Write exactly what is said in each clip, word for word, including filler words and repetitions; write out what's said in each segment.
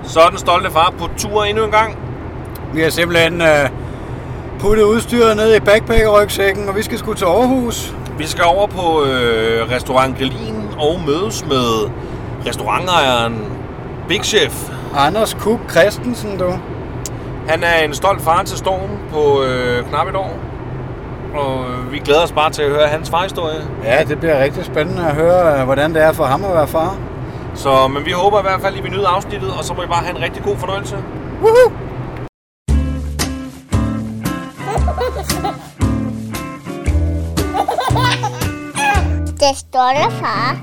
Så er den stolte far på tur endnu en gang. Vi har simpelthen uh, puttet udstyret ned i backpacker-rygsækken, og vi skal sgu til Aarhus. Vi skal over på øh, restaurant Grillin og mødes med restaurantejeren Big Chef Anders Kuk Christensen, du. Han er en stolt far til Storm på øh, knap et år. Og vi glæder os bare til at høre hans farhistorie. Ja, det bliver rigtig spændende at høre, hvordan det er for ham at være far. Så, men vi håber i hvert fald, at I vil nyde afsnittet, og så må I bare have en rigtig god fornøjelse. Woohoo! Det stolte far.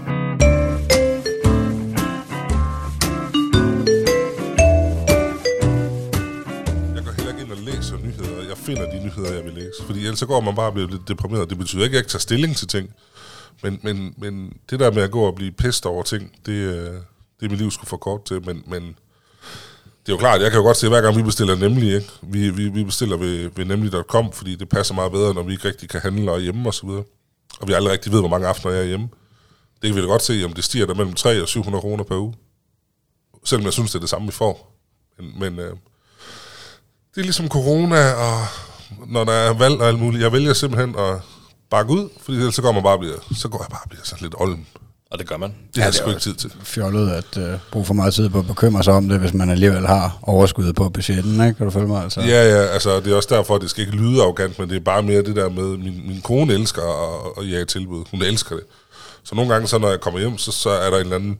Nyheder. Jeg finder de nyheder, jeg vil læse. Fordi ellers så går man bare og bliver lidt deprimeret. Det betyder ikke, at jeg ikke tager stilling til ting. Men, men, men det der med at gå og blive pest over ting, det, det er mit liv skulle for kort til. Men, men det er jo klart, jeg kan jo godt se, at hver gang vi bestiller Nemlig, ikke? Vi, vi, vi bestiller ved, ved nemlig punktum com, fordi det passer meget bedre, når vi ikke rigtig kan handle og hjemme og så videre. Og vi aldrig rigtig ved, hvor mange aftener jeg er hjemme. Det kan vi da godt se, om det stiger der mellem tre hundrede og syv hundrede kroner per uge. Selvom jeg synes, det er det samme, vi får. Men... men øh, det er ligesom corona, og når der er valg og alt muligt. Jeg vælger simpelthen at bakke ud, fordi ellers så går man bare bliver, så går jeg bare og bliver sådan lidt olden. Og det gør man. Det har jeg sgu ikke tid til. Fjollet at uh, bruge for meget tid på at bekymre sig om det, hvis man alligevel har overskud på budgetten, ikke? Kan du følge mig? Altså? Ja, ja, altså det er også derfor, at det skal ikke lyde arrogant, men det er bare mere det der med, min, min kone elsker at, at jage tilbud. Hun elsker det. Så nogle gange, så når jeg kommer hjem, så, så er der en eller anden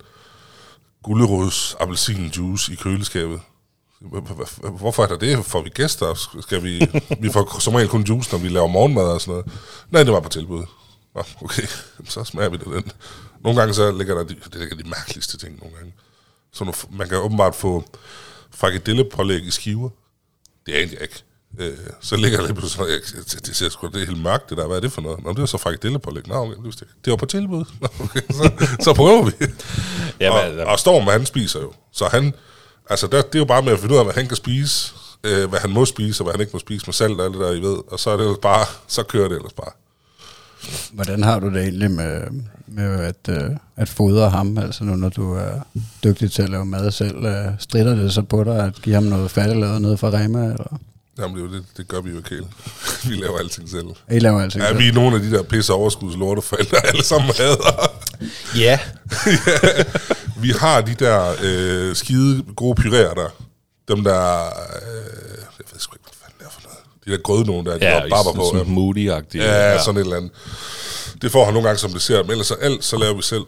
gulerods appelsinjuice i køleskabet. Hvorfor er der det? Får vi gæster? Skal vi, vi får som regel kun juice, når vi laver morgenmad og sådan noget. Nej, det var på tilbud. Nå, okay, så smager vi det den. Nogle gange så ligger der de, det ligger de mærkeligste ting nogle gange. Så nu, man kan åbenbart få frikadellepålæg i skiver. Det er egentlig ikke. Øh, så ligger der lidt på sådan noget, det, det ser sgu, det er helt mørkt det der. Hvad er det for noget? Nå, det er så frikadellepålæg. Nå, okay, det var på tilbud. Nå, okay, så, så prøver vi. Jamen, og, og Storm, han spiser jo. Så han... Altså, det er jo bare med at finde ud af, hvad han kan spise, øh, hvad han må spise, og hvad han ikke må spise med salt og alt det der, I ved. Og så er det ellers bare, så kører det ellers bare. Hvordan har du det egentlig med, med at, øh, at fodre ham, altså nu, når du er dygtig til at lave mad selv? Øh, stritter det så på dig at give ham noget færdiglavet, noget fra Rema, eller? Jamen, det, det, det gør vi jo ikke helt. Vi laver alting selv. I laver alting ja, selv? Vi er nogle af de der pisse overskudslorteforældre, alle sammen hader. Ja. Ja. Vi har de der øh, skide gode pyréer der. Dem der... Øh, jeg ved sgu ikke, hvad fanden det er for noget. De der grøde nogen der, de ja, der barber på. Ja, sådan moody-agtige. Ja, ja, sådan et eller andet. Det får han nogle gange som dessert, men ellers så alt, så laver vi selv.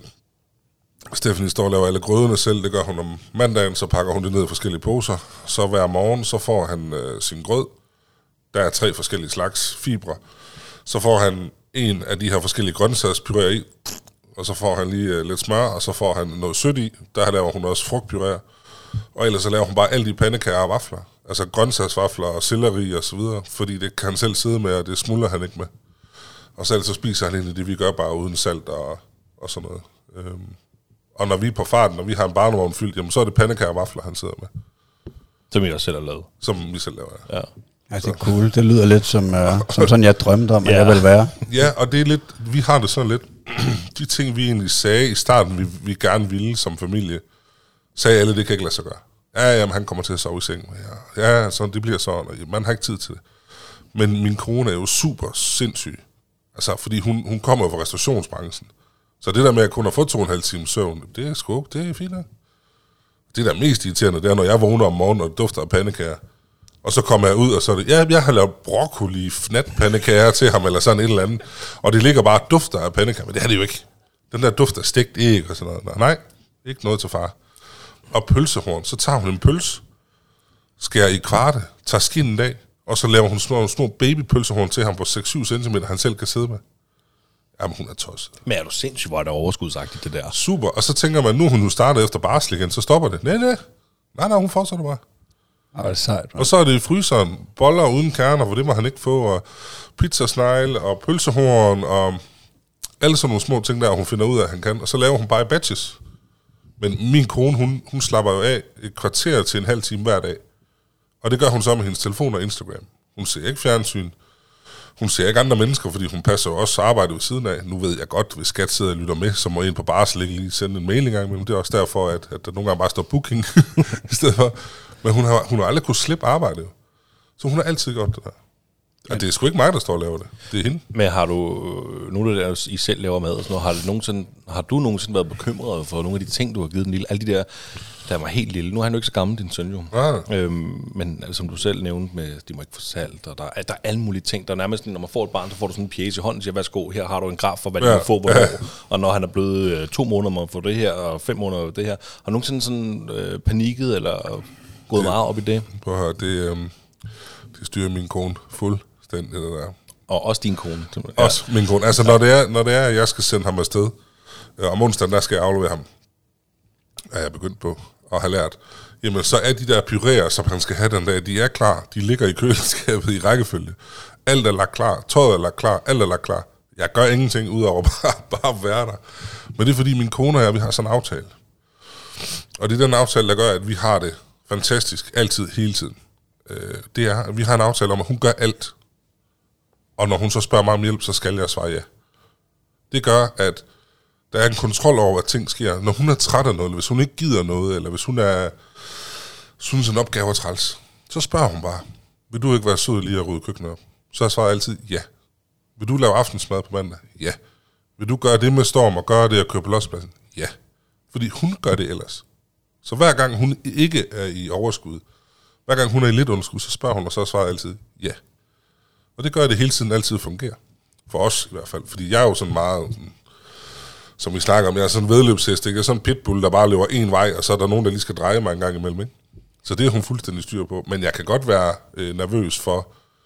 Stephanie står og laver alle grødene selv. Det gør hun om mandagen, så pakker hun det ned i forskellige poser. Så hver morgen, så får han øh, sin grød. Der er tre forskellige slags fibre. Så får han en af de her forskellige grøntsagspyréer i. Og så får han lige uh, lidt smør, og så får han noget sødt i. Der laver hun også frugtpyréer. Og ellers så laver hun bare alle de pandekager og vafler. Altså grøntsagsvafler og selleri og så videre. Fordi det kan han selv sidde med, og det smuldrer han ikke med. Og så ellers så spiser han egentlig det, vi gør, bare uden salt og, og sådan noget. Øhm. Og når vi er på farten, når vi har en barnevogn fyldt, jamen så er det pandekager og vafler, han sidder med. Som I også selv har lavet. Som vi selv laver, ja. Ja. Ja, det er cool. Det lyder lidt som, uh, som sådan, jeg drømte om, at ja. jeg ville være. Ja, og det er lidt, vi har det sådan lidt, de ting, vi egentlig sagde i starten, vi, vi gerne ville som familie, sagde alle, det kan ikke lade sig gøre. Ja, jamen, han kommer til at sove i sengen. Ja, ja så det bliver sådan, og man har ikke tid til det. Men min kone er jo super sindssyg. Altså, fordi hun, hun kommer jo fra restaurationsbranchen. Så det der med at kun have fået to og en halv time søvn, det er sgu, det er fint. Det der er mest irriterende, det er, når jeg vågner om morgenen, og det dufter af pandekager. Og så kommer jeg ud, og så er det, ja, jeg har lavet broccoli, fnatpandekager til ham, eller sådan et eller andet. Og det ligger bare dufter af pandekager, men det er det jo ikke. Den der duft af stegt æg og sådan noget. Nej, ikke noget til far. Og pølsehorn, så tager hun en pølse, skærer i kvarte, tager skinnen af, og så laver hun sådan en stor babypølsehorn til ham på seks til syv centimeter, han selv kan sidde med. Jamen, hun er tosset. Men er du sindssygt, hvor er det overskudsagtigt, det der? Super, og så tænker man, nu hun nu starter efter barsel igen, så stopper det. Nej, nej, nej, nej, hun fortsætter bare. Oh, det er sejt, og så er det i fryseren, boller uden kerner, for det må han ikke få, og pizzasnegle, og pølsehorn, og alle sådan nogle små ting der, hun finder ud af, at han kan. Og så laver hun bare i batches. Men min kone, hun, hun slapper jo af et kvarter til en halv time hver dag. Og det gør hun så med hendes telefon og Instagram. Hun ser ikke fjernsyn. hun ser ikke andre mennesker, fordi hun passer jo også arbejde ved siden af. Nu ved jeg godt, hvis skat sidder og lytter med, så må en på barsel ikke lige sende en mail engang imellem. Det er også derfor, at, at der nogle gange bare står booking i stedet for. Men hun har, hun har aldrig kunnet slippe arbejde. Så hun har altid gjort det der. Og det er sgu ikke mig, der står og laver det. Det er hende. Men har du, nu er det, I selv laver mad og sådan noget, har, det nogensinde, har du nogensinde været bekymret for nogle af de ting, du har givet den lille? Alle de der, der var helt lille. Nu er han jo ikke så gammel, din søn jo. Ah. Øhm, men altså, som du selv nævnte med, de må ikke få salt, og der, er, der er alle mulige ting. Der er nærmest, når man får et barn, så får du sådan en pjæse i hånden, og siger, værsgo, her har du en graf for, hvad ja. du får på ja. Og når han er blevet øh, to måneder, må man få det her, og fem måneder det her. Har du nogensinde sådan øh, panikket, eller gået det, meget op i det? Prøv at høre, det, øh, det styrer min kone fuld. Den, det der. Og også din kone. Ja. Også min kone. Altså, når det er, når det er, at jeg skal sende ham afsted, øh, om onsdagen, der skal jeg aflevere ham, er jeg begyndt på og har lært, jamen, så er de der puréer, som han skal have den dag, de er klar. De ligger i køleskabet i rækkefølge. Alt er lagt klar. Tøjet er lagt klar. Alt er lagt klar. Jeg gør ingenting, udover bare, bare at være der. Men det er, fordi min kone og jeg, vi har sådan en aftale. Og det er den aftale, der gør, at vi har det fantastisk, altid, hele tiden. Øh, det er, at vi har en aftale om, at hun gør alt. Og når hun så spørger mig om hjælp, så skal jeg svare ja. Det gør, at der er en kontrol over, hvad ting sker. Når hun er træt af noget, eller hvis hun ikke gider noget, eller hvis hun er, synes en opgave er træls, så spørger hun bare, vil du ikke være sød lige at rydde køkkenet op? Så jeg svarer altid ja. Vil du lave aftensmad på mandag? Ja. Vil du gøre det med Storm og gøre det og køre på lospladsen? Ja. Fordi hun gør det ellers. Så hver gang hun ikke er i overskud, hver gang hun er i lidt underskud, så spørger hun, og så svarer jeg altid ja. Og det gør, at det hele tiden altid fungerer. For os i hvert fald. Fordi jeg er jo sådan meget, sådan, som vi snakker om, jeg er sådan en vedløbshest, ikke? Jeg er sådan en pitbull, der bare løber en vej, og så er der nogen, der lige skal dreje mig en gang imellem, ikke? Så det er hun fuldstændig styr på. Men jeg kan godt være øh, nervøs for,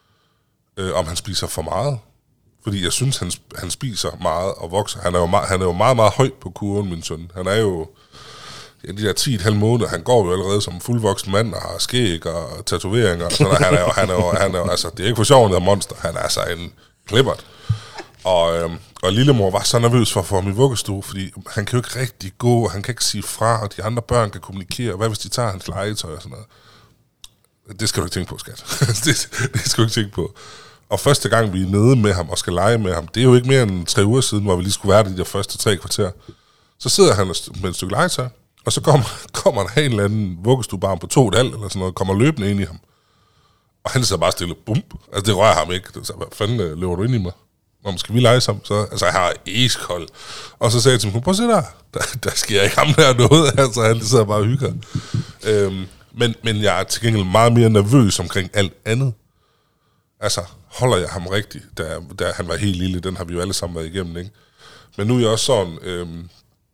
øh, om han spiser for meget. Fordi jeg synes, han, han spiser meget og vokser. Han er, jo meget, han er jo meget, meget høj på kurven, min søn. Han er jo ja, de der ti komma fem måneder. Han går jo allerede som fuldvoksen mand og har skæg og tatoveringer. Og sådan, han er jo, han er jo, han er jo, altså, det er ikke for sjovt, han er monster. Han er altså en klippert. Og, øhm, og lillemor var så nervøs for at få ham i vuggestue, fordi han kan jo ikke rigtig gå, og han kan ikke sige fra, og de andre børn kan kommunikere. Hvad hvis de tager hans legetøj og sådan noget? Det skal du ikke tænke på, skat. det, det skal du ikke tænke på. Og første gang, vi er nede med ham og skal lege med ham, det er jo ikke mere end tre uger siden, hvor vi lige skulle være de der første tre kvarter. Så sidder han med et stykke legetøj, og så kommer, kommer der en eller anden vuggestuebarn på to et halvt eller sådan noget, kommer løbende ind i ham. Og han sidder bare stille, bump. Altså, det rører ham ikke. Så, hvad fanden løber du ind i mig? Om skal vi lege sammen? Så, altså, jeg har iskold. Og så sagde jeg til ham, prøv at se der. der. Der sker ikke ham der noget. Altså, han sidder bare og hygger. Øhm, men, men jeg er til gengæld meget mere nervøs omkring alt andet. Altså, holder jeg ham rigtigt, da, da han var helt lille, den har vi jo alle sammen været igennem, ikke? Men nu er jeg også sådan, øhm,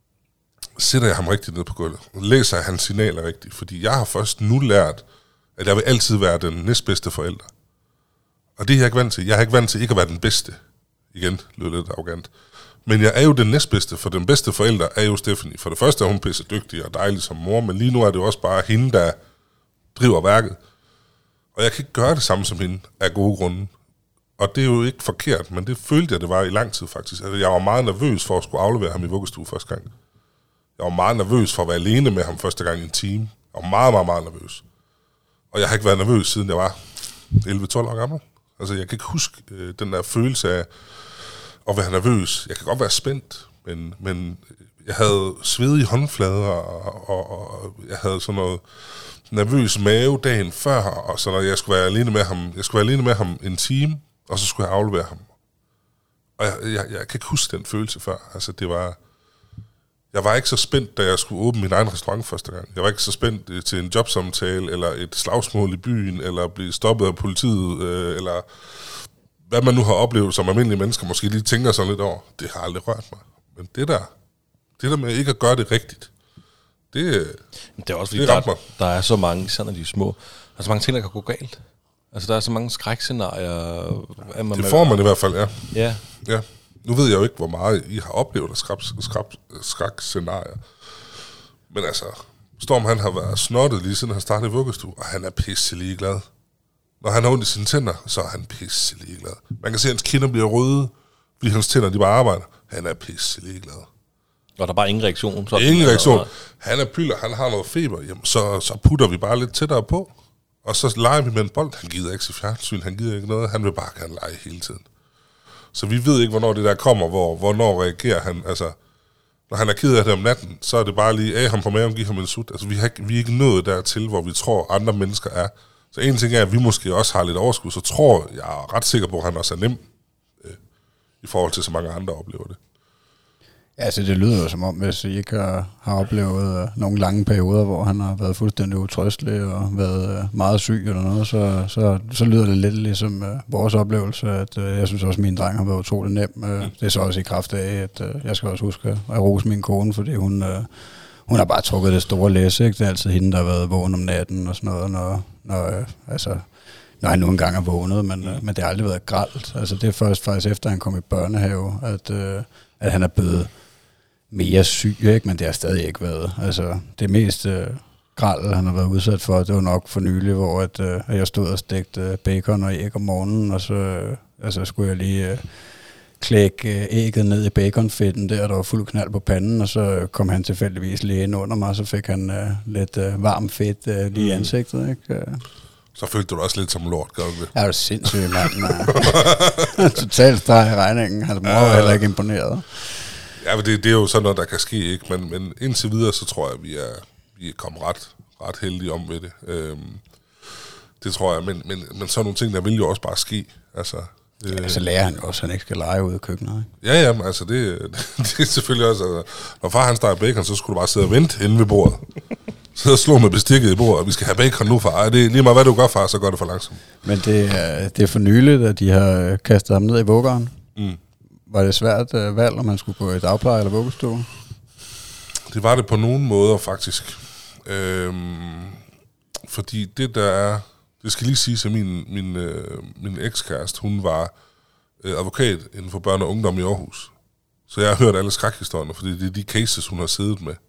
sætter jeg ham rigtigt ned på gulvet, læser jeg hans signaler rigtigt, fordi jeg har først nu lært, at jeg vil altid være den næstbedste forælder. Og det er jeg ikke vant til. Jeg er ikke vant til ikke at være den bedste. Igen, lyder lidt arrogant. Men jeg er jo den næstbedste, for den bedste forælder er jo Stephanie. For det første er hun pisse dygtig og dejlig som mor, men lige nu er det jo også bare hende, der driver værket. Og jeg kan ikke gøre det samme som hende af gode grunde. Og det er jo ikke forkert, men det følte jeg, det var i lang tid faktisk. Altså, jeg var meget nervøs for at skulle aflevere ham i vuggestue første gang. Jeg var meget nervøs for at være alene med ham første gang i en time. Jeg var meget, meget, meget nervøs. Og jeg har ikke været nervøs, siden jeg var elleve tolv år gammel. Altså, jeg kan ikke huske øh, den der følelse af at være nervøs. Jeg kan godt være spændt, men, men jeg havde svedige håndflader, og, og, og jeg havde sådan noget nervøs mave dagen før, og så når jeg skulle være alene med ham, jeg skulle være alene med ham en time, og så skulle jeg aflevere ham. Og jeg, jeg, jeg kan ikke huske den følelse før. Altså, det var... Jeg var ikke så spændt, da jeg skulle åbne min egen restaurant første gang. Jeg var ikke så spændt til en jobsamtale, eller et slagsmål i byen, eller blive stoppet af politiet, øh, eller hvad man nu har oplevet som almindelige mennesker, måske lige tænker sådan lidt over. Det har aldrig rørt mig. Men det der, det der med ikke at gøre det rigtigt, det, det er også fordi, det der, der er så mange, sådan de små, der er så mange ting, der kan gå galt. Altså, der er så mange skrækscenarier. Man det får man i hvert fald, ja. Ja. Ja. Nu ved jeg jo ikke, hvor meget I har oplevet af skrækscenarier. Men altså, Storm han har været snottet lige siden han startede i vuggestue, og han er pisselig glad. Når han har ondt i sine tænder, så er han pisselig glad. Man kan se, at hans kinder bliver røde, fordi hans tænder de bare arbejder. Han er pisselig glad. Og der er bare ingen reaktion? Så ingen reaktion. Han er pyller, han har noget feber. Jamen, så, så putter vi bare lidt tættere på. Og så leger vi med en bold. Han gider ikke se fjernsyn, han gider ikke noget. Han vil bare gerne lege hele tiden. Så vi ved ikke, hvornår det der kommer, hvor, hvornår reagerer han. Altså, når han er ked af det om natten, så er det bare lige af ham på maven, give ham en sut. Altså, vi, har, vi er ikke nået dertil, hvor vi tror, andre mennesker er. Så en ting er, at vi måske også har lidt overskud, så tror jeg, jeg er ret sikker på, at han også er nem øh, i forhold til, så mange andre oplever det. Ja, altså det lyder jo som om, hvis I ikke har, har oplevet uh, nogle lange perioder, hvor han har været fuldstændig utrøstelig og været uh, meget syg eller noget, så, så, så lyder det lidt ligesom uh, vores oplevelse, at uh, jeg synes også, at min dreng har været utrolig nem. Uh, mm. Det er så også i kraft af, at uh, jeg skal også huske at rose min kone, fordi hun, uh, hun har bare trukket det store læs, ikke? Det er altid hende, der har været vågen om natten og sådan noget, når, når, uh, altså, når han nu engang er vågnet, men, uh, men det har aldrig været grelt. Altså det er først faktisk efter, han kom i børnehave, at, uh, at han er blevet mere syg, ikke? Men det har stadig ikke været. Altså, det mest øh, grald, han har været udsat for, det var nok for nylig, hvor at, øh, at jeg stod og stegte øh, bacon og æg om morgenen, og så øh, altså, skulle jeg lige øh, klække øh, ægget ned i baconfedten der, der var fuld knald på panden, og så kom han tilfældigvis lige ind under mig, og så fik han øh, lidt øh, varm fedt øh, lige i ansigtet, ikke? Så følte du dig også lidt som lort, gør du det? Ja, det er sindssygt, mand. Totalt streg i regningen. Hans mor var heller ikke imponeret. Ja, men det, det er jo sådan noget, der kan ske, ikke? Men, men indtil videre, så tror jeg, at vi er, vi er kommet ret, ret heldige om ved det. Øhm, det tror jeg, men, men, men sådan nogle ting, der vil jo også bare ske. Altså, øh, ja, så lærer han jo også, at han ikke skal lege ude i køkkenet, ikke? Ja, ja, altså det, det er selvfølgelig også, altså, når far han steger bacon, så skulle du bare sidde og vente inde ved bordet. Så slå med bestikket i bordet, og vi skal have bacon nu, far. Det er lige meget, hvad du gør, far, så gør det for langsomt. Men det er, det er for nyligt, at de har kastet ham ned i vuggeren. Mm. Var det svært uh, valg, om man skulle gå i dagpleje eller vuggestue? Det var det på nogle måder, faktisk. Øhm, fordi det der er... Det skal lige siges, at min, min, øh, min ekskæreste, hun var øh, advokat inden for børn og ungdom i Aarhus. Så jeg har hørt alle skrækhistorierne, fordi det er de cases, hun har siddet med.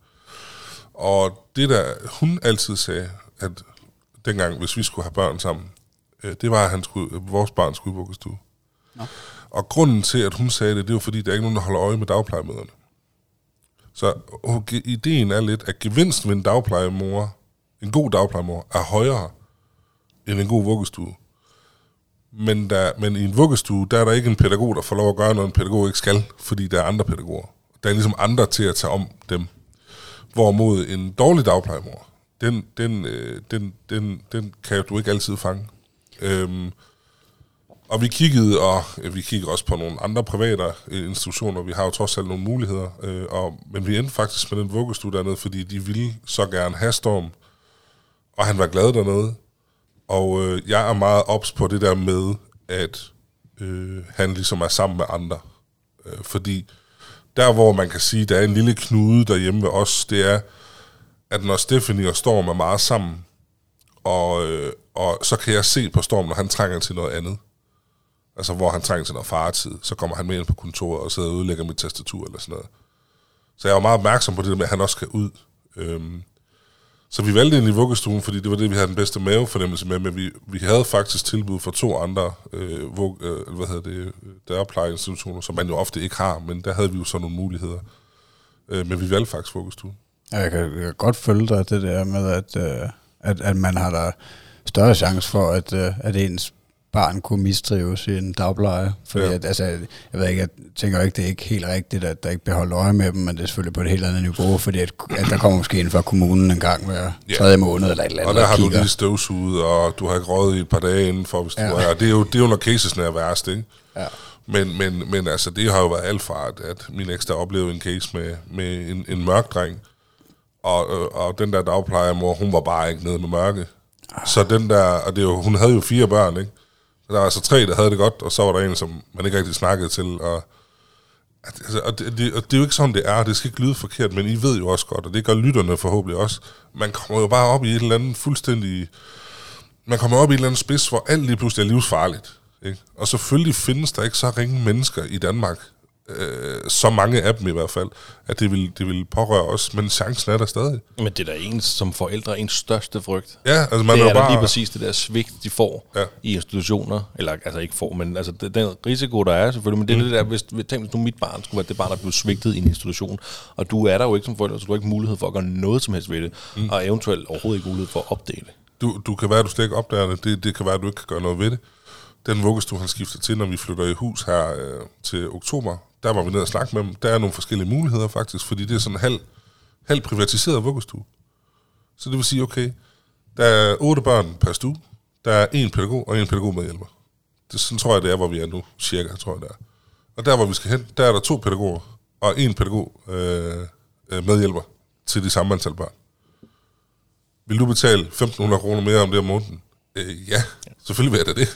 Og det der, hun altid sagde, at dengang, hvis vi skulle have børn sammen, øh, det var, at han skulle, vores barn skulle i vuggestue. Nå. Og grunden til, at hun sagde det, det var fordi, der er ikke nogen, der holder øje med dagplejemøderne. Så ideen er lidt, at gevinsten ved en dagplejemor, en god dagplejemor, er højere end en god vuggestue. Men, der, men i en vuggestue, der er der ikke en pædagog, der får lov at gøre noget, en pædagog ikke skal, fordi der er andre pædagoger. Der er ligesom andre til at tage om dem. Hvorimod en dårlig dagplejemor, den, den, den, den, den kan du ikke altid fange. Øhm, Og vi kiggede, og øh, vi kiggede også på nogle andre private øh, institutioner. Vi har jo trods alt nogle muligheder. Øh, og, men vi endte faktisk med den vuggestue dernede, fordi de ville så gerne have Storm. Og han var glad dernede. Og øh, jeg er meget ops på det der med, at øh, han ligesom er sammen med andre. Øh, fordi der, hvor man kan sige, der er en lille knude derhjemme ved os, det er, at når Stephanie og Storm er meget sammen, og, øh, og så kan jeg se på Storm, når han trænger til noget andet. Altså, hvor han trænger til noget faretid, så kommer han med ind på kontoret og sidder og udlægger mit tastatur eller sådan noget. Så jeg var meget opmærksom på det med, at han også skal ud. Øhm, så vi valgte ind i vuggestuen, fordi det var det, vi havde den bedste mavefornemmelse med, men vi, vi havde faktisk tilbud for to andre øh, vug, øh, hvad hedder det, dagplejeinstitutioner, som man jo ofte ikke har, men der havde vi jo så nogle muligheder. Øh, men vi valgte faktisk vuggestuen. Ja, jeg, kan, jeg kan godt følge dig det der med, at, øh, at, at man har der større chance for, at, øh, at ens barn kunne mistrives i en dagpleje. Fordi ja. at, altså, jeg ved ikke, jeg tænker ikke, det er ikke helt rigtigt, at der ikke bliver holdt øje med dem, men det er selvfølgelig på et helt andet niveau, fordi at, at der kommer måske ind fra kommunen en gang hver ja. tredje måned eller et eller andet. Og der har kigger. Du lige støvsuget, og du har ikke røget i et par dage indenfor, hvis ja. du er. Det er jo, det er jo når casesne er værst, ikke? Ja. Men, men, men altså, det har jo været alt fra, at, at min eks der oplevede en case med, med en, en mørk dreng, og, og den der dagplejemor, hun var bare ikke nede med mørke. Ah. Så den der, og det er jo, hun havde jo fire børn, ikke? Der var altså tre, der havde det godt, og så var der en, som man ikke rigtig snakkede til. Og, altså, og, det, det, og det er jo ikke sådan, det er. Det skal ikke lyde forkert, men I ved jo også godt, og det gør lytterne forhåbentlig også. Man kommer jo bare op i et eller andet fuldstændig... Man kommer op i et eller andet spids, hvor alt lige pludselig er livsfarligt. Ikke? Og selvfølgelig findes der ikke så ringe mennesker i Danmark, øh, så mange af dem i hvert fald, at det vil, det vil pårøre os, men chancen er der stadig. Men det er da ens som forældre ens største frygt. Ja, altså man det er, er bare... lige præcis det der svigt, de får ja. i institutioner, eller altså ikke får, men altså det, den risiko, der er selvfølgelig, men det er mm. det der, hvis, tænk, hvis nu mit barn skulle være det barn, der blev svigtet i en institution, og du er der jo ikke som forælder, så du har ikke mulighed for at gøre noget som helst ved det, mm. og eventuelt overhovedet ikke mulighed for at opdele det. Du, du kan være, at du slet ikke opdager det, det, det kan være, at du ikke kan gøre noget ved det. den vuggestue, han skifter til, når vi flytter i hus her øh, til oktober, der var vi nede og snakke med dem. Der er nogle forskellige muligheder faktisk, fordi det er sådan en halv, halv privatiseret vuggestue. Så det vil sige, okay, der er otte børn per stue, der er en pædagog og en pædagog medhjælper. Det, sådan tror jeg, det er, hvor vi er nu, cirka, tror jeg, det er. Og der, hvor vi skal hen, der er der to pædagoger og en pædagog øh, medhjælper til de samme antal børn. Vil du betale femten hundrede kroner mere om det om måneden? Øh, ja, selvfølgelig vil jeg da det.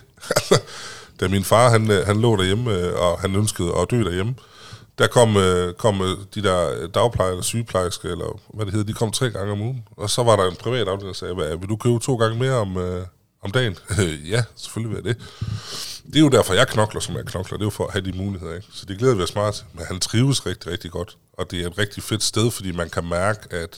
Da min far, han, han lå derhjemme, og han ønskede at dø derhjemme, der kom, kom de der dagplejer eller sygeplejersker, eller hvad det hedder, de kom tre gange om ugen. Og så var der en privat afdeling, der sagde, vil du købe to gange mere om, øh, om dagen? Ja, selvfølgelig vil jeg det. Det er jo derfor, jeg knokler, som jeg knokler. Det er jo for at have de muligheder, ikke? Så det glæder vi os meget til. Men han trives rigtig, rigtig godt. Og det er et rigtig fedt sted, fordi man kan mærke, at,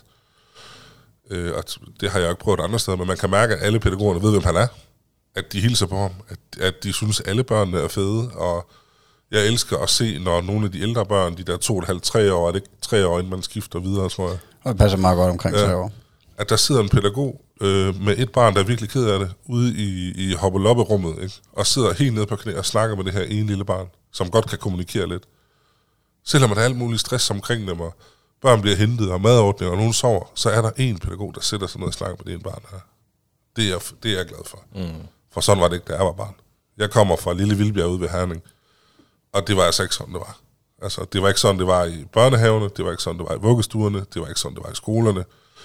øh, at det har jeg ikke prøvet andre steder, men man kan mærke, at alle pædagogerne ved, hvem han er. At de hilser på ham. At, at de synes, at alle børnene er fede. Og jeg elsker at se, når nogle af de ældre børn, de der to og et halvt, tre år, er det ikke tre år, inden man skifter videre, tror jeg. Og det passer meget godt omkring ja, tre år. At der sidder en pædagog øh, med et barn, der er virkelig ked af det, ude i, i hoppe-loppe-rummet, ikke? Og sidder helt nede på knæ og snakker med det her ene lille barn, som godt kan kommunikere lidt. Selvom der er alt muligt stress omkring dem, og børn bliver hentet, og madordning, og nogen sover, så er der en pædagog, der sætter sig ned og snakker med det ene barn her. Det er, det er jeg glad for. Mm. For sådan var det ikke, da jeg var barn. Jeg kommer fra Lille Vildbjerg ude ved Herning, og det var altså ikke sådan, det var. Altså, det var ikke sådan, det var i børnehavene, det var ikke sådan, det var i vuggestuerne, det var ikke sådan, det var i skolerne.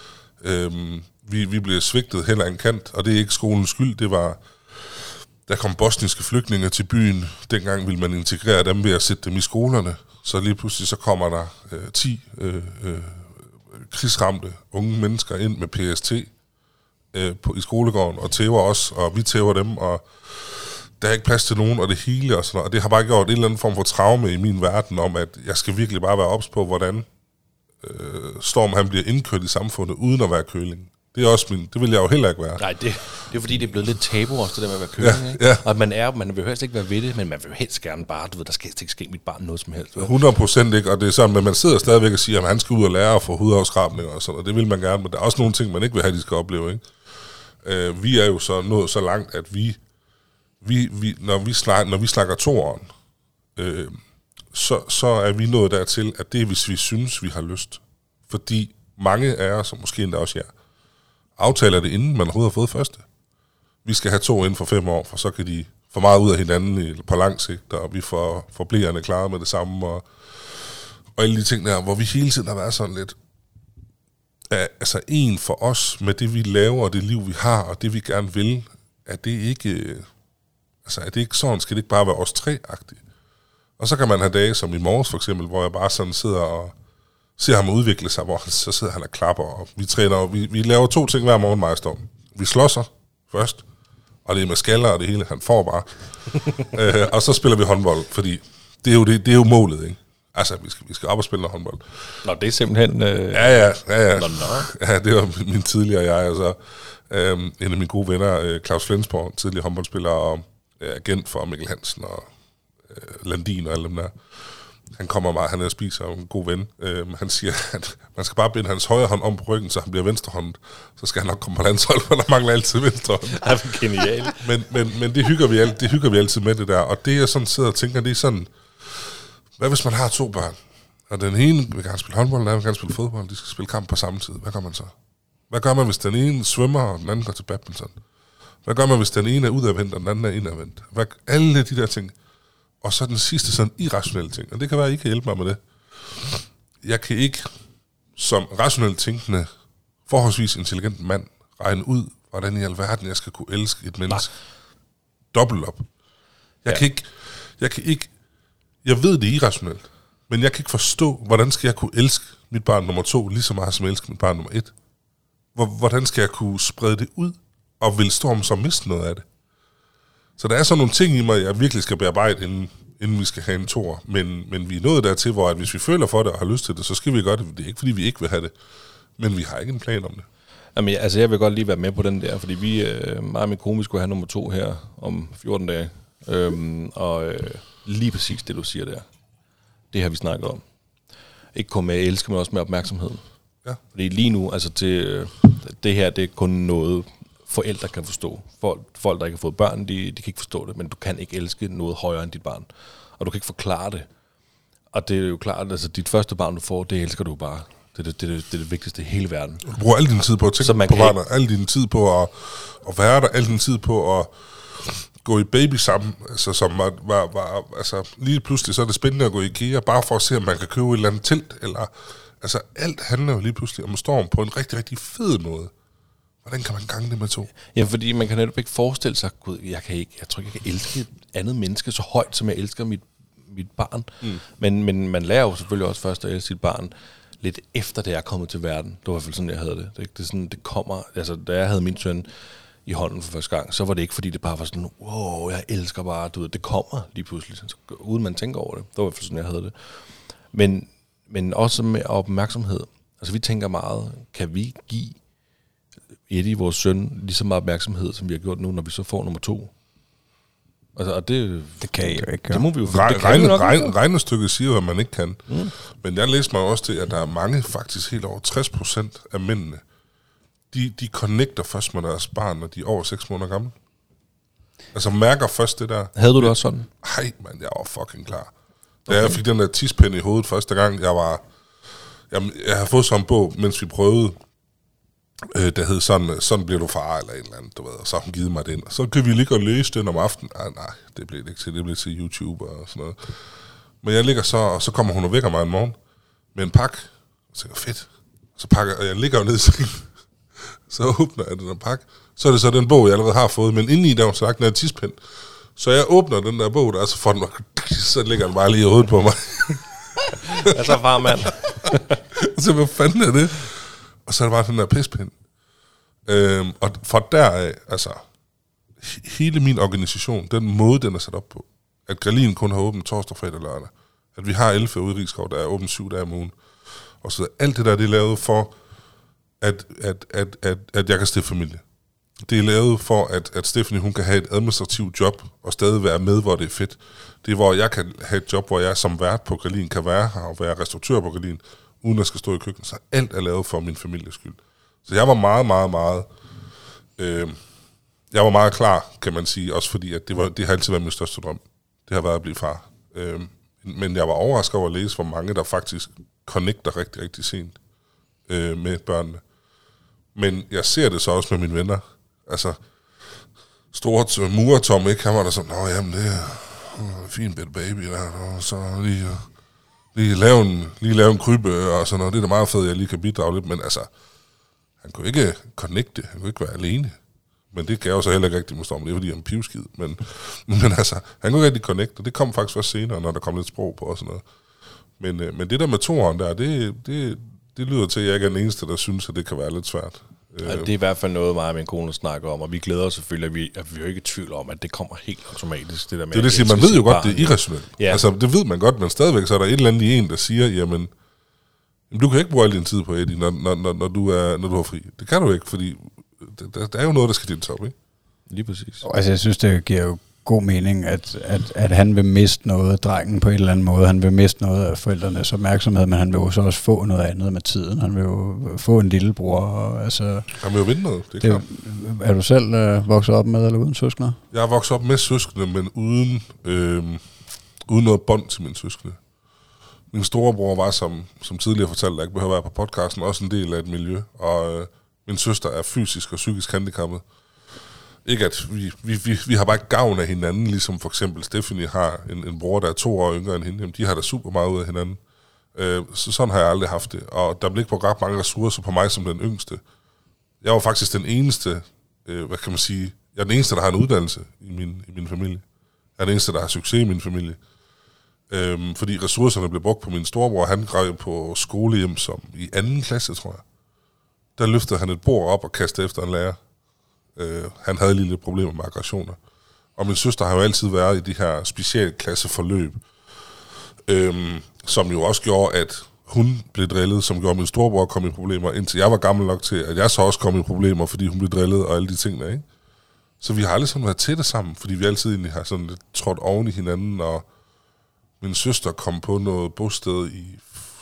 Øhm, vi, vi blev svigtet hen ad en kant, og det er ikke skolens skyld, det var, der kom bosniske flygtninge til byen, dengang ville man integrere dem ved at sætte dem i skolerne, så lige pludselig så kommer der øh, ti øh, øh, krigsramte unge mennesker ind med P S T øh, på, i skolegården, og tæver os, og vi tæver dem, og der er ikke plads til nogen, og det hele og sådan noget, og det har bare gjort en eller anden form for traume i min verden, om at jeg skal virkelig bare være ops på, hvordan Øh, Storm, han bliver indkørt i samfundet uden at være køling. Det er også min, det vil jeg jo heller ikke være. Nej, det, det er fordi, det er blevet lidt tabu også, det der med at være køling. Ja, ikke? Ja. Og man, er, man vil helst ikke være ved det, men man vil helst gerne bare, du ved, der skal ikke ske mit barn noget som helst. hundrede procent ikke, og det er sådan, at man sidder stadigvæk og siger, at han skal ud og lære at få hudafskrabninger og sådan, og det vil man gerne, men der er også nogle ting, man ikke vil have, de skal opleve. Ikke? Øh, vi er jo så nået så langt, at vi, vi, vi når, vi snakker, når vi snakker toeren, øh, Så, så er vi nået dertil, at det er, hvis vi synes, vi har lyst. Fordi mange af os, og måske endda også jer, aftaler det, inden man overhovedet har fået første. Vi skal have to inden for fem år, for så kan de få meget ud af hinanden på lang sigt, og vi får, får blærerne klaret med det samme, og, og alle de ting der, hvor vi hele tiden har været sådan lidt, at, altså en for os, med det vi laver, og det liv vi har, og det vi gerne vil, er det ikke, altså er det ikke sådan, skal det ikke bare være os tre-agtigt? Og så kan man have dage som i morges for eksempel, hvor jeg bare sådan sidder og ser ham udvikle sig, hvor så sidder han og klapper, og vi træner, og vi, vi laver to ting hver morgen, mig og Storm. Vi slåsser først, og det er med skaller og det hele, han får bare. øh, og så spiller vi håndbold, fordi det er jo, det, det er jo målet, ikke? Altså, vi skal, vi skal op og spille noget håndbold. Nå, det er simpelthen... Øh... Ja, ja, ja, ja. Nå, nå. Ja, det var min tidligere jeg, og så øh, en af mine gode venner, øh, Claus Flensborg, tidligere håndboldspiller og øh, agent for Mikkel Hansen og Landin og alle dem der. Han kommer meget, han er spiser og en god ven. Øh, han siger, at man skal bare binde hans højre hånd om på ryggen, så han bliver venstrehåndet. Så skal han nok komme på landshold, for der mangler altid venstrehånd. Det er genialt. men, men, men det hygger vi alt, det hygger vi altid med det der. Og det jeg sådan sidder og tænker, det er sådan, hvad hvis man har to børn, og den ene vil gerne spille håndbold, og den anden vil gerne spille fodbold, de skal spille kamp på samme tid. Hvad gør man så? Hvad gør man, hvis den ene svømmer, og den anden går til badminton? Hvad gør man, hvis den ene er udadvendt, og den anden er indadvendt? Hvad, alle de der ting. Og så den sidste sådan irrationelle ting, og det kan være, at I kan hjælpe mig med det. Jeg kan ikke, som rationelt tænkende, forholdsvis intelligent mand, regne ud, hvordan i alverden jeg skal kunne elske et menneske. Dobbelt op. Jeg ja. kan ikke, jeg kan ikke, jeg ved det er irrationelt, men jeg kan ikke forstå, hvordan skal jeg kunne elske mit barn nummer to, lige så meget som jeg elsker mit barn nummer et. Hvordan skal jeg kunne sprede det ud, og vil Storm så miste noget af det? Så der er sådan nogle ting i mig, jeg virkelig skal bearbejde, inden, inden vi skal have en toer. Men, men vi er nået dertil, hvor at hvis vi føler for det og har lyst til det, så skal vi gøre det. Det er ikke, fordi vi ikke vil have det. Men vi har ikke en plan om det. Jamen, altså, jeg vil godt lige være med på den der, fordi vi, øh, mig og min kone, vi skulle have nummer to her om fjorten dage. Øhm, og øh, lige præcis det, du siger der, det har vi snakket om. Ikke kun med elsker, men også med opmærksomhed. Ja. Fordi lige nu, altså til, øh, det her, det er kun noget forældre kan forstå. Folk, folk der ikke har fået børn, de, de kan ikke forstå det, men du kan ikke elske noget højere end dit barn. Og du kan ikke forklare det. Og det er jo klart, altså dit første barn, du får, det elsker du bare. Det er det, det, det, det, er det vigtigste i hele verden. Du bruger al din tid på at tænke på barnet, al din tid på at, at være der, al din tid på at gå i baby sammen, altså som var, var, var, altså lige pludselig så er det spændende at gå i IKEA, bare for at se, om man kan købe et eller andet telt, eller, altså alt handler jo lige pludselig om storm på en rigtig, rigtig fed måde. Hvordan kan man gange det med to? Ja, fordi man kan netop ikke forestille sig, gud, jeg kan ikke, jeg tror ikke, jeg kan elske et andet menneske så højt, som jeg elsker mit, mit barn. Mm. Men, men man lærer jo selvfølgelig også først at elske sit barn, lidt efter det er kommet til verden. Det var i hvert fald sådan, jeg havde det. Det, det, sådan, det kommer, altså da jeg havde min søn i hånden for første gang, så var det ikke fordi, det bare var sådan, wow, jeg elsker bare, du ved, det kommer lige pludselig, så, uden man tænker over det. Det var i hvert fald sådan, jeg havde det. Men, men også med opmærksomhed. Altså vi tænker meget, kan vi give Eddie, vores søn, lige så meget opmærksomhed, som vi har gjort nu, når vi så får nummer to? Altså, og det, det kan I jo ikke. Det må vi jo Re- det regne, regne, Regnestykket siger, at man ikke kan. Mm. Men jeg læste mig også til, at der er mange, faktisk helt over tres procent af mændene, de, de connecter først med deres barn, når de er over seks måneder gamle. Altså mærker først det der. Havde du det også sådan? Nej, mand, jeg var fucking klar. Da okay. jeg fik den der tidspinde i hovedet første gang, jeg var... Jeg, jeg havde fået sådan en bog, mens vi prøvede, øh, der hed sådan, sådan bliver du far, eller en eller anden, du ved, og så har hun givet mig den. Så kan vi ligge og læse den om aftenen. Ah, nej, det blev det ikke til, det blev til YouTube og sådan noget. Men jeg ligger så, og så kommer hun og vækker mig en morgen med en pakke. Og så tænker jeg, fedt. Så pakker, og jeg ligger jo ned i sengen. Så åbner jeg den der pakke. Så er det så den bog, jeg allerede har fået, men indeni der var så lagt den her tidspind. Så jeg åbner den der bog, der er så får den, så ligger den bare lige i hovedet på mig. Altså farmand. Så hvad fanden er det? Og så er det bare den der pispind. Øhm, og fra deraf, altså, hele min organisation, den måde, den er sat op på, at Grelin kun har åbent torsdag, fredag og lørdag, at vi har Elfe ude i Rigskov, der er åbent syv dage om ugen, og så alt det der, det er lavet for, at, at, at, at, at jeg kan stifte familie. Det er lavet for, at, at Stephanie, hun kan have et administrativt job, og stadig være med, hvor det er fedt. Det er, hvor jeg kan have et job, hvor jeg som vært på Grelin kan være her, og være restauratør på Grelin, uden at skal stå i køkkenet. Så alt er lavet for min families skyld. Så jeg var meget, meget, meget... Øh, jeg var meget klar, kan man sige, også fordi, at det, var, det har altid været min største drøm. Det har været at blive far. Øh, men jeg var overrasket over at læse, hvor mange, der faktisk connecter rigtig, rigtig sent øh, med børnene. Men jeg ser det så også med mine venner. Altså, store murer-Tom, ikke? Han var der sådan, nå, jamen, det er en fin bit baby der, og så lige... Lige lave en, lige lave en krybbe og sådan noget. Det er da meget fedt, at jeg lige kan bidrage lidt, men altså, han kunne ikke connecte, han kunne ikke være alene. Men det gav jo så heller ikke rigtig måske om, det er fordi, han er pivskid. Men, men altså, han kunne ikke rigtig connecte, og det kom faktisk først senere, når der kom lidt sprog på og sådan noget. Men, men det der med toeren der, det, det, det lyder til, at jeg ikke er den eneste, der synes, at det kan være lidt svært. Ja, det er i hvert fald noget, mig og min kone snakker om, og vi glæder os selvfølgelig, at vi, at vi er jo ikke i tvivl om, at det kommer helt automatisk. Det, der med det er det, siger, man ved jo godt, det er irrationelt. Ja. Altså, det ved man godt, men stadigvæk så er der et eller andet i en, der siger, jamen, jamen du kan ikke bruge al din tid på Eddie, når, når, når, når, du er, når du er fri. Det kan du ikke, fordi der, der er jo noget, der skal til top, ikke? Lige præcis. Altså, jeg synes, det giver jo god mening, at, at, at han vil miste noget af drengen på en eller anden måde. Han vil miste noget af forældrenes opmærksomhed, men han vil jo så også få noget andet med tiden. Han vil jo få en lillebror. Og, altså, han vil jo vinde noget, det er det, klart. Er du selv øh, vokset op med eller uden søskende? Jeg er vokset op med søskende, men uden, øh, uden noget bånd til mine søskende. Min storebror var, som, som tidligere fortalte, jeg ikke behøver at være på podcasten, også en del af et miljø. Og øh, min søster er fysisk og psykisk handicappet. Ikke at vi, vi, vi, vi har bare ikke gavn af hinanden, ligesom for eksempel Stephanie har en, en bror, der er to år yngre end hende. Jamen, de har da super meget ud af hinanden. Øh, så sådan har jeg aldrig haft det. Og der blev ikke brugt ret mange ressourcer på mig som den yngste. Jeg var faktisk den eneste, øh, hvad kan man sige, jeg er den eneste, der har en uddannelse i min, i min familie. Jeg er den eneste, der har succes i min familie. Øh, fordi ressourcerne blev brugt på min storebror. Han græd på skolehjem som i anden klasse, tror jeg. Der løftede han et bord op og kastede efter en lærer. Uh, han havde lige lidt problemer med aggressioner. Og min søster har jo altid været i de her specialklasseforløb, øhm, som jo også gjorde, at hun blev drillet, som gjorde min storebror kom i problemer, indtil jeg var gammel nok til, at jeg så også kom i problemer, fordi hun blev drillet og alle de ting der, ikke? Så vi har aldrig sådan været tætte sammen, fordi vi altid egentlig har sådan lidt trådt oven i hinanden, og min søster kom på noget bosted i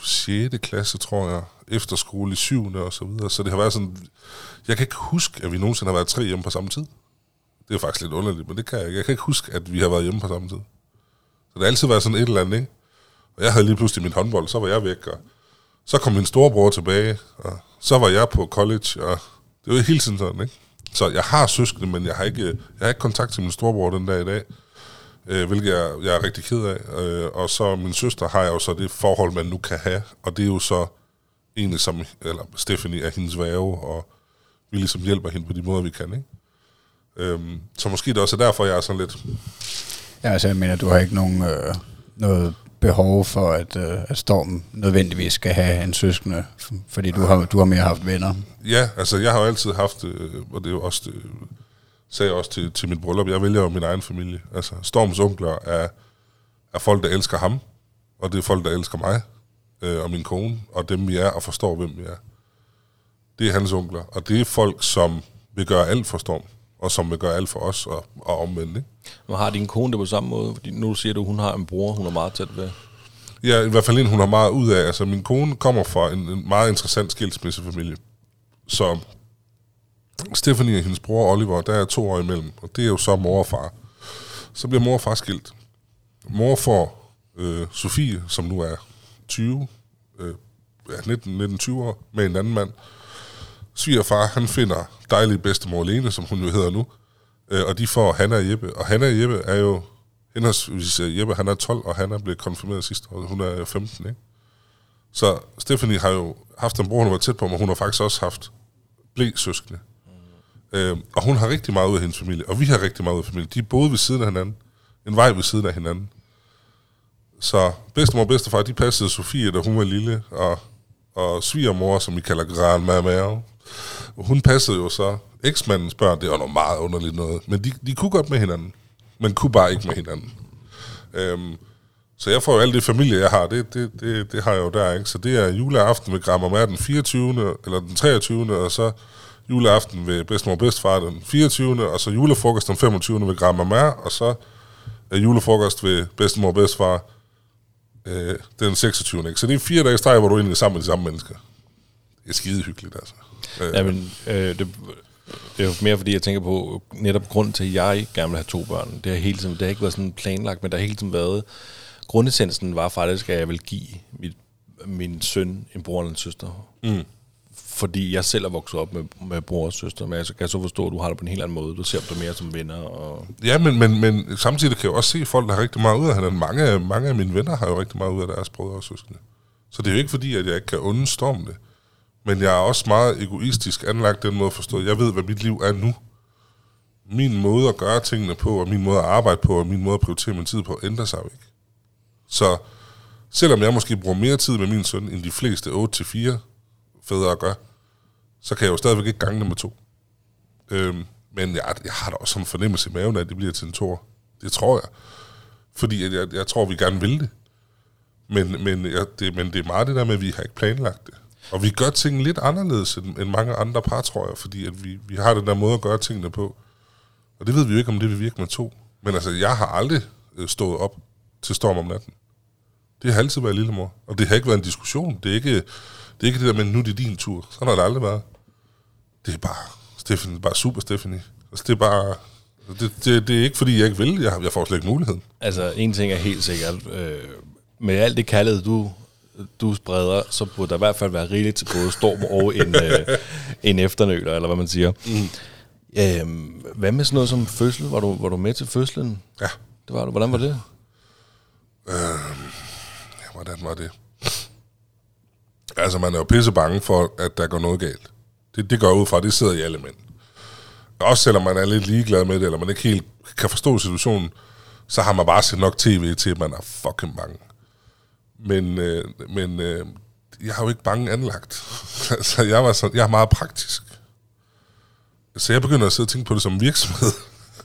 sjette klasse, tror jeg, efterskole i syvende og så videre. Så det har været sådan, jeg kan ikke huske, at vi nogensinde har været tre hjemme på samme tid. Det er faktisk lidt underligt, men det kan jeg ikke. Jeg kan ikke huske, at vi har været hjemme på samme tid. Så det har altid været sådan et eller andet, ikke? Og jeg havde lige pludselig min håndbold, så var jeg væk, og så kom min storebror tilbage, og så var jeg på college, og det var jo hele tiden sådan, ikke? Så jeg har søskende, men jeg har ikke, jeg har ikke kontakt til min storebror den dag i dag, øh, hvilket jeg, jeg er rigtig ked af. Øh, og så min søster har jeg jo så det forhold, man nu kan have, og det er jo så egentlig som, eller Stephanie er hendes værge, og vi ligesom hjælper hende på de måder, vi kan, ikke? Øhm, så måske det også er derfor, jeg er sådan lidt... Ja, altså jeg mener, du har ikke nogen, øh, noget behov for, at, øh, at Storm nødvendigvis skal have en søskende, fordi du har, du har mere haft venner. Ja, altså jeg har jo altid haft, øh, og det er jo også, det, sagde jeg også til, til mit bryllup, jeg vælger jo min egen familie. Altså Storms onkler er, er folk, der elsker ham, og det er folk, der elsker mig, øh, og min kone, og dem vi er, og forstår, hvem vi er. Det er hans onkler, og det er folk, som vil gøre alt for Storm, og som vil gøre alt for os, og, og omvendt, ikke? Nu har din kone det på samme måde, fordi nu siger du, hun har en bror, hun er meget tæt ved. Ja, i hvert fald en, hun har meget ud af. Altså, min kone kommer fra en, en meget interessant skilsmissefamilie. Så Stephanie og hendes bror Oliver, der er to år imellem, og det er jo så mor og far. Så bliver mor og far skilt. Mor får øh, Sofie, som nu er tyve, øh, nitten nitten tyve år, med en anden mand. Svigerfar, han finder dejlige bedstemor Lene, som hun jo hedder nu, øh, og de får Hanna og Jeppe. Og Hanna og Jeppe er jo, henholdsvis Jeppe, han er tolv, og Hanna blev konfirmeret sidste år, hun er femten, ikke? Så Stephanie har jo haft en bror, hun har været tæt på, men hun har faktisk også haft blæsøskende. Mm. Øh, og hun har rigtig meget ud af hendes familie, og vi har rigtig meget ud af familien. De boede ved siden af hinanden, en vej ved siden af hinanden. Så bedstemor og bedstefar, de passede Sofie, da hun var lille, og, og svigermor, som vi kalder grandmamma, hun passede jo så eksmandens børn. Det var noget meget underligt noget, men de, de kunne godt med hinanden, men kunne bare ikke med hinanden. Øhm, så jeg får jo alt det familie, jeg har, det, det, det, det har jeg jo der, ikke? Så det er juleaften ved grandmamma den fireogtyvende eller den treogtyvende og så juleaften ved bedstemor og bedstefar den fireogtyvende og så julefrokost den femogtyvende ved grandmamma, og så er julefrokost ved bedstemor og bedstefar øh, den seksogtyvende Ikke? Så det er fire dage streg, hvor du egentlig er sammen med de samme mennesker. Det er skide hyggeligt, altså. Ja, men øh, det, det er jo mere fordi, jeg tænker på, netop grunden til, at jeg gerne vil have to børn. Det har hele tiden, det har ikke været sådan planlagt, men der har hele tiden været, grundessensen var faktisk, at jeg vil give mit, min søn en bror eller en søster. Mm. Fordi jeg selv er vokset op med, med bror og søster, men jeg kan så forstå, at du har det på en helt anden måde. Du ser dem mere som venner. Og ja, men, men, men samtidig kan jeg også se folk, der har rigtig meget ud af hinanden. Mange, mange af mine venner har jo rigtig meget ud af deres brødre og søskende. Så det er jo ikke fordi, at jeg ikke kan undståmme det. Men jeg er også meget egoistisk anlagt den måde at forstå. Jeg ved, hvad mit liv er nu. Min måde at gøre tingene på, og min måde at arbejde på, og min måde at prioritere min tid på, ændrer sig jo ikke. Så selvom jeg måske bruger mere tid med min søn, end de fleste otte til fire fædre gør, så kan jeg jo stadigvæk ikke gange det med to. Øhm, men jeg, jeg har da også en fornemmelse i maven af, at det bliver til en toer. Det tror jeg. Fordi jeg, jeg, jeg tror, vi gerne vil det. Men, men, jeg, det. men det er meget det der med, at vi har ikke planlagt det. Og vi gør tingene lidt anderledes end, end mange andre par, tror jeg, fordi at vi, vi har den der måde at gøre tingene på. Og det ved vi jo ikke, om det vil virke med to. Men altså, jeg har aldrig stået op til Storm om natten. Det har altid været lillemor. Og det har ikke været en diskussion. Det er ikke det, er ikke det der med, nu er det din tur. Sådan har det aldrig været. Det er bare Stephanie, bare super Stephanie. Altså, det er bare... Det, det, det er ikke, fordi jeg ikke vil. Jeg, jeg får slet ikke muligheden. Altså, en ting er helt sikkert. Øh, med alt det kærlighed, du... du spreder, så burde der i hvert fald være rigeligt til både Storm og en, øh, en efternøler, eller hvad man siger. Mm. Øhm, hvad med sådan noget som fødsel? Var du, var du med til fødslen? Ja. Det var du. Hvordan var det? Øhm, ja, hvordan var det? Altså, man er jo pisse bange for, at der går noget galt. Det, det går ud fra, det sidder i alle mænd. Også selvom man er lidt ligeglad med det, eller man ikke helt kan forstå situationen, så har man bare set nok tv til, at man er fucking bange. Men, øh, men øh, jeg har jo ikke bange anlagt. Så jeg, var så, jeg er meget praktisk. Så jeg begynder at sidde og tænke på det som virksomhed.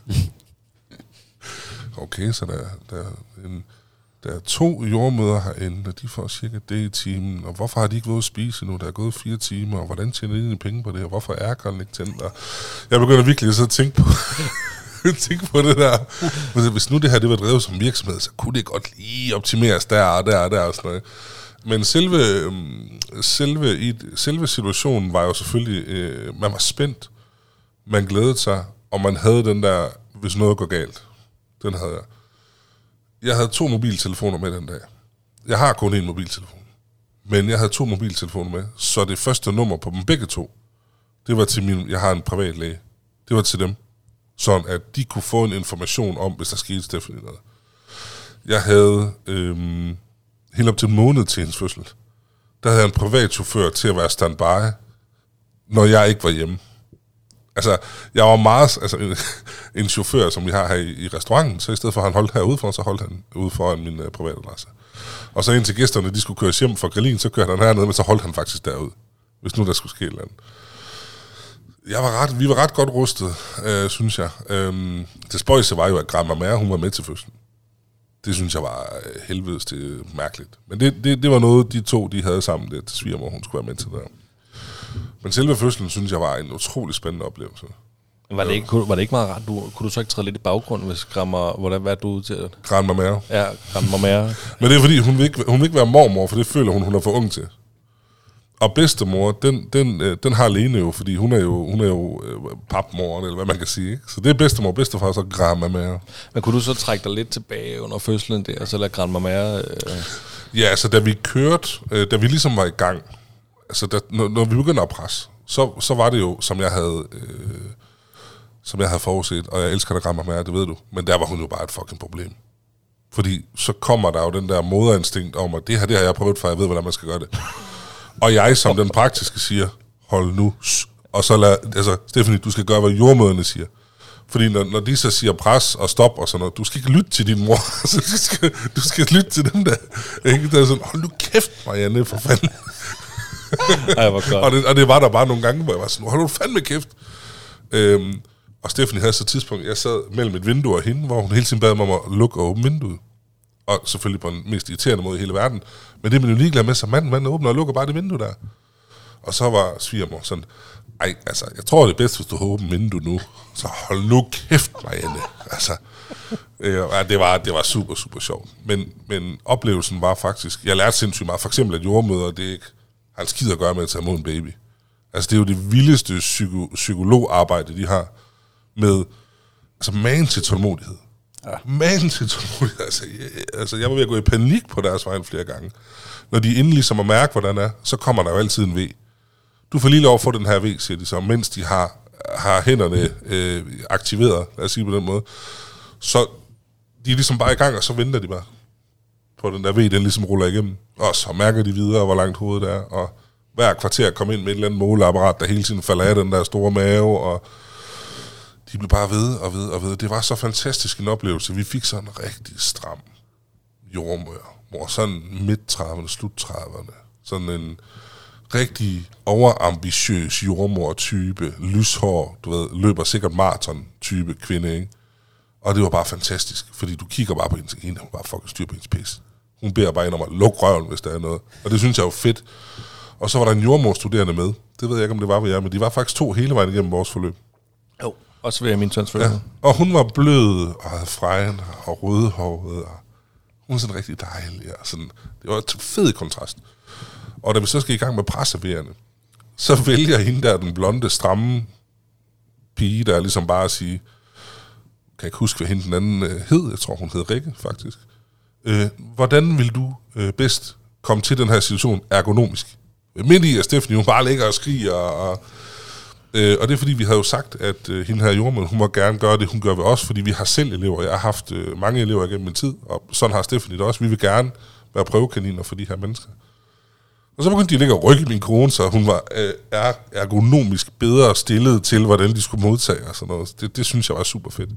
Okay, så der, der, er en, der er to jordmøder herinde, og de får cirka det i timen. Og hvorfor har de ikke været at spise nu? Der er gået fire timer, og hvordan tjener de egentlig penge på det? Og hvorfor er airconen ikke tændt? Og jeg begynder virkelig at sidde og tænke på... tænke på det der. Hvis nu det her det var drevet som virksomhed, så kunne det godt lige optimeres der og der og der og sådan noget. Men selve, øhm, selve, i, selve situationen var jo selvfølgelig, øh, man var spændt, man glædede sig, og man havde den der, hvis noget går galt. Den havde jeg. Jeg havde to mobiltelefoner med den dag. Jeg har kun én mobiltelefon. Men jeg havde to mobiltelefoner med, så det første nummer på dem begge to, det var til min, jeg har en privat læge, det var til dem, sådan at de kunne få en information om, hvis der skete Stephanie noget. Jeg havde øhm, helt op til en måned til hendes fødsel, der havde jeg en privat chauffør til at være standby, når jeg ikke var hjemme. Altså, jeg var meget, altså en, en chauffør, som vi har her i, i restauranten, så i stedet for at han holdt herude for, så holdt han ude foran min uh, private adresse. Og så indtil gæsterne, de skulle køres hjem fra Grillin, så kørte han hernede, men så holdt han faktisk derude, hvis nu der skulle ske et eller andet. Jeg var ret, vi var ret godt rustet, øh, synes jeg. Øhm, det spøjse var jo, at grandmamma, hun var med til fødslen. Det synes jeg var helvedes til mærkeligt. Men det, det, det var noget, de to, de havde sammen, det til svigermor, hun skulle være med til der. Men selve fødslen, synes jeg, var en utrolig spændende oplevelse. Var det ikke, var det ikke meget ret? Du, kunne du så ikke træde lidt i baggrunden, hvis grandma, hvordan var du til det? Grandmamma. Ja, grandmamma. Men det er fordi, hun vil, ikke, hun vil ikke være mormor, for det føler hun, hun er for ung til. Og bedstemor, den, den, den har Lene jo, fordi hun er jo, hun er jo papmoren, eller hvad man kan sige. Ikke? Så det er bedstemor, bedstefar, så grandmamma. Men kunne du så trække dig lidt tilbage under fødslen der, og så lade grandmamma... Øh... Ja, altså da vi kørte, øh, da vi ligesom var i gang, altså da, når, når vi begyndte at presse, så, så var det jo, som jeg havde... Øh, som jeg havde forudset, og jeg elsker dig grandmamma, det ved du. Men der var hun jo bare et fucking problem. Fordi så kommer der jo den der moderinstinkt om, at det her, det har jeg prøvet, for jeg ved, hvordan man skal gøre det. Og jeg som den praktiske siger, hold nu, og så lad, altså, Stephanie, du skal gøre, hvad jordmøderne siger. Fordi når, når de så siger pres og stop og sådan noget, du skal ikke lytte til din mor, altså, du, skal, du skal lytte til dem der. Ikke? Der er sådan, hold nu kæft, Marianne, for fanden. Ej, hvor godt. og, det, og det var der bare nogle gange, hvor jeg var sådan, hold nu fandme kæft. Øhm, og Stephanie havde så et tidspunkt, jeg sad mellem et vindue og hende, hvor hun hele tiden bad mig om at lukke og åbne vinduet. Og selvfølgelig på den mest irriterende måde i hele verden. Men det er man jo ligeglad med, så manden, manden åbner og lukker bare det vindue der. Og så var svigermor sådan, ej, altså, jeg tror det er bedst, hvis du åbner vinduet nu. Så hold nu kæft, Marianne. Altså, øh, ja, det, var, det var super, super sjovt. Men, men oplevelsen var faktisk, jeg lærte sindssygt meget. For eksempel, at jordmøder, det er ikke, har en skid at gøre med at tage imod en baby. Altså, det er jo det vildeste psyko- psykologarbejde, de har med, altså, magen til tålmodighed. Ja. Magen til tålmodighed. Altså jeg, altså, jeg var ved at gå i panik på deres vejen flere gange. Når de endelig som at mærke, hvordan er, så kommer der jo altid en V. Du får lige lov at få den her V, siger de så, mens de har, har hænderne øh, aktiveret, lad os sige på den måde. Så de er ligesom bare i gang, og så venter de bare på den der V, den ligesom ruller igennem. Og så mærker de videre, hvor langt hovedet er, og hver kvarter kommer ind med et eller andet måleapparat, der hele tiden falder af den der store mave, og de blev bare ved og ved og ved. Det var så fantastisk en oplevelse. Vi fik sådan en rigtig stram jordmor. Mor, sådan midt-trediverne, slut-trediverne. Sådan en rigtig overambitiøs jordmor-type. Lyshår, du ved, løber sikkert maraton-type kvinde, ikke? Og det var bare fantastisk, fordi du kigger bare på hendes ene, hun bare fucking styr på hendes pis. Hun beder bare ind om at lukke røven, hvis der er noget. Og det synes jeg var fedt. Og så var der en jordmor-studerende med. Det ved jeg ikke, om det var ved jer, men de var faktisk to hele vejen igennem vores forløb. Jo, også ved min søns fødsel. Ja. Og hun var blød og havde frejen og rødhåret, og hun var sådan rigtig dejlig. Og sådan. Det var et fed kontrast. Og da vi så skal i gang med presserverende, så vælger hende der, den blonde, stramme pige, der ligesom bare at sige, kan jeg ikke huske, hvad hende den anden øh, hed, jeg tror, hun hed Rikke, faktisk. Øh, hvordan vil du øh, bedst komme til den her situation ergonomisk? Midt i, at Stephanie, hun bare ligger og skriger, og, øh, og det er fordi, vi havde jo sagt, at øh, hende her jordmor, hun må gerne gøre det, hun gør ved os, fordi vi har selv elever. Jeg har haft øh, mange elever igennem min tid, og sådan har Stephanie det også. Vi vil gerne være prøvekaniner for de her mennesker. Og så begyndte de at ligge og rykke i min kone, så hun var øh, er, ergonomisk bedre stillet til, hvordan de skulle modtage og sådan noget. Det, det synes jeg var super fedt.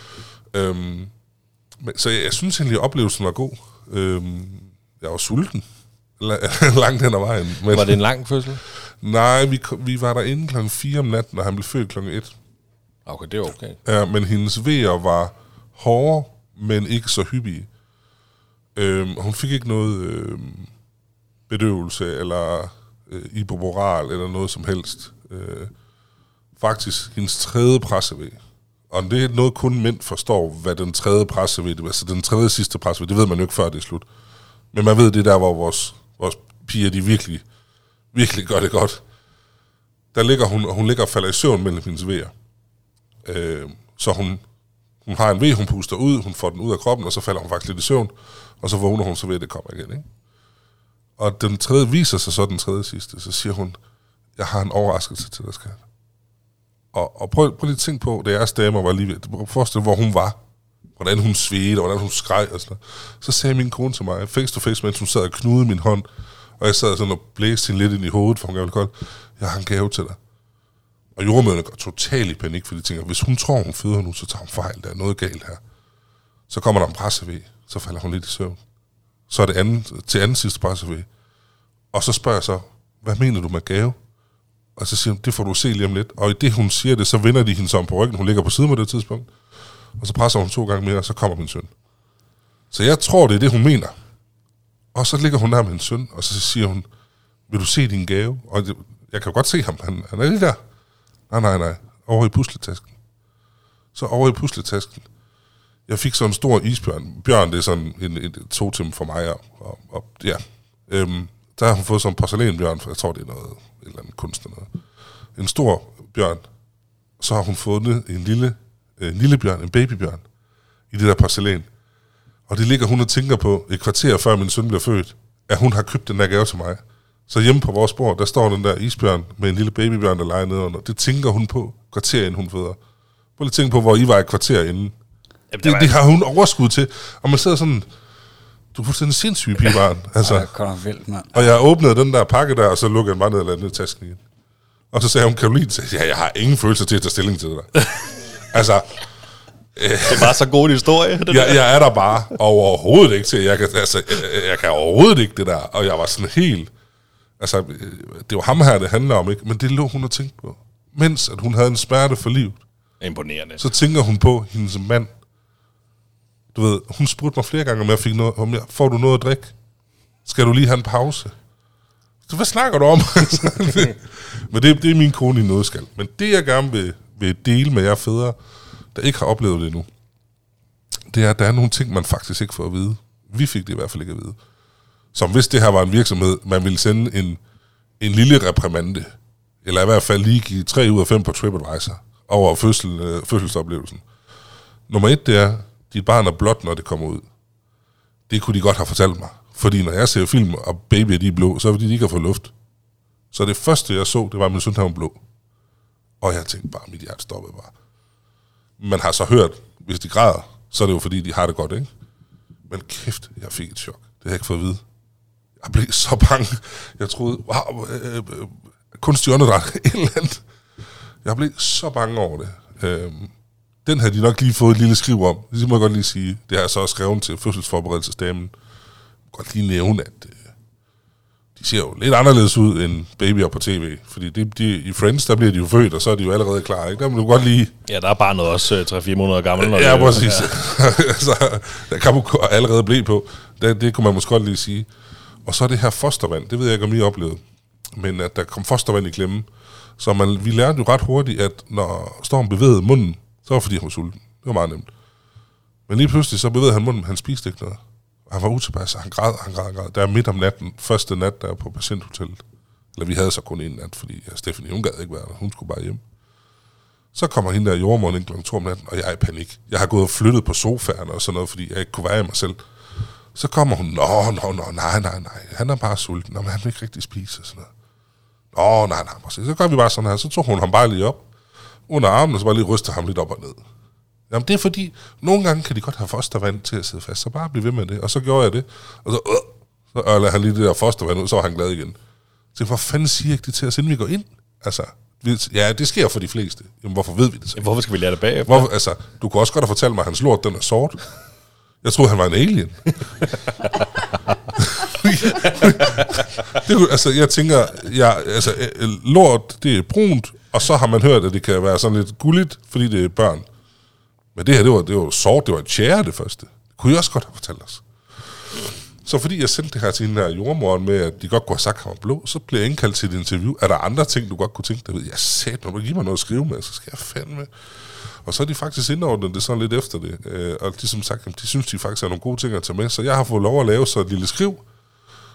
Øhm, men, så jeg, jeg synes egentlig, at oplevelsen var god. Øhm, jeg var sulten langt hen ad vejen. Men, var det en lang fødsel? Nej, vi, vi var derinde klokken fire om natten, og han blev født klokken et. Okay, det er okay. Ja, men hendes vejer var hårde, men ikke så hyppige. Øhm, hun fik ikke noget øh, bedøvelse, eller øh, ibuprofen, eller noget som helst. Øh, faktisk, hendes tredje pressevæg. Og det er noget, kun mænd forstår, hvad den tredje pressevæg, altså den tredje sidste pressevæg, det ved man jo ikke før det er slut. Men man ved, det der, hvor vores, vores piger, de virkelig, virkelig gør det godt. Der ligger hun, og hun ligger og falder i søvn mellem hendes vejer. Øh, så hun, hun har en ve, hun puster ud, hun får den ud af kroppen, og så falder hun faktisk lidt i søvn, og så vågner hun, så ved det kommer igen, ikke? Og den tredje viser sig så den tredje sidste, så siger hun, jeg har en overraskelse til dig, skat. Og, og prøv, prøv lige at tænke på, da jeres damer var lige ved, forestil hvor hun var, hvordan hun svedte, hvordan hun skreg og sådan noget. Så sagde min kone til mig, face to face, mens hun sad og knudede min hånd, og jeg sad sådan og blæste hende lidt ind i hovedet, for hun gav det godt, jeg har en gave til dig. Og jordmøderne går totalt i panik, fordi de tænker, hvis hun tror, hun føder nu, så tager hun fejl, der er noget galt her. Så kommer der en pressevæg, så falder hun lidt i søvn. Så er det anden, til anden sidste pressevæg. Og så spørger jeg så, hvad mener du med gave? Og så siger hun, det får du se lige om lidt. Og i det, hun siger det, så vender de hende som på ryggen. Hun ligger på siden på det tidspunkt. Og så presser hun to gange mere, og så kommer min søn. Så jeg tror, det er det, hun mener. Og så ligger hun der med hendes søn, og så siger hun, vil du se din gave? Og jeg kan jo godt se ham, han, han er lige der. Nej, nej, nej. Over i pusletasken. Så over i pusletasken. Jeg fik sådan en stor isbjørn. Bjørn, det er sådan en, en, en totem for mig. Og, og ja, øhm, der har hun fået sådan en porcelænsbjørn, for jeg tror, det er noget, et eller andet kunst eller noget. En stor bjørn. Så har hun fundet en lille, en lille bjørn, en babybjørn, i det der porcelæn. Og det ligger hun og tænker på et kvarter før min søn bliver født, at hun har købt den der gave til mig. Så hjemme på vores bord, der står den der isbjørn med en lille babybjørn, der leger nedenunder. Det tænker hun på kvarter inden hun føder. Prøv lige at tænke på, hvor I var et kvarter inden. Jamen, det, det har hun overskud til. Og man sidder sådan, du er fuldstændig sindssyg, pigebarn. Altså, ja, vildt, mand. Og jeg åbnede den der pakke der, og så lukkede jeg bare ned og landede i tasken igen. Og så sagde hun, Caroline, ja, jeg har ingen følelse til at tage stilling til det der. altså... Det er bare så god en historie. Det jeg, jeg er der bare overhovedet ikke til. Jeg kan, altså, jeg, jeg kan overhovedet ikke det der. Og jeg var sådan helt... Altså, det var ham her, det handler om, ikke? Men det lå hun og tænkte på. Mens at hun havde en smerte for livet. Imponerende. Så tænker hun på hendes mand. Du ved, hun spurgte mig flere gange, om jeg fik noget, om jeg, får du noget at drikke? Skal du lige have en pause? Så hvad snakker du om? Men det, det er min kone i nødskal. Men det, jeg gerne vil, vil dele med jer fædre, der ikke har oplevet det endnu, det er, at der er nogle ting, man faktisk ikke får at vide. Vi fik det i hvert fald ikke at vide. Som hvis det her var en virksomhed, man ville sende en, en lille reprimande, eller i hvert fald lige give tre ud af fem på TripAdvisor over fødsel, øh, fødselsoplevelsen. Nummer et, det er, dit barn er blåt, når det kommer ud. Det kunne de godt have fortalt mig. Fordi når jeg ser film, og babyer de er blå, så er det fordi, de ikke har fået luft. Så det første, jeg så, det var, at min søn var blå. Og jeg tænkte bare, mit hjerte stoppede bare. Man har så hørt, hvis de græder, så er det jo fordi, de har det godt, ikke? Men kæft, jeg fik et chok. Det har jeg ikke fået at vide. Jeg blev så bange. Jeg troede, wow, øh, øh, kunstig åndedræt, et eller andet. Jeg blev så bange over det. Øh, den havde de nok lige fået et lille skriv om. Det må jeg godt lige sige. Det har jeg så også skrevet til fødselsforberedelsesdamen. Jeg må godt lige nævne, at øh, de ser jo lidt anderledes ud end babyer på tv. Fordi det, de, i Friends, der bliver de jo født, og så er de jo allerede klar, ikke? Der må du godt lige... Ja, der er barnet også tre fire måneder gammel. Når ja, det, præcis. Ja. Så der kan man allerede blive på. Det, det kunne man måske godt lige sige. Og så er det her fostervand, det ved jeg ikke, om I oplevede. Men at der kom fostervand i klemme. Så man, vi lærte jo ret hurtigt, at når Storm bevægede munden, så var det fordi, han var sulten. Det var meget nemt. Men lige pludselig, så bevægede han munden, han spiste ikke noget. Han var utilpas, han græd, han græd, han græd. Der er midt om natten, første nat der på patienthotellet. Eller vi havde så kun en nat, fordi ja, Stephanie, hun gad ikke være der. Hun skulle bare hjem. Så kommer hende der jordemoderen ind klokken to om natten, og jeg er i panik. Jeg har gået og flyttet på sofaen og sådan noget, fordi jeg ikke kunne være i mig selv. Så kommer hun, nå, nå, nå, nej, nej, nej. Han er bare sulten, men han vil ikke rigtig spise og sådan noget. Nå, nej, nej, præcis. Så gør vi bare sådan her. Så tog hun ham bare lige op under armen, og så bare lige ryste ham lidt op og ned. Jamen, det er fordi, nogle gange kan de godt have fostervand til at sidde fast, så bare bliv ved med det. Og så gjorde jeg det, og så, øh, så ørlede han lige det der fostervand ud, så var han glad igen. Så hvor fanden siger jeg ikke det til os, inden vi går ind? Altså, ja, det sker for de fleste. Jamen, hvorfor ved vi det så? Hvorfor skal vi lære det bagefter? Hvorfor, altså, du kunne også godt have fortalt mig, at hans lort, den er sort. Jeg troede, han var en alien. det, altså, jeg tænker, jeg, altså, lort, det er brunt, og så har man hørt, at det kan være sådan lidt gulligt, fordi det er børn. Men det her, det var, det var sort, det var et tjære, det første. Det kunne jeg også godt have fortalt os. Så fordi jeg sendte det her til hende her jordemoderen med, at de godt kunne have sagt, at han var blå, så blev jeg indkaldt til et interview. Er der andre ting, du godt kunne tænke dig? Jeg sagde, når du giver mig noget at skrive med, så skal jeg fandme. Og så er de faktisk indordnet det sådan lidt efter det. Øh, og de som sagt, de synes, de faktisk er nogle gode ting at tage med. Så jeg har fået lov at lave så et lille skriv,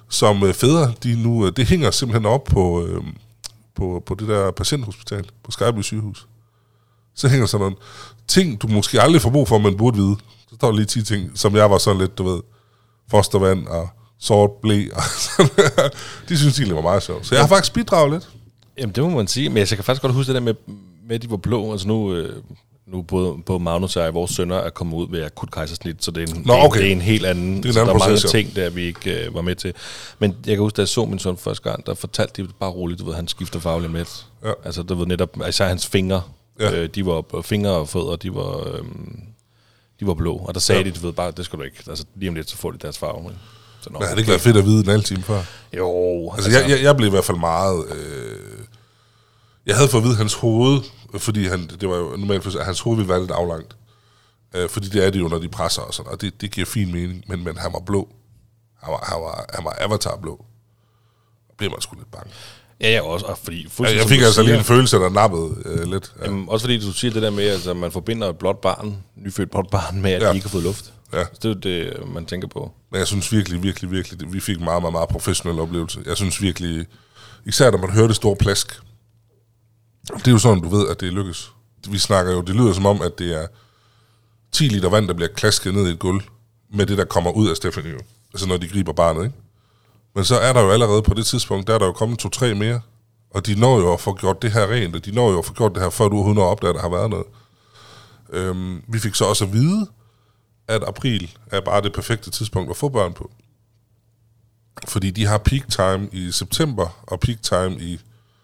som øh, fædre, de nu, øh, det hænger simpelthen op på, øh, på, på det der patienthospital, på Skejby sygehus. Så hænger sådan nogle ting, du måske aldrig får brug for, men burde vide. Så står der lige ti ting, som jeg var sådan lidt, du ved, fostervand og sort blæ og sådan. De synes egentlig var meget sjovt. Så jeg har faktisk bidraget lidt. Jamen, det må man sige. Men jeg kan faktisk godt huske det der med, med at de var blå. Altså nu, øh, nu både, både Magnus og jeg, vores sønner, er kommet ud ved akut kejsersnit, så det er en, Nå, okay. det er en helt anden... Det er en så anden der er proces, mange jo. ting, der vi ikke øh, var med til. Men jeg kan huske, da jeg så min søn første gang, der fortalte de bare roligt, du ved, han skifter farve lidt. Ja. Altså, du ved netop, især hans fingre, Ja. øh, de var, fingre og fødder, de var... Øh, de var blå, og der sagde Ja. de, du ved bare, det skal du ikke. Altså, lige om lidt, så får de deres farve. Men, så, Men har det ikke været fedt at vide en halv time før? Jo, Altså, altså jeg, jeg, jeg blev i hvert fald meget... Øh, jeg havde fået at vide hans hoved, fordi han, det var jo normalt, at hans hoved ville være lidt aflangt. Øh, fordi det er det jo, når de presser og sådan, og det, det giver fin mening. Men, men han var blå. Han var, han var, han var avatar-blå. Og blev man sgu lidt bange. Ja, ja, også, og fordi... Ja, jeg fik altså lige en følelse, der nappede øh, lidt. Ja. Jamen, også fordi du siger det der med, at altså, man forbinder et blåt barn, nyfødt blåt barn, med, at Ja. de ikke har fået luft. Ja. Så det er jo det, man tænker på. Men jeg synes virkelig, virkelig, virkelig, det- vi fik en meget, meget, meget professionel oplevelse. Jeg synes virkelig, især når man hører det store plask, det er jo sådan, du ved, at det lykkes. Vi snakker jo, det lyder som om, at det er ti liter vand, der bliver klasket ned i et gulv, med det, der kommer ud af Stephanie. Jo. Altså når de griber barnet, ikke? Men så er der jo allerede på det tidspunkt, der er der jo kommet to-tre mere, og de når jo at få gjort det her rent, og de når jo at få gjort det her, før du overhovedet når op, der, der har været noget. Øhm, vi fik så også at vide, at april er bare det perfekte tidspunkt at få børn på. Fordi de har peak time i september, og peak time i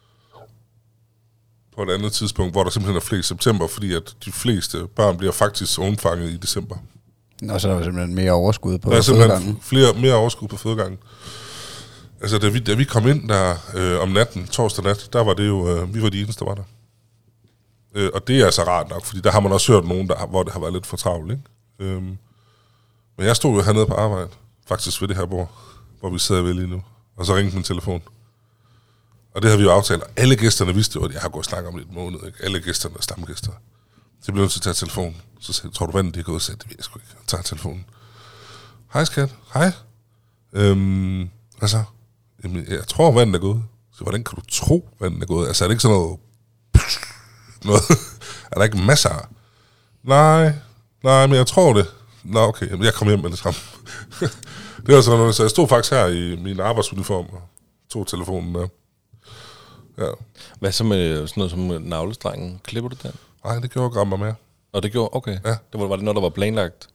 på et andet tidspunkt, hvor der simpelthen er flest september, fordi at de fleste børn bliver faktisk undfanget i december. Og så er der simpelthen mere overskud på Der er simpelthen fødegangen. flere, mere overskud på fødegangen. Altså, da vi, da vi kom ind der øh, om natten, torsdag nat, der var det jo, øh, vi var de eneste, der var der. Øh, og det er altså rart nok, fordi der har man også hørt nogen, der, har- hvor det har været lidt for travlt, ikke? Øhm, men jeg stod jo hernede på arbejde, faktisk ved det her bord, hvor vi sidder ved lige nu. Og så ringte min telefon. Og det har vi jo aftalt. Og alle gæsterne vidste jo, at jeg har gået og snakket om det i et måned. Ikke? Alle gæsterne er stamgæster. Så jeg blev nødt til at tage telefonen. Så sagde jeg, tror du vandet det er gået? Så sagde jeg, det ved jeg sgu ikke. Jeg tager telefonen. Hej skat. Hej. Øhm, altså, jamen, jeg tror vandet er gået. Så hvordan kan du tro vandet er gået? Altså er det ikke sådan noget... noget? Er der ikke masser af? Nej, nej, men jeg tror det. Nå okay, jamen, jeg kom hjem med det samme. Det var sådan noget, så jeg stod faktisk her i min arbejdsuniform og tog telefonen der. Ja. Hvad så med sådan noget som navlestrengen? Klipper du den? Nej, det gjorde Grammer mere. Og det gjorde, okay. Ja. Det var, var det noget, der var planlagt?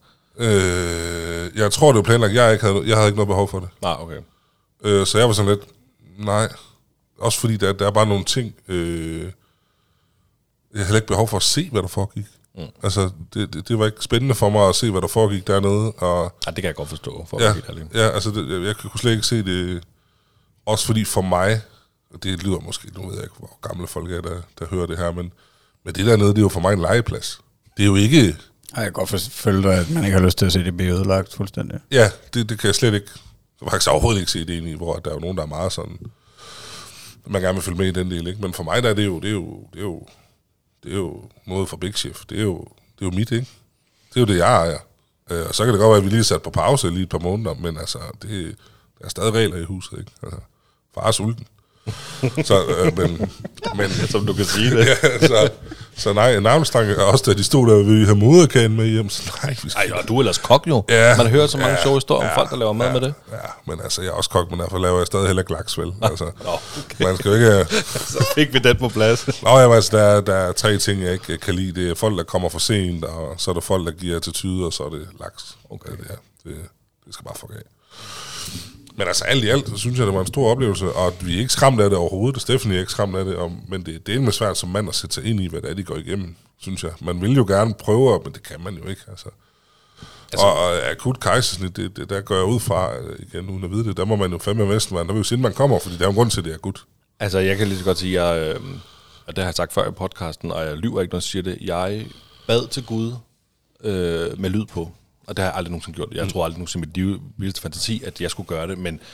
Øh, jeg tror, det var planlagt. Jeg, ikke havde, jeg havde ikke noget behov for det. Nej, okay. Øh, så jeg var sådan lidt, nej. Også fordi der, der er bare nogle ting, øh, jeg havde heller ikke behov for at se, hvad der foregik. Mm. Altså, det, det, det var ikke spændende for mig at se, hvad der foregik dernede. Og Ej, det kan jeg godt forstå, for ja, at være helt ærlig. ja, altså, det, jeg, jeg kunne slet ikke se det. Også fordi for mig, og det lyder måske, nu ved jeg ikke, hvor gamle folk er, der, der hører det her, men, men det dernede, det er jo for mig en legeplads. Det er jo ikke... Ej, jeg kan godt følge dig, at man ikke har lyst til at se det blive ødelagt fuldstændig. Ja, det, det kan jeg slet ikke... Jeg kan faktisk overhovedet ikke se det egentlig, hvor der er jo nogen, der er meget sådan... Man gerne vil følge med i den del, ikke? Men for mig, der er det jo... Det er jo, det er jo, det er jo noget for Big Chef. Det er jo, det er jo mit, ikke? Det er jo det, jeg ejer. Øh, og så kan det godt være, at vi lige er sat på pause lige et par måneder, men altså, det, der er stadig regler i huset, ikke? Altså, far er sulten. Så, øh, men, men, Som du kan sige det. ja, så, så nej, navnestang, også da de stod der, ville vi have moderkagen med hjem, så nej, vi skal Ej, og du er ellers kok jo. Ja. Man hører så mange Ja. sjove historier om Ja. folk, der laver mad ja, med det. Ja, men altså, jeg er også kok, men derfor laver jeg stadig heller ikke laks, vel? Altså, Nå, okay. man skal jo ikke... Så fik vi den på plads. Nå, jamen, altså, der, er- der er tre ting, jeg ikke kan lide. Det er folk, der kommer for sent, og så er der folk, der giver attitude, og så er det laks. Okay, ja, det, det skal bare fuck af. Men altså, alt i alt, så synes jeg, det var en stor oplevelse, og vi er ikke skræmt af det overhovedet, og Stephanie er ikke skræmt af det, og, men det, det er med svært som mand at sætte sig ind i, hvad det er, de går igennem, synes jeg. Man vil jo gerne prøve, men det kan man jo ikke, altså. Altså, og, og akut kejsersnit, det, det, der går jeg ud fra, øh, igen uden at vide det, der må man jo fandme være, der vil jo sige, man kommer, fordi der er jo en grund til, at det er akut. Altså, jeg kan lige så godt sige, at jeg, øh, og det har jeg sagt før i podcasten, og jeg lyver ikke, når jeg siger det. Jeg bad til Gud øh, med lyd på, og det har jeg aldrig nogensinde gjort. Jeg tror aldrig nogensinde i mit liv, vildeste fantasi, at jeg skulle gøre det, men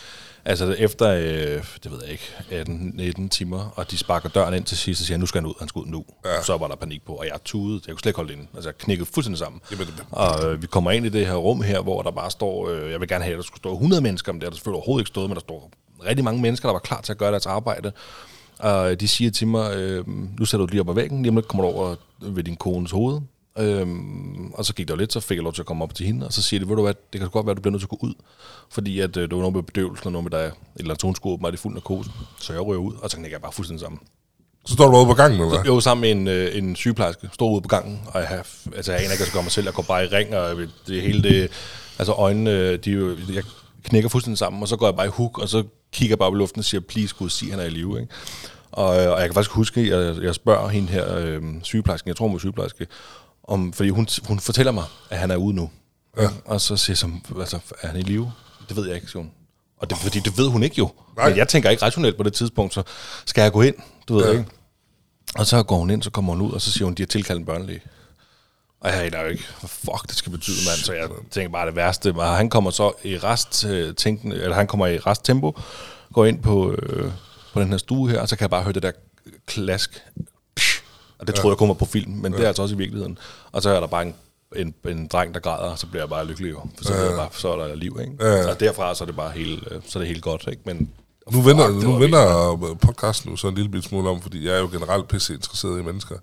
Altså efter, øh, det ved jeg ikke, atten nitten timer, og de sparker døren ind til sidst og siger, nu skal han ud, han skal ud nu. Ja. Så var der panik på, og jeg tudede, jeg kunne slet ikke holde det inde. Altså jeg knækkede fuldstændig sammen. Jamen, det... Og øh, vi kommer ind i det her rum her, hvor der bare står, øh, jeg vil gerne have, at der skulle stå hundrede mennesker, men det er der selvfølgelig overhovedet ikke stået, men der står rigtig mange mennesker, der var klar til at gøre deres arbejde. Og de siger til mig, øh, nu sætter du lige op ad væggen, lige om lidt kommer du over ved din kones hoved. Øhm, og så gik der jo lidt, så fik jeg lov til at komme op til hende, og så siger de, ved du hvad, det kan godt være, at du bliver nødt til at gå ud, fordi at, øh, det var noget med bedøvelsen, og noget med, der eller andet, hun skulle åbenbart i fuld narkose, så jeg rører ud, og så knækker jeg bare fuldstændig sammen. Så står du bare ude på gangen, eller hvad? Jo, sammen med en, øh, en sygeplejerske, stod ude på gangen, og jeg, altså, jeg aner ikke, at jeg skal gøre mig selv, jeg går bare i ring, og det hele det, altså øjnene, de, jeg knækker fuldstændig sammen, og så går jeg bare i huk, og så kigger jeg bare på luften og siger, please, Gud, sig, han er i live, ikke? Og, og jeg kan faktisk huske, at jeg, jeg spørger hende her, øh, sygeplejersken, jeg tror, hun er sygeplejerske, om, fordi hun, hun fortæller mig, at han er ude nu. Ja. Og så siger jeg som, altså, er han i live? Det ved jeg ikke, siger hun. Og det, fordi det ved hun ikke jo. Nej. Men jeg tænker ikke rationelt på det tidspunkt, så skal jeg gå ind, du ved ja. ikke. Og så går hun ind, så kommer hun ud, og så siger hun, de har tilkaldt en børnelæge. Og jeg aner jo ikke, hvad fuck det skal betyde, mand. Så jeg tænker bare det værste. Og han kommer så i rest, tænken, eller han kommer i rest tempo, går ind på, øh, på den her stue her, og så kan jeg bare høre det der klask. Og det troede ja. jeg kun var på film, men ja. det er altså også i virkeligheden. Og så er der bare en, en, en dreng, der græder, og så bliver jeg bare lykkelig. For så, ja. er, bare, så er der liv, ikke? Ja. Og derfra så er det bare helt, så er det helt godt, ikke? Men nu vender, fuck, nu vender podcasten nu så en lille bit smule om, fordi jeg er jo generelt pisse interesseret i mennesker.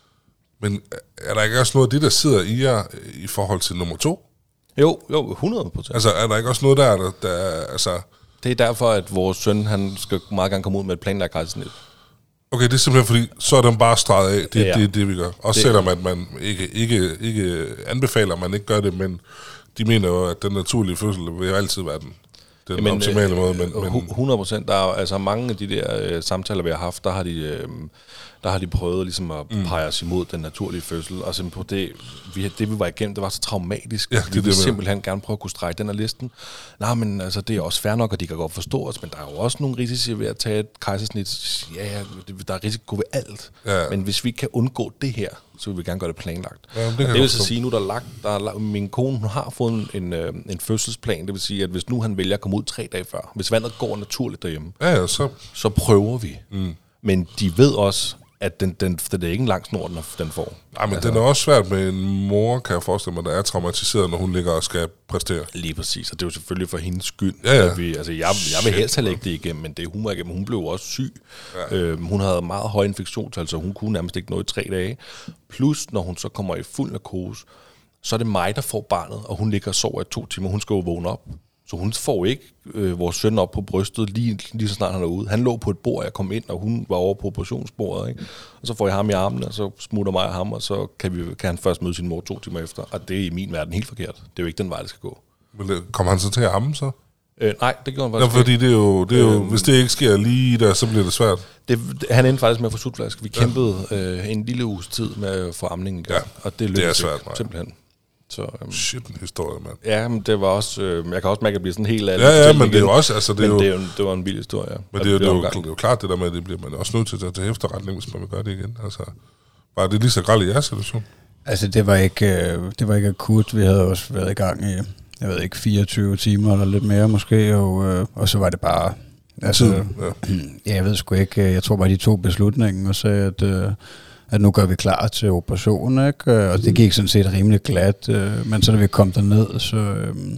Men er der ikke også noget af det, der sidder i jer i forhold til nummer to? Jo, jo, hundrede procent. Altså, er der ikke også noget der, der, der altså... Det er derfor, at vores søn, han skal meget gerne komme ud med et planlagt kejsersnit. Okay, det er simpelthen fordi, så er den bare streget af. Det er ja. det, det, vi gør. Også det, selvom at man ikke, ikke, ikke anbefaler, at man ikke gør det, men de mener jo, at den naturlige fødsel vil altid være den, den Jamen, optimale øh, måde. Men, men hundrede procent. Der er altså mange af de der øh, samtaler, vi har haft, der har de... Øh, der har de prøvet ligesom at mm. pege os imod den naturlige fødsel, og simpelthen på det, vi, det vi var igennem, det var så traumatisk, ja, vi ville simpelthen gerne prøve at kunne strække den her listen. Nej, men altså, det er også fair nok, og de kan godt forstå os, men der er jo også nogle risici ved at tage et kejsersnit. Ja, ja, der er risiko ved alt, ja. Men hvis vi kan undgå det her, så vil vi gerne gøre det planlagt. Ja, det, det vil så sige, nu der er lagt, der er lagt, min kone, hun har fået en, en, en fødselsplan, det vil sige, at hvis nu han vælger at komme ud tre dage før, hvis vandet går naturligt derhjemme, ja, ja, så. så prøver vi. Mm. Men de ved også, at den, den, det er ikke en lang snor, den, den får. Nej, men altså, den er også svært med en mor, kan jeg forestille mig, der er traumatiseret, når hun ligger og skal præstere. Lige præcis, og det er jo selvfølgelig for hendes skyld. Ja, ja. At vi, altså, jeg, jeg vil helst have lægget det igennem, men det hun var igennem. Hun blev også syg. Ja. Øhm, hun havde meget høj infektionstal, så hun kunne nærmest ikke nå i tre dage. Plus, når hun så kommer i fuld narkose, så er det mig, der får barnet, og hun ligger og sover i to timer. Hun skal jo vågne op. Så hun får ikke øh, vores søn op på brystet, lige, lige så snart han er ude. Han lå på et bord, jeg kom ind, og hun var over på operationsbordet. Ikke? Og så får jeg ham i armene, og så smutter mig og ham, og så kan, vi, kan han først møde sin mor to timer efter. Og det er i min verden helt forkert. Det er jo ikke den vej, det skal gå. Men kommer han så til at amme så? Øh, nej, det gjorde han faktisk ja, fordi det er jo, det er jo, øh, hvis det ikke sker lige der, så bliver det svært. Det, han endte faktisk med at få sutflaske. Vi ja. kæmpede øh, en lille uges tid med at få amningen i gang, ja, og det lykkedes det er svært, simpelthen. Så, um, Shit, en historie, mand. Ja, men det var også... Øh, jeg kan også mærke, at det bliver sådan helt... Ja, ja, men det er jo også... Altså, det, er jo, det, er jo, det var en vild historie, ja. Men det, det, er, det, er jo, det er jo klart, det der med, at det bliver man også nødt til at tage til efterretning, hvis man vil gøre det igen. Altså, var det lige så grelt i jeres situation? Altså, det var ikke, øh, det var ikke akut. Vi havde også været i gang i, jeg ved ikke, fireogtyve timer eller lidt mere måske, og, øh, og så var det bare... Altså, ja. ja, jeg ved sgu ikke... Jeg tror bare, de tog beslutningen og sagde, at... Øh, at nu gør vi klar til operation, ikke? Og det gik sådan set rimelig glat, men så da vi kom derned, så øhm,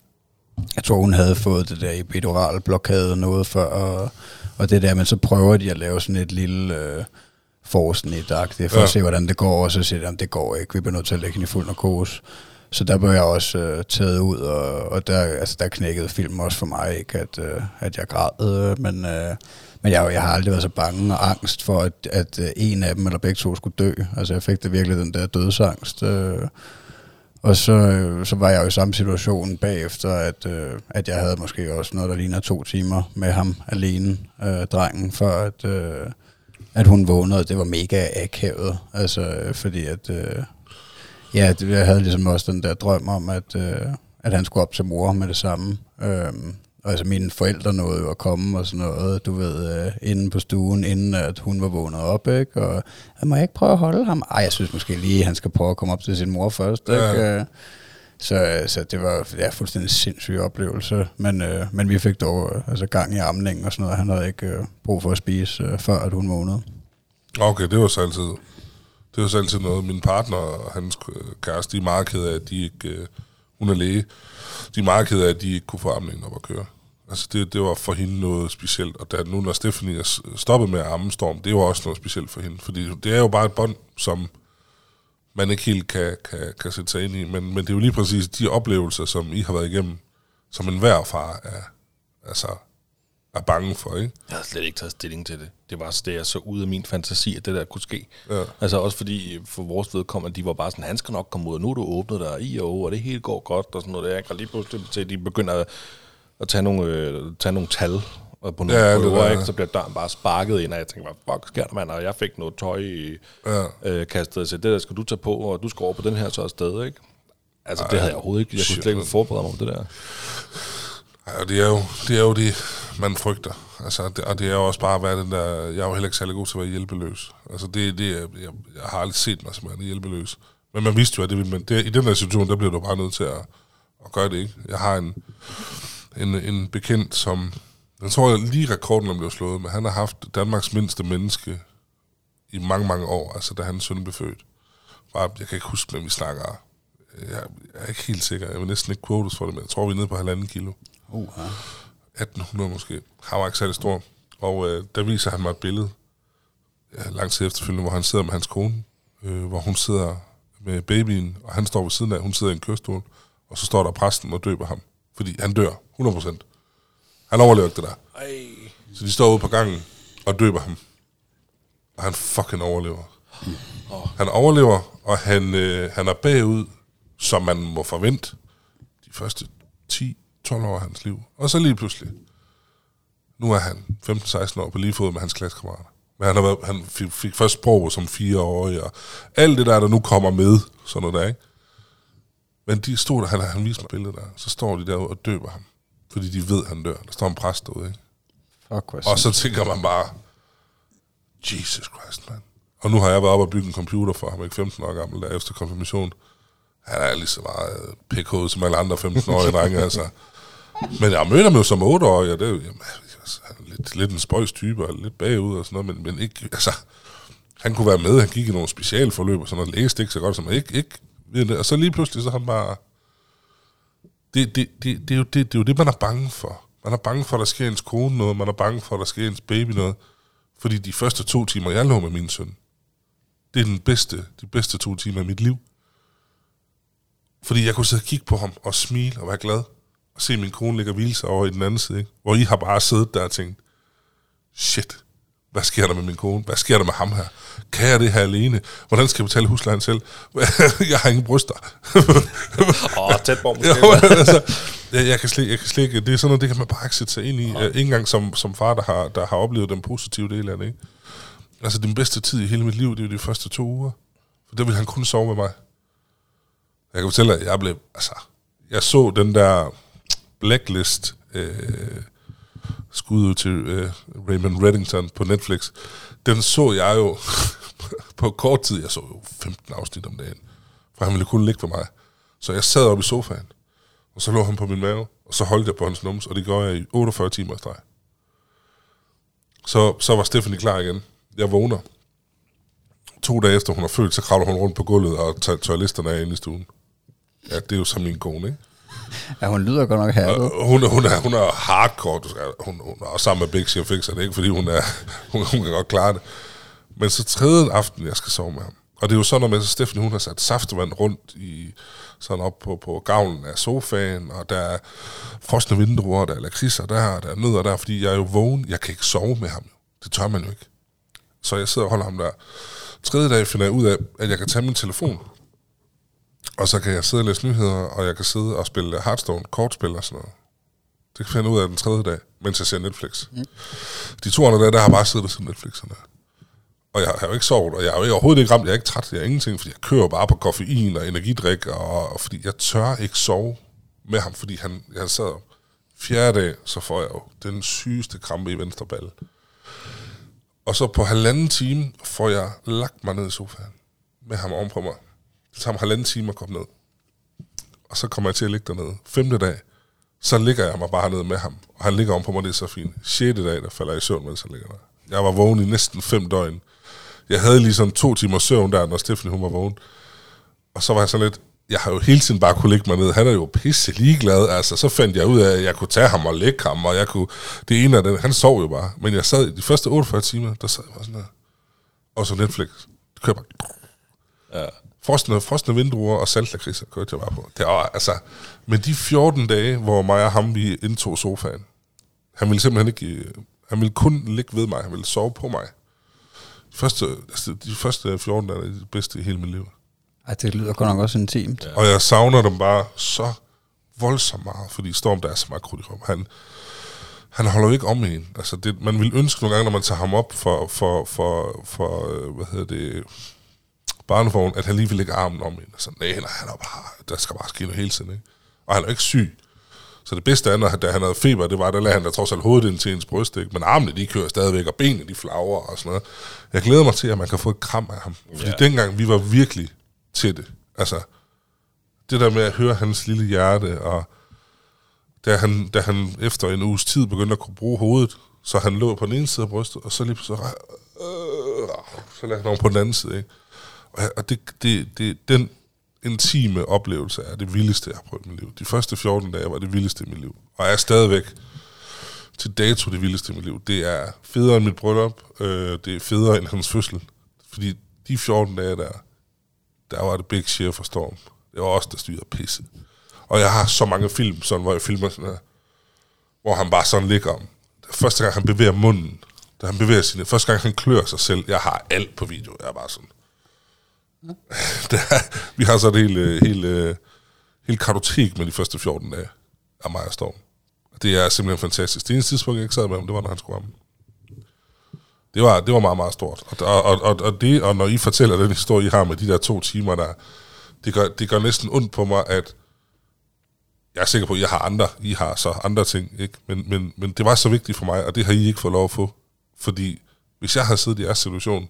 jeg tror, hun havde fået det der epidural blokade noget før, og, og det der, men så prøver de at lave sådan et lille øh, forsnit-agtigt, for ja. at se, hvordan det går, og så siger de, at det går ikke, vi bliver nødt til at lægge hende i fuld narkose. Så der blev jeg også øh, taget ud, og, og der, altså, der knækkede film også for mig, ikke, at, øh, at jeg græd, øh, men... Øh, Men jeg, jeg har aldrig været så bange og angst for, at, at en af dem eller begge to skulle dø. Altså jeg fik det virkelig den der dødsangst. Øh, og så, øh, så var jeg jo i samme situation bagefter, at, øh, at jeg havde måske også noget, der ligner to timer med ham alene, øh, drengen, for at, øh, at hun vågnede. Det var mega akavet, altså fordi at... Øh, ja, det, jeg havde ligesom også den der drøm om, at, øh, at han skulle op til mor med det samme. Øh, Altså mine forældre nåede jo at komme og sådan noget, du ved, øh, inde på stuen, inden at hun var vågnet op, ikke? Og jeg må ikke prøve at holde ham? Ej, jeg synes måske lige, at han skal prøve at komme op til sin mor først, ikke? Ja. Så, så det var ja, fuldstændig sindssyg oplevelse, men, øh, men vi fik dog øh, altså gang i amningen og sådan noget. Han havde ikke øh, brug for at spise, øh, før at hun vågnede. Okay, det var så altid, det var så altid noget. Min partner og hans kæreste, de er meget ked af, at de ikke, øh, hun er læge, de er meget ked af, at de ikke kunne få amningen op at køre. Altså det, det var for hende noget specielt, og da nu når Stephanie er stoppet med at amme Storm, det var også noget specielt for hende, fordi det er jo bare et bånd, som man ikke helt kan, kan, kan sætte sig ind i, men, men det er jo lige præcis de oplevelser, som I har været igennem, som enhver far er, altså, er bange for, ikke? Jeg har slet ikke taget stilling til det. Det var det, jeg så ud af min fantasi, at det der kunne ske. Ja. Altså også fordi, for vores vedkommende, de var bare sådan, han skal nok komme ud, og nu er du åbnet der i og over, og det hele går godt, og sådan noget der. Og lige pludselig til, de begynder at, at tage, nogle, øh, tage nogle tal og på nogle ja, prøver, der, ikke? Så bliver døren bare sparket ind, og jeg tænker, hvad fuck sker der, mand? Og jeg fik noget tøj i, ja. øh, kastet til, det der skal du tage på, og du skal over på den her så afsted, ikke? Altså, ej, det havde jeg overhovedet ikke. Jeg kunne slet ikke forberede mig om det der. Ej, og det er, jo, det er jo det, man frygter. Altså, det, og det er jo også bare at være den der... Jeg er jo heller ikke særlig god til at være hjælpeløs. Altså, det, det jeg, jeg har aldrig set mig som en hjælpeløs. Men man vidste jo, at det, men det, i den der situation, der bliver du bare nødt til at, at gøre det, ikke? Jeg har en, en, en bekendt, som... Jeg tror, lige rekorden om blev slået, men han har haft Danmarks mindste menneske i mange, mange år, altså da hans søn blev født. Bare, jeg kan ikke huske, hvem vi snakker. Jeg, jeg er ikke helt sikker. Jeg vil næsten ikke quotes for det, men jeg tror, vi er nede på halvanden kilo. Uh, ja. atten hundrede måske. Han var ikke særlig stor. Og øh, der viser han mig et billede, ja, lang tid efterfølgende, hvor han sidder med hans kone, øh, hvor hun sidder med babyen, og han står ved siden af, hun sidder i en kørestol, og så står der præsten og døber ham. Fordi han dør, hundrede procent. Han overlever ikke det der. Ej. Så de står ude på gangen og døber ham. Og han fucking overlever. Mm. Oh. Han overlever, og han, øh, han er bagud, som man må forvente, de første ti tolv år af hans liv. Og så lige pludselig, nu er han femten seksten år på lige fod med hans klassekammerater. Men han, har været, han fik, fik først sprog som fireårig, og alt det der, der nu kommer med, sådan noget der, ikke? Men de stod der, han, han viste mig billedet der, så står de derude og døber ham, fordi de ved, han dør. Der står en præst derude, ikke? Fuck, og så tænker man bare, Jesus Christ, man. Og nu har jeg været oppe og bygge en computer for ham, ikke femten år gammel, der efter konfirmation. Han er lige så meget pikhoved som alle andre femten-årige drenge, altså. Men jeg mødte ham jo som otte-årig, og det er jo jamen, han er lidt, lidt en spøjs type, og lidt bagud og sådan noget, men, men ikke, altså, han kunne være med, han gik i nogle specialforløb, og sådan noget, læste ikke så godt som han ikke, ikke ved det. Og så lige pludselig, så han bare, det, det, det, det, er jo det, det er jo det, man er bange for. Man er bange for, at der sker ens kone noget, man er bange for, at der sker ens baby noget, fordi de første to timer, jeg lå med min søn, det er den bedste, de bedste to timer i mit liv. Fordi jeg kunne sidde og kigge på ham og smile og være glad. Og se min kone ligge og hvile sig over i den anden side. Ikke? Hvor I har bare siddet der og tænkt, shit, hvad sker der med min kone? Hvad sker der med ham her? Kan jeg det her alene? Hvordan skal jeg betale huslejen selv? Jeg har ingen bryster. Åh, oh, tæt på måske. Ja, altså, jeg, jeg, kan slet, jeg kan slet ikke, det er sådan noget, det kan man bare ikke sætte sig ind i. Ja. Ikke engang som, som far, der har, der har oplevet den positive del af det. Ikke? Altså, den bedste tid i hele mit liv, det er jo de første to uger. For der ville han kun sove med mig. Jeg kan fortælle dig, at jeg blev, altså, jeg så den der Blacklist øh, skud ud til øh, Raymond Reddington på Netflix. Den så jeg jo på kort tid. Jeg så jo femten afsnit om dagen, for han ville kun ligge for mig. Så jeg sad oppe i sofaen, og så lå han på min mave, og så holdt jeg på hans nums, og det gjorde jeg i otteogfyrre timer i streg. Så, så var Stephanie klar igen. Jeg vågner. To dage efter hun har født, så kravler hun rundt på gulvet og tager toiletterne af inde i stuen. Ja, det er jo som min kone, ikke? Ja, hun lyder godt nok hærdet. Hun, hun, er, hun er hardcore. Hun, hun er også sammen med Bixi og Fixer, det er ikke, fordi hun, er, hun, hun kan godt klare det. Men så tredje aften, jeg skal sove med ham. Og det er jo sådan noget med, at Stephanie, hun har sat saftevand rundt i, sådan op på, på gavlen af sofaen, og der er frosne vinduer, der er lakridser der, der er nødder der, fordi jeg er jo vågen. Jeg kan ikke sove med ham. Det tør man jo ikke. Så jeg sidder og holder ham der. Tredje dag finder jeg ud af, at jeg kan tage min telefon, og så kan jeg sidde og læse nyheder, og jeg kan sidde og spille Hearthstone, kortspil og sådan noget. Det kan jeg finde ud af den tredje dag, mens jeg ser Netflix. Mm. De to andre dage, der har jeg bare siddet og set Netflix. Sådan der. Og jeg har jo ikke sovet, og jeg har jo overhovedet ikke ramt, jeg er ikke træt, jeg er ingenting, fordi jeg kører bare på koffein og energidrik, og, og fordi jeg tør ikke sove med ham, fordi han, jeg sad op. Fjerde dag, så får jeg jo den sygeste krampe i venstre balle. Og så på halvanden time får jeg lagt mig ned i sofaen med ham ovenpå mig. Det tager mig halvanden time at komme ned. og så kommer jeg til at ligge dernede. Femte dag, så ligger jeg mig bare nede med ham, og han ligger om på mig, det er så fint. Sjette dag, der falder jeg i søvn, mens han ligger der. Jeg var vågen i næsten fem døgn. Jeg havde lige sådan to timer søvn der, når Stephanie hun var vågen. Og så var jeg sådan lidt, jeg har jo hele tiden bare kunne lægge mig ned. Han er jo pisse ligeglad. Altså, så fandt jeg ud af, at jeg kunne tage ham og lægge ham, og jeg kunne... Det ene af det, han sov jo bare. Men jeg sad de første otteogfyrre timer, der sad jeg bare sådan her. Og så Netflix. Det kører bare... Ja. Frostende, frostende vinduer og saltlakridser kørte jeg bare på. Det var, altså... Men de fjorten dage, hvor mig og ham, vi indtog sofaen, han ville simpelthen ikke... Han ville kun ligge ved mig. Han ville sove på mig. De første, altså, de første fjorten dage er det bedste i hele mit liv. Ej, det lyder godt nok også intimt. Ja. Og jeg savner dem bare så voldsomt meget, fordi Storm, der er så meget krudt i rum. Han, han holder jo ikke om en. Altså, det, man vil ønske nogle gange, når man tager ham op for, for, for, for hvad hedder det, barnevogn, at han lige vil lægge armen om en. Altså, nej, nej, han er bare, der skal bare ske noget hele tiden, ikke? Og han er ikke syg. Så det bedste er, da han havde feber, det var, der lagde han der trods alt hovedet ind til ens bryst, ikke? Men armene, de kører stadigvæk, og benene, de flagrer og sådan noget. Jeg glæder mig til, at man kan få et kram af ham. Fordi ja. dengang, vi var virkelig til det. Altså, det der med at høre hans lille hjerte, og da han, da han efter en uges tid begyndte at kunne bruge hovedet, så han lå på den ene side af brystet, og så lige så, øh, så lagde han over på den anden side, ikke? Og det, det, det, den intime oplevelse er det vildeste, jeg har prøvet i mit liv. De første fjorten dage var det vildeste i mit liv. Og jeg er stadigvæk til dato det vildeste i mit liv. Det er federe end mit bryllup, øh, det er federe end hans fødsel. Fordi de fjorten dage der, der var det big shit for Storm. Det var også der styrede pisse. Og jeg har så mange film, sådan, hvor jeg filmer sådan her, hvor han bare sådan ligger om. Første gang han bevæger munden, da han bevæger sine, første gang han klør sig selv, jeg har alt på video, jeg er bare sådan. Ja. Der, vi har så et helt, helt, helt kartotek med de første fjorten dage af mig og Storm. Det er simpelthen fantastisk. Det eneste tidspunkt, jeg ikke sad med ham, det var, når han skulle ham. Det var, det var meget, meget stort. Og, og, og, og, det, og når I fortæller den historie, I har med de der to timer, der, det, gør, det gør næsten ondt på mig, at jeg er sikker på, at jeg har andre, I har så andre ting, ikke? Men, men, men det var så vigtigt for mig, og det har I ikke fået lov at få. Fordi hvis jeg havde siddet i jeres situation,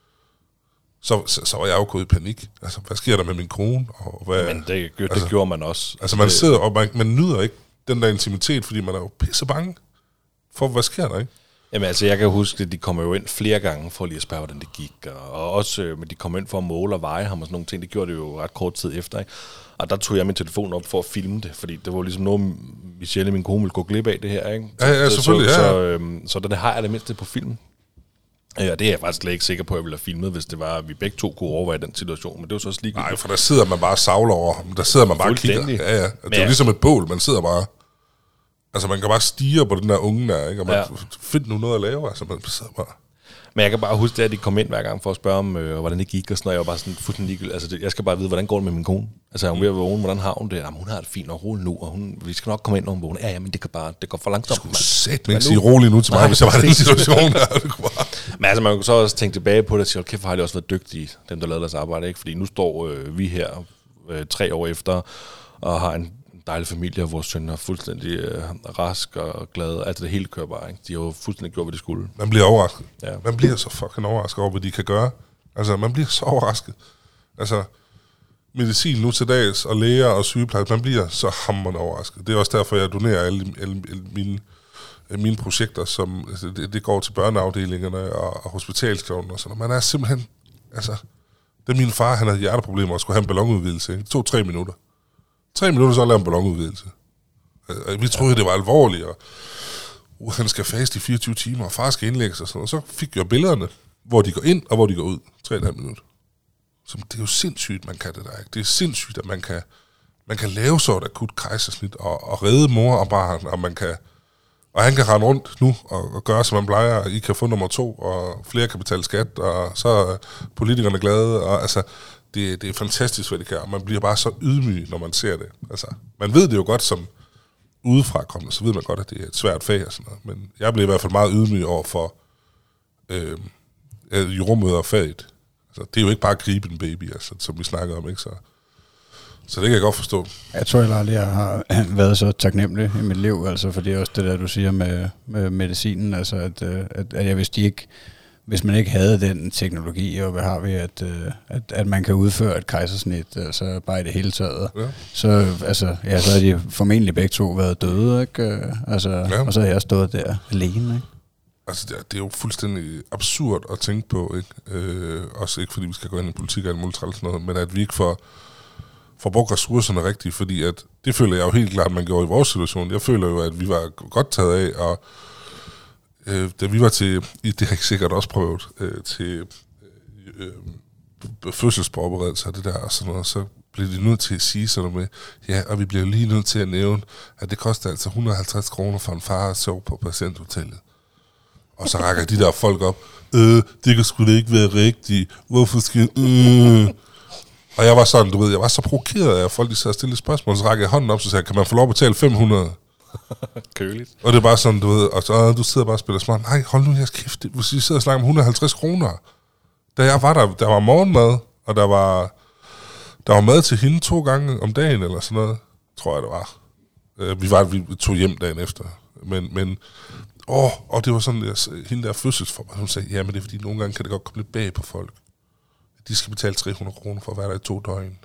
så, så, så var jeg jo gået i panik. Altså, hvad sker der med min kone? Og hvad, men det, det altså, gjorde man også. Altså, man sidder, og man, man nyder ikke den der intimitet, fordi man er jo pisse bange for, hvad sker der, ikke? Jamen altså, jeg kan huske, at de kommer jo ind flere gange for lige at spørge, hvordan det gik. Og også, øh, men de kom ind for at måle og veje ham og sådan nogle ting. Det gjorde det jo ret kort tid efter, ikke? Og der tog jeg min telefon op for at filme det, fordi det var ligesom noget, Michelle, min kone, ville gå glip af det her, ikke? Ja, ja, selvfølgelig, så, ja. Så, øhm, så den har jeg det mindste på film. Ja, det er jeg faktisk slet ikke sikker på, at jeg ville have filmet, hvis det var, at vi begge to kunne overveje den situation. Men det var så også lige... Nej, for der sidder man bare og savler over ham. Der sidder man bare og kigger. Ja, ja. Det er jo ligesom et bål, man sidder bare... Altså, man kan bare stige på den der unge der, ikke? Og man ja. finder nu noget at lave, altså, man sidder bare... Men jeg kan bare huske det, at de kom ind hver gang for at spørge om, øh, hvordan det gik, og sådan noget. Jeg var bare sådan fuldstændig ligegyldig. Altså, det, jeg skal bare vide, hvordan går det med min kone? Altså, er hun ved at vågne? Hvordan har hun det? Jamen, hun har det fint og roligt nu, og hun, vi skal nok komme ind, når hun vågner. Ja, ja, men det kan bare, det går for langsomt. Skulle sæt mig ikke sige roligt nu til mig, nej, hvis jeg var i den situation der. Men altså, man kan så også tænke tilbage på det og sige, kæft, har de også været dygtige, dem der lavede deres arbejde, ikke? Fordi nu står øh, vi her øh, tre år efter, og har en dejlig familie, og vores søn er fuldstændig øh, rask og glad. Altså det hele kører bare, ikke? De har jo fuldstændig gjort, hvad de skulle. Man bliver overrasket. Ja. Man bliver så fucking overrasket over, hvad de kan gøre. Altså, man bliver så overrasket. Altså, medicin nu til dags, og læger og sygeplejersker, man bliver så hammerende overrasket. Det er også derfor, jeg donerer alle, alle, alle mine, mine projekter, som altså, det, det går til børneafdelingerne og, og hospitalsklovnen og sådan noget. Man er simpelthen, altså, da min far, han havde hjerteproblemer og skulle have en ballonudvidelse, det tog tre minutter. Tre minutter, så lavede en ballonudvidelse. Vi troede, det var alvorligt, og uh, han skal faste i fireogtyve timer, og far skal indlægges og sådan noget. Så fik jeg billederne, hvor de går ind, og hvor de går ud. Tre og et halvt minut. Så det er jo sindssygt, man kan det der, ikke? Det er sindssygt, at man kan, man kan lave så et akut kejsersnit, og, og redde mor og barn, og man kan... Og han kan rende rundt nu og, og gøre, som man plejer, og I kan få nummer to, og flere kan betale skat, og så er politikerne glade, og altså... Det, det er fantastisk, hvad det kan, og man bliver bare så ydmyg, når man ser det. Altså, man ved det jo godt som udefra kommende, så ved man godt, at det er et svært fag og sådan noget. Men jeg bliver i hvert fald meget ydmyg over for øh, jordmøder og faget. Altså, det er jo ikke bare at gribe en baby, altså, som vi snakker om, ikke? Så, så det kan jeg godt forstå. Jeg tror heller aldrig, jeg har været så taknemmelig i mit liv, altså, for det er også det der, du siger med, med medicinen, altså, at, at, at jeg, hvis de ikke hvis man ikke havde den teknologi, og hvad har vi, at, øh, at, at man kan udføre et kejsersnit, altså bare i det hele taget, ja. så, altså, ja, så har de formentlig begge to været døde, ikke? Altså, ja. Og så har jeg stået der alene, ikke? Altså, det er, det er jo fuldstændig absurd at tænke på, ikke? Øh, også ikke fordi vi skal gå ind i politik og alt muligt træls noget, men at vi ikke får, får brugt ressourcerne rigtigt, fordi at, det føler jeg jo helt klart, at man gjorde i vores situation. Jeg føler jo, at vi var godt taget af, og øh, da vi var til, det har jeg sikkert også prøvet, øh, til øh, øh, fødselsforberedelse og det der og sådan noget, så blev de nødt til at sige sådan noget med, ja, og vi bliver lige nødt til at nævne, at det koster altså et hundrede og halvtreds kroner for en far at sove på patienthotellet. Og så rækker de der folk op, øh, det kan sgu da ikke være rigtigt, hvorfor skal øh. Og jeg var sådan, du ved, jeg var så provokeret af, at folk de sad og stillede spørgsmål, så rækker jeg hånden op, så sagde jeg, kan man få lov at betale fem hundrede? Køligt. Og det er bare sådan, du ved, og så, øh, du sidder bare og spiller smart. Nej, hold nu jeres kæft, hvis I sidder og snakker om et hundrede og halvtreds kroner. Da jeg var der, der var morgenmad, og der var, der var mad til hende to gange om dagen, eller sådan noget, tror jeg det var. Øh, vi var, vi tog hjem dagen efter, men, men Åh, oh, og det var sådan, at hende der fødselsforberedelse, hun sagde, ja, men det er fordi, nogle gange kan det godt komme lidt bag på folk. De skal betale tre hundrede kroner for at være der i to døgn.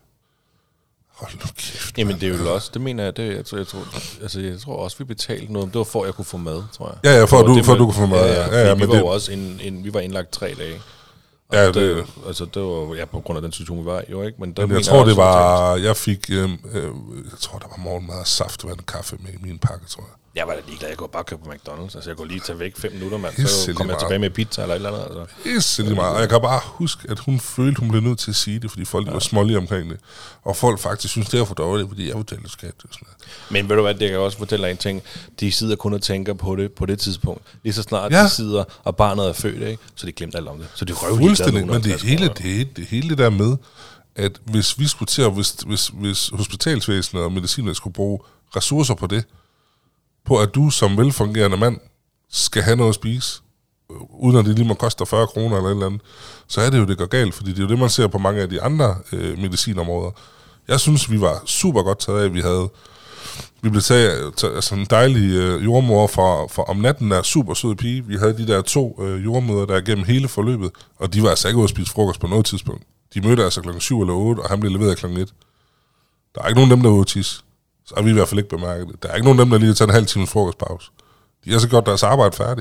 Hold nu kæft. Jamen, det er jo også, det mener jeg, det, jeg, tror, jeg, tror, altså, jeg tror også, vi betalte noget, det var for, at jeg kunne få mad, tror jeg. Ja, ja, for, at du, det, for at du kunne få mad, ja. ja, ja vi men var det, jo også, en, en, vi var indlagt tre dage. Ja, det, det, altså, det var, ja, på grund af den situation, vi var i, jo ikke? Men, der men jeg tror, det var, jeg fik, øh, øh, jeg tror, der var morgenmad og saftevand og kaffe med i min pakke, tror jeg. Jeg var da ligeglad, jeg kunne bare købe på McDonald's. Altså, jeg kunne lige tage væk fem minutter, mand. Så kom jeg tilbage med pizza eller et eller andet. Altså. Pisse lige meget. Og jeg kan bare huske, at hun følte, hun blev nødt til at sige det, fordi folk ja. var smålige omkring det. Og folk faktisk synes, det er for dårligt, fordi jeg betaler skat. Og sådan noget. Men ved du hvad, det kan også fortælle dig en ting. De sidder kun og tænker på det på det tidspunkt. Lige så snart ja. de sidder, og barnet er født, ikke? Så de glemte alt om det. Så de røver fuldstændig, men det hele det, det hele det der med, at hvis vi skulle til at, hvis, hvis, hvis hospitalsvæsenet og medicinen skulle bruge ressourcer på det, på at du som velfungerende mand skal have noget at spise, uden at det lige må koste fyrre kroner eller et eller andet, så er det jo, det går galt, fordi det er jo det, man ser på mange af de andre øh, medicinområder. Jeg synes, vi var super godt taget af, vi havde, vi blev taget af sådan en dejlig øh, jordmor fra, fra om natten, der super sød pige. Vi havde de der to øh, jordmøder, der gennem hele forløbet, og de var altså ikke ude at spise frokost på noget tidspunkt. De mødte altså klokken syv eller otte, og han blev leveret klokken et. Der er ikke nogen af dem, der er ude at tisse. Så har vi i hvert fald ikke bemærket det. Der er ikke nogen af dem, der lige har taget en halv times frokostpause. De har så gjort deres arbejde færdigt.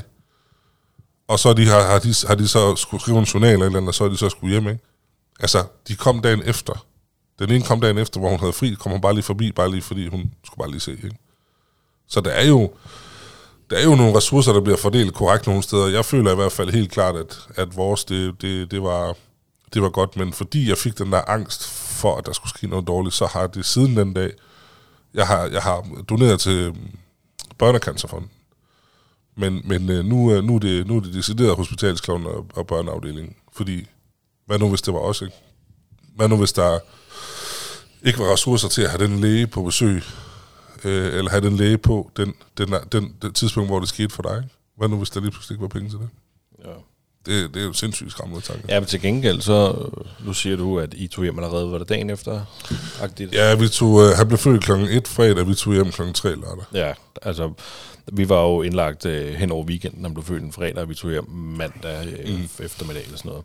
Og så de har, har, de, har de så skulle skrive en journal eller andet, og så er de så skulle hjem, ikke? Altså, de kom dagen efter. Den ene kom dagen efter, hvor hun havde fri, kom hun bare lige forbi, bare lige fordi hun skulle bare lige se, ikke? Så der er jo, der er jo nogle ressourcer, der bliver fordelt korrekt nogle steder. Jeg føler i hvert fald helt klart, at, at vores, det, det, det, var, det var godt, men fordi jeg fik den der angst for, at der skulle ske noget dårligt, så har det siden den dag, Jeg har, jeg har doneret til Børnecancerfonden, men, men nu, nu, er det, nu er det decideret hospitalsklovn og, og børneafdelingen, fordi hvad nu hvis det var os, ikke? Hvad nu hvis der ikke var ressourcer til at have den læge på besøg, øh, eller have den læge på den, den, den, den tidspunkt, hvor det skete for dig, ikke? Hvad nu hvis der lige pludselig ikke var penge til det? Ja. Det, det er jo sindssygt skræmmende tanke. Ja, men til gengæld, så nu siger du, at I tog hjem allerede, var det dagen efter? Agtigt? Ja, vi tog, uh, han blev født klokken et fredag, vi tog hjem klokken tre lørdag. Ja, altså, vi var jo indlagt uh, hen over weekenden, han blev født en fredag, og vi tog hjem mandag uh, mm. eftermiddag eller sådan noget.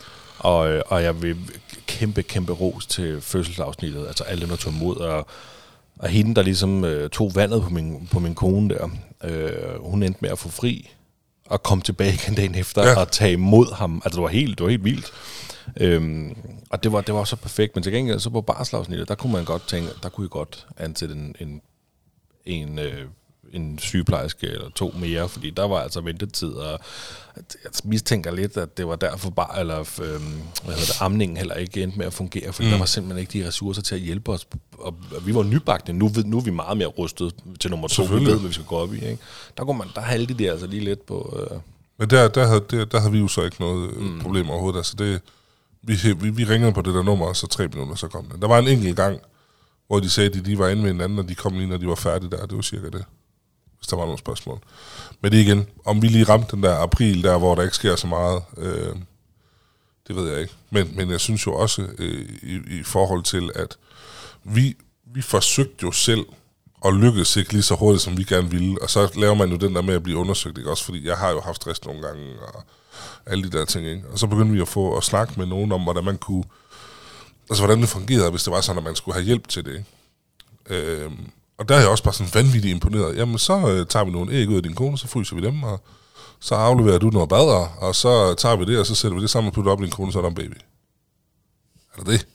Og, og jeg vil kæmpe, kæmpe ros til fødselsafsnittet, altså alle dem, der tog imod, og, og hende, der ligesom uh, tog vandet på min, på min kone der, uh, hun endte med at få fri, og komme tilbage igen dagen efter, ja. og tage imod ham. Altså, det var helt, det var helt vildt. Øhm, og det var, det var så perfekt. Men til gengæld, så på barselsafsnittet, der kunne man godt tænke, der kunne I godt ansætte en, en, en, øh, en sygeplejerske eller to mere, fordi der var altså ventetid, og jeg mistænker lidt, at det var derfor bare, eller øh, hvad hedder det, amningen heller ikke endte med at fungere, fordi mm. der var simpelthen ikke de ressourcer til at hjælpe os, og vi var nybagte, nu, nu er vi meget mere rustet til nummer to, vi ved, hvad vi skal gå op i, ikke? Der kunne man, der halte de altså lige lidt på... Øh. Men der, der, havde, der, der havde vi jo så ikke noget mm. problem overhovedet, altså det, vi, vi, vi ringede på det der nummer, og så tre minutter, så kom det. Der var en enkelt gang, hvor de sagde, at de, de var inde med hinanden, og de kom lige, når de var færdige der, det var cirka det. Hvis der var nogle spørgsmål. Men det igen, om vi lige ramte den der april, der hvor der ikke sker så meget, øh, det ved jeg ikke. Men, men jeg synes jo også, øh, i, i forhold til, at vi, vi forsøgte jo selv at lykkes ikke lige så hurtigt, som vi gerne ville. Og så laver man jo den der med at blive undersøgt, ikke? Også fordi jeg har jo haft stress nogle gange, og alle de der ting, ikke? Og så begyndte vi at få at snakke med nogen om, hvordan man kunne, altså hvordan det fungerede, hvis det var sådan, at man skulle have hjælp til det, ikke? Øhm, og der er jeg også bare sådan vanvittigt imponeret. Jamen, så øh, tager vi nogle æg ud af din kone, så fryser vi dem, og så afleverer du noget badere, og så tager vi det, og så sætter vi det sammen og putter op i din kone, så er der en baby. Er det det?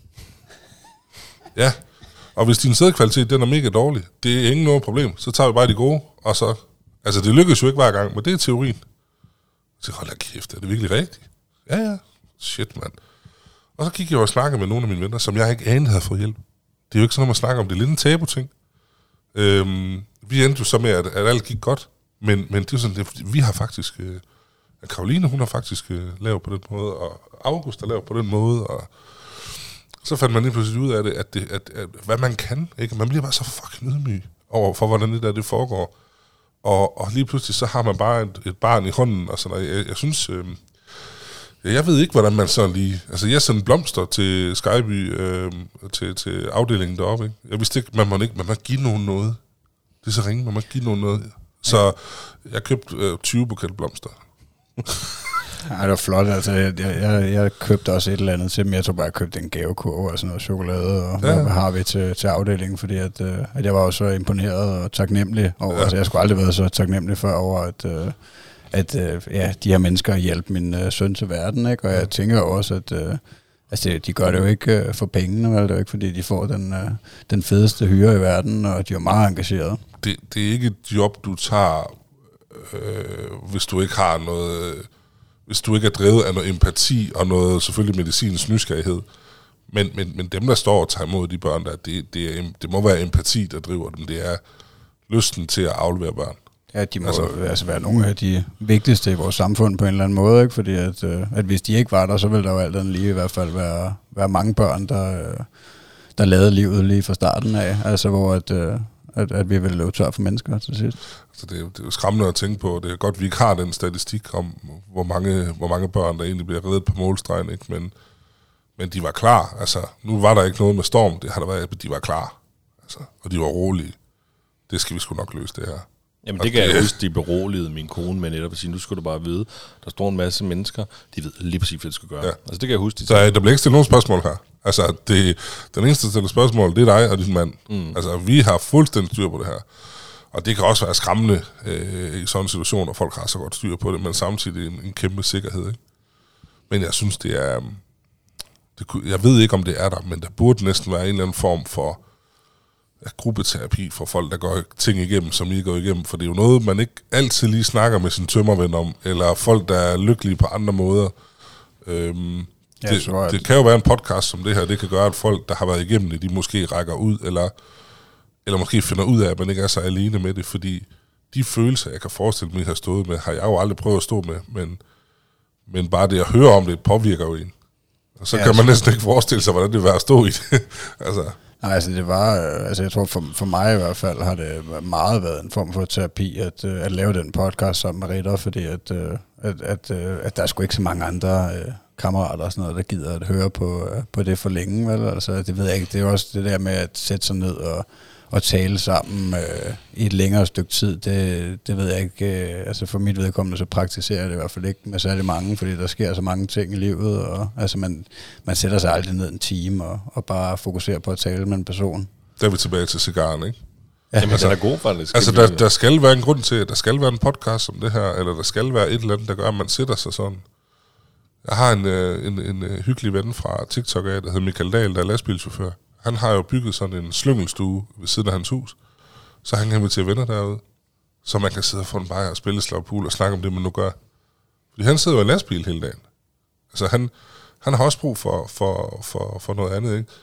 Ja. Og hvis din sædkvalitet, den er mega dårlig, det er ingen noget problem, så tager vi bare de gode, og så... Altså, det lykkes jo ikke hver gang, men det er teorien. Så hold da kæft, er det virkelig rigtigt? Ja, ja. Shit, mand. Og så gik jeg og snakkede med nogle af mine venner, som jeg ikke anede havde fået hjælp. Det er jo ikke sådan, at man snakker om det. Det er lidt en tabu-ting. Øhm, vi endte jo så med, at, at alt gik godt, men, men det er sådan, det, vi har faktisk... Øh, Karoline, hun har faktisk øh, lavet på den måde, og August har lavet på den måde, og så fandt man lige pludselig ud af det, at, det, at, at hvad man kan, ikke? Man bliver bare så fucking ydmyg over for, hvordan det der det foregår. Og, og lige pludselig, så har man bare et, et barn i hånden, og sådan noget. Jeg, jeg synes, øh, jeg ved ikke, hvordan man så lige... Altså, jeg sendte blomster til Skyby, øh, til, til afdelingen deroppe, ikke? Jeg vidste ikke, man må ikke, man må give nogen noget. Det er så ringe, man må give nogen noget. Så jeg købte øh, tyve buket blomster. Ja, det var flot. Altså, jeg, jeg, jeg købte også et eller andet til dem. Jeg tror bare, jeg købte en gavekurv og sådan noget chokolade, og ja. Hvad har vi til, til afdelingen, fordi at, øh, at jeg var også så imponeret og taknemmelig over, ja. Altså, jeg skulle aldrig være så taknemmelig før over, at, øh, at øh, ja, de her mennesker hjælper min øh, søn til verden, ikke? Og jeg tænker også, at øh, altså, de gør det jo ikke øh, for pengene, vel? Det er jo ikke, fordi de får den, øh, den fedeste hyre i verden, og de er meget engagerede. Det, det er ikke et job, du tager, øh, hvis du ikke har noget... Øh, hvis du ikke er drevet af noget empati og noget selvfølgelig medicinsk nysgerrighed. Men, men, men dem, der står og tager imod de børn, der, det, det, er, det må være empati, der driver dem. Det er lysten til at aflevere børn. Ja, de må altså, altså være nogle af de vigtigste i vores samfund på en eller anden måde, ikke? Fordi at, at hvis de ikke var der, så ville der jo alt andet lige i hvert fald være, være mange børn, der, der lavede livet lige fra starten af. Altså hvor at... At, at vi vil løbe tør for mennesker til sidst. Altså det, er, det er jo skræmmende at tænke på. Det er godt, at vi ikke har den statistik om, hvor mange, hvor mange børn, der egentlig bliver reddet på målstregen. Ikke? Men, men de var klar. Altså, nu var der ikke noget med storm. Det har der været, men de var klar. Altså, og de var rolige. Det skal vi sgu nok løse, det her. Jamen det kan jeg huske, de beroligede min kone med netop at sige, nu skal du bare vide, der står en masse mennesker, de ved lige præcis, hvad de skal gøre. Ja. Altså det kan jeg huske. De så der bliver ikke stillet nogen spørgsmål her. Altså det, den eneste, der stiller spørgsmål, det er dig og din mand. Mm. Altså vi har fuldstændig styr på det her. Og det kan også være skræmmende øh, i sådan en situation, hvor folk har så godt styr på det, men samtidig en, en kæmpe sikkerhed. Ikke? Men jeg synes, det er... Det, jeg ved ikke, om det er der, men der burde næsten være en eller anden form for ja, gruppeterapi for folk, der går ting igennem, som I går igennem. For det er jo noget, man ikke altid lige snakker med sin tømmerven om, eller folk, der er lykkelige på andre måder. Øhm, ja, det, så, det kan jo være en podcast som det her, det kan gøre, at folk, der har været igennem det, de måske rækker ud, eller, eller måske finder ud af, at man ikke er så alene med det, fordi de følelser, jeg kan forestille mig, at jeg har stået med, har jeg jo aldrig prøvet at stå med, men, men bare det at høre om det, påvirker jo en. Og så ja, kan man næsten ikke forestille sig, hvordan det var at stå i det. altså... Nej, altså det var, altså jeg tror for, for mig i hvert fald har det meget været en form for terapi at, at lave den podcast sammen med Ritter, fordi at, at, at, at der er sgu ikke så mange andre uh, kammerater og sådan noget, der gider at høre på, uh, på det for længe, vel? Altså det ved jeg ikke, det er også det der med at sætte sig ned og, og tale sammen uh, i et længere stykke tid, det, det ved jeg ikke, uh, altså for mit vedkommende så praktiserer jeg det i hvert fald ikke med særlig mange, fordi der sker så mange ting i livet, og altså man, man sætter sig aldrig ned en time og, og bare fokuserer på at tale med en person. Der er vi tilbage til cigaren, ikke? Ja, jamen, altså, der er god faktisk. Altså der, der skal være en grund til, at der skal være en podcast som det her, eller der skal være et eller andet, der gør, at man sætter sig sådan. Jeg har en, en, en, en hyggelig ven fra TikTok af, der hedder Michael Dahl, der er lastbilchauffør. Han har jo bygget sådan en slyngelstue ved siden af hans hus. Så han kan invitere venner derude, så man kan sidde og få en bajer og spille slag pool og snakke om det, man nu gør. Fordi han sidder jo i en lastbil hele dagen. Altså han, han har også brug for, for, for, for noget andet, ikke?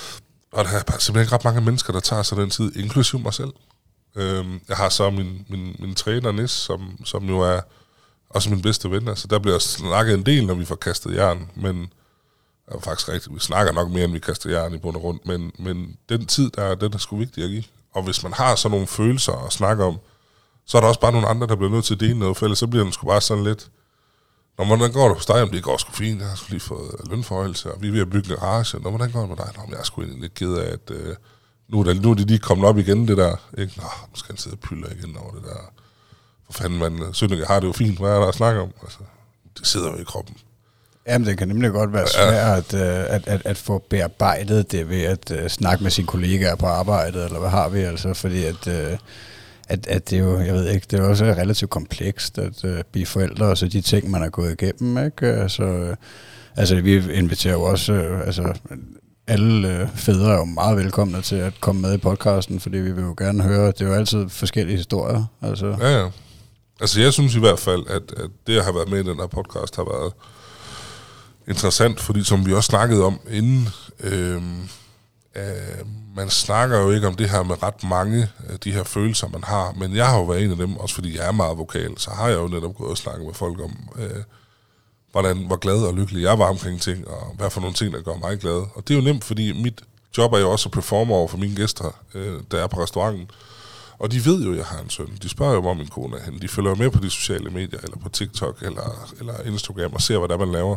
Og der er simpelthen ikke ret mange mennesker, der tager sig den tid, inklusive mig selv. Øhm, jeg har så min, min, min træner, Nis, som, som jo er også min bedste ven. Altså der bliver snakket en del, når vi får kastet jern, men det er faktisk rigtigt. Vi snakker nok mere, end vi kaster jern i bund og rundt, men, men den tid, der er, den er sgu vigtig at give. Og hvis man har sådan nogle følelser at snakke om, så er der også bare nogle andre, der bliver nødt til at dele noget, for ellers så bliver den sgu bare sådan lidt... Når hvordan går det hos dig? Om det går sgu fint, jeg har sgu lige fået lønforhøjelse, og vi er ved at bygge en garage. Når hvordan går det med dig? Nå, jeg er sgu egentlig lidt ked af, at øh, nu, er der, nu er de lige kommet op igen, det der. Ikke? Nå, nu skal han sidde og pylle igen over det der. For fanden, man, Sønneke har det jo fint, hvad er der at snakke om? Altså, det sidder jo i kroppen. Jamen, det kan nemlig godt være svært at, at, at, at få bearbejdet det ved at uh, snakke med sine kollegaer på arbejdet, eller hvad har vi altså, fordi at, uh, at, at det er jo, jeg ved ikke, det er også relativt komplekst at uh, blive forældre, og så de ting, man har gået igennem, ikke? Altså, uh, altså vi inviterer jo også, uh, altså alle uh, fædre er jo meget velkomne til at komme med i podcasten, fordi vi vil jo gerne høre, det er jo altid forskellige historier. Altså. Ja, ja. Altså jeg synes i hvert fald, at, at det at have været med i den her podcast har været interessant, fordi som vi også snakkede om inden, øh, øh, man snakker jo ikke om det her med ret mange af de her følelser, man har, men jeg har jo været en af dem, også fordi jeg er meget vokal, så har jeg jo netop gået og snakket med folk om, øh, hvordan, hvor glad og lykkelig jeg var omkring ting, og hvad for nogle ting, der gør mig glad. Og det er jo nemt, fordi mit job er jo også at performe over for mine gæster, øh, der er på restauranten. Og de ved jo, at jeg har en søn. De spørger jo, hvor min kone er henne. De følger med på de sociale medier, eller på TikTok, eller, eller Instagram, og ser, hvad der man laver.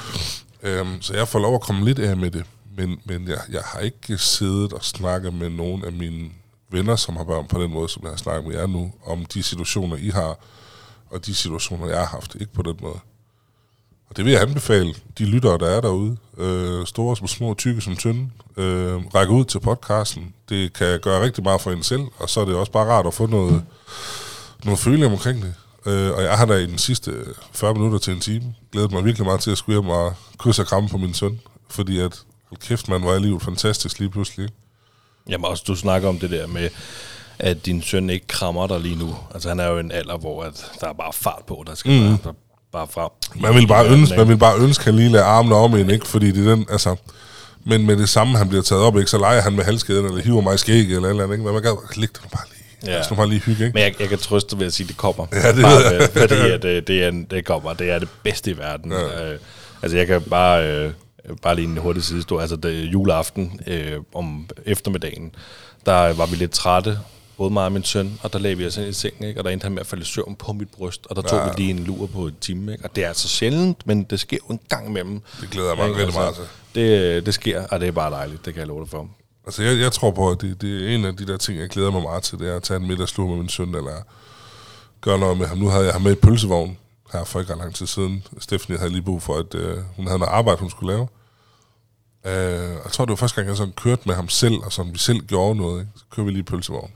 Øhm, så jeg får lov at komme lidt af med det. Men, men jeg, jeg har ikke siddet og snakket med nogen af mine venner, som har børn på den måde, som jeg har snakket med jer nu, om de situationer, I har, og de situationer, jeg har haft. Ikke på den måde. Og det vil jeg anbefale de lyttere, der er derude. Øh, store som små, tykke som tynde. Øh, række ud til podcasten. Det kan gøre rigtig meget for en selv, og så er det også bare rart at få noget, noget følelse omkring det. Øh, og jeg har da i den sidste fyrre minutter til en time glædet mig virkelig meget til at skulle hjem og kysse og kramme på min søn. Fordi at, hold kæft man, var jeg livet fantastisk lige pludselig. Jamen også, du snakker om det der med, at din søn ikke krammer dig lige nu. Altså han er jo i en alder, hvor at der er bare fart på, der skal mm. bare, bare fra. Man vil bare ønske, man vil bare ønske, at han lige lader armene om en, ikke? Fordi det er den, altså... Men med det samme, han bliver taget op, ikke, så leger han med halskæden, eller hiver mig i skæg, eller eller andet, ikke? Men man kan ligge det nu bare lige. Ja. Bare lige hygge, ikke? Men jeg, jeg kan trøste ved at sige, at det kommer. Ja, det bare, ved fordi at, det, det, er, det kommer. Det er det bedste i verden. Ja. Øh, altså, jeg kan bare... Øh, bare lige en hurtig sidehistorie. Altså, det juleaften øh, om eftermiddagen, der var vi lidt trætte, både mig og min søn, og der lagde vi os ind i sengen, ikke? Og der endte han med at falde i søvn på mit bryst, og der tog ja. vi lige en lur på et time, ikke? Og det er altså sjældent, men det sker jo en gang imellem. Det glæder jeg mig rigtig altså, meget til. Det, det sker, og det er bare dejligt, det kan jeg love dig for. Altså, jeg, jeg tror på, at det, det er en af de der ting, jeg glæder mig meget til, det er at tage en middagslur med min søn, eller gøre noget med ham. Nu havde jeg ham med i pølsevognen her for ikke ret lang tid siden. Stephanie havde lige brug for, at øh, hun havde noget arbejde, hun skulle lave. Uh, jeg tror, det var første gang, jeg sådan kørte med ham selv, og sådan vi selv gjorde noget, ikke? Så kørte vi lige pølsevogn.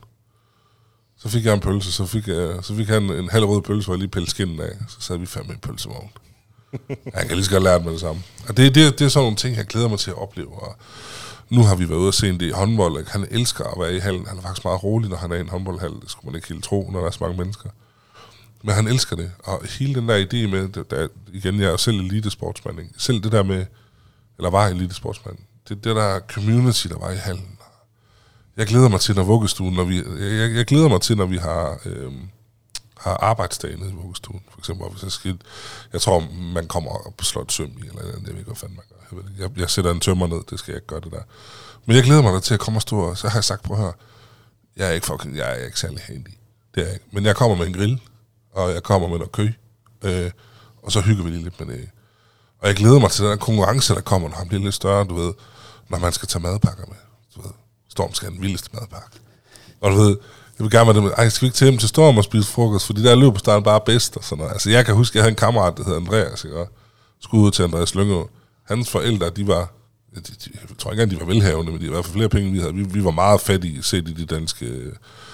Så fik jeg en pølse, så fik, jeg, så fik han en halv rød pølse, hvor jeg lige pælte skinnen af. Så sad vi fandme i pølsevogn. Han kan lige så godt lære det med det samme. Og det, det, det er sådan nogle ting, jeg glæder mig til at opleve. Og nu har vi været ude og se en del i håndbold. Ikke? Han elsker at være i hallen. Han er faktisk meget rolig, når han er i en håndboldhal. Det skulle man ikke helt tro, når der er så mange mennesker. Men han elsker det. Og hele den der idé med, der, der, igen, jeg er jo selv elitesportsmand. Ikke? Selv det der med, eller var elitesportsmand. Det er det der community, der var i hallen. Jeg glæder mig til, når vuggestuen, når vi, jeg, jeg glæder mig til, når vi har, øhm, har arbejdsdage nede i vuggestuen. For eksempel, hvis jeg skal, jeg tror, man kommer op og slår et søm i, eller andet, jeg ved ikke, hvad fanden man gør. Jeg, ved, jeg, jeg sætter en tømmer ned, det skal jeg ikke gøre det der. Men jeg glæder mig da til at komme og stå, og så har jeg sagt, prøv at høre, jeg er ikke fucking, jeg er ikke særlig handy. Det er jeg ikke. Men jeg kommer med en grill, og jeg kommer med noget kø, øh, og så hygger vi lige lidt med det. Og jeg glæder mig til den konkurrence, der kommer, når han bliver lidt større, du ved, når man skal tage madpakker med. Du ved, Storm skal have den vildeste madpakke. Og du ved, jeg vil gerne være det med, ej, skal vi ikke til hjem til Storm og spise frokost, fordi der løber starten bare bedst og sådan noget. Altså, jeg kan huske, jeg havde en kammerat, der hed Andreas, ikke? Og skulle ud til Andreas Lyngå. Hans forældre, de var, de, de, jeg tror ikke engang, de var velhavende, men de var i hvert fald flere penge, vi havde. Vi, vi var meget fattige, set i de danske.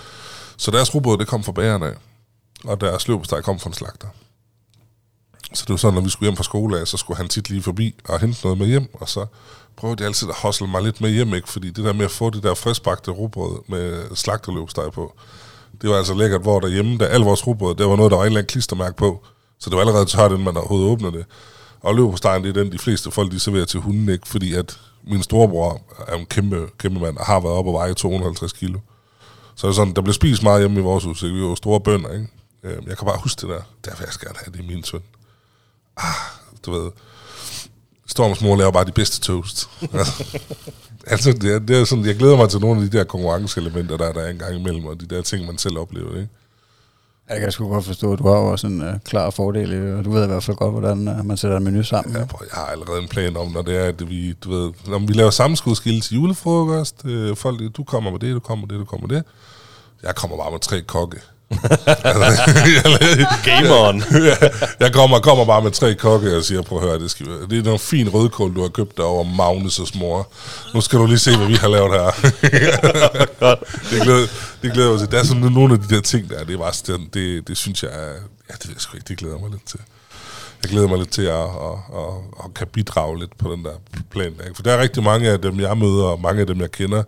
Så deres rugbrød, det kom fra bagerne af, og deres løbesteg kom fra en slagter. Så det var sådan, når vi skulle hjem fra skole af, så skulle han tit lige forbi og hente noget med hjem, og så prøvede jeg altid at hustle mig lidt med hjem, ikke? Fordi det der med at få det der friskbagte rugbrød med slagterløbsteg på, det var altså lækkert, hvor derhjemme, der al vores rugbrød, der var noget, der var en eller anden klistermærke på, så det var allerede tørt, inden man overhovedet åbnede det. Og løbstegen, det er den, de fleste folk, de serverer til hunden, ikke? Fordi at min storebror er en kæmpe, kæmpe mand, og har været oppe og veje to hundrede og halvtreds kilo. Så det er sådan, der blev spist meget hjemme i vores hus, ikke? Vi var store bønder, ikke? Jeg kan bare huske det der, derfor jeg skal gerne have det i min søn. Ah, du ved, Storms mor laver bare de bedste toast. Altså, det er, det er sådan, jeg glæder mig til nogle af de der konkurrenceelementer, der, der er en gang imellem, og de der ting, man selv oplever, ikke? Jeg kan sgu godt forstå, at du har også en uh, klar fordel, og du ved i hvert fald godt, hvordan uh, man sætter en menu sammen. Ja, prøv, jeg har allerede en plan om, når det er, at vi, du ved, når vi laver sammenskudskilde til julefrokost, øh, folk, du kommer med det, du kommer med det, du kommer med det. Jeg kommer bare med tre kokke, Gameren. jeg, jeg kommer, kommer bare med tre kokke og siger, prøv at høre, det, skal, det er noget fin rødkål, du har købt derovre Magnus' mor. Nu skal du lige se, hvad vi har lavet her. det, glæder, det glæder mig til. Der er sådan nogle af de der ting der, det er bare det, det, det synes jeg, ja, det ved jeg sgu ikke, det glæder mig lidt til. Jeg glæder mig lidt til at, at, at, at, at kan bidrage lidt på den der plan. Der. For der er rigtig mange af dem, jeg møder, og mange af dem, jeg kender,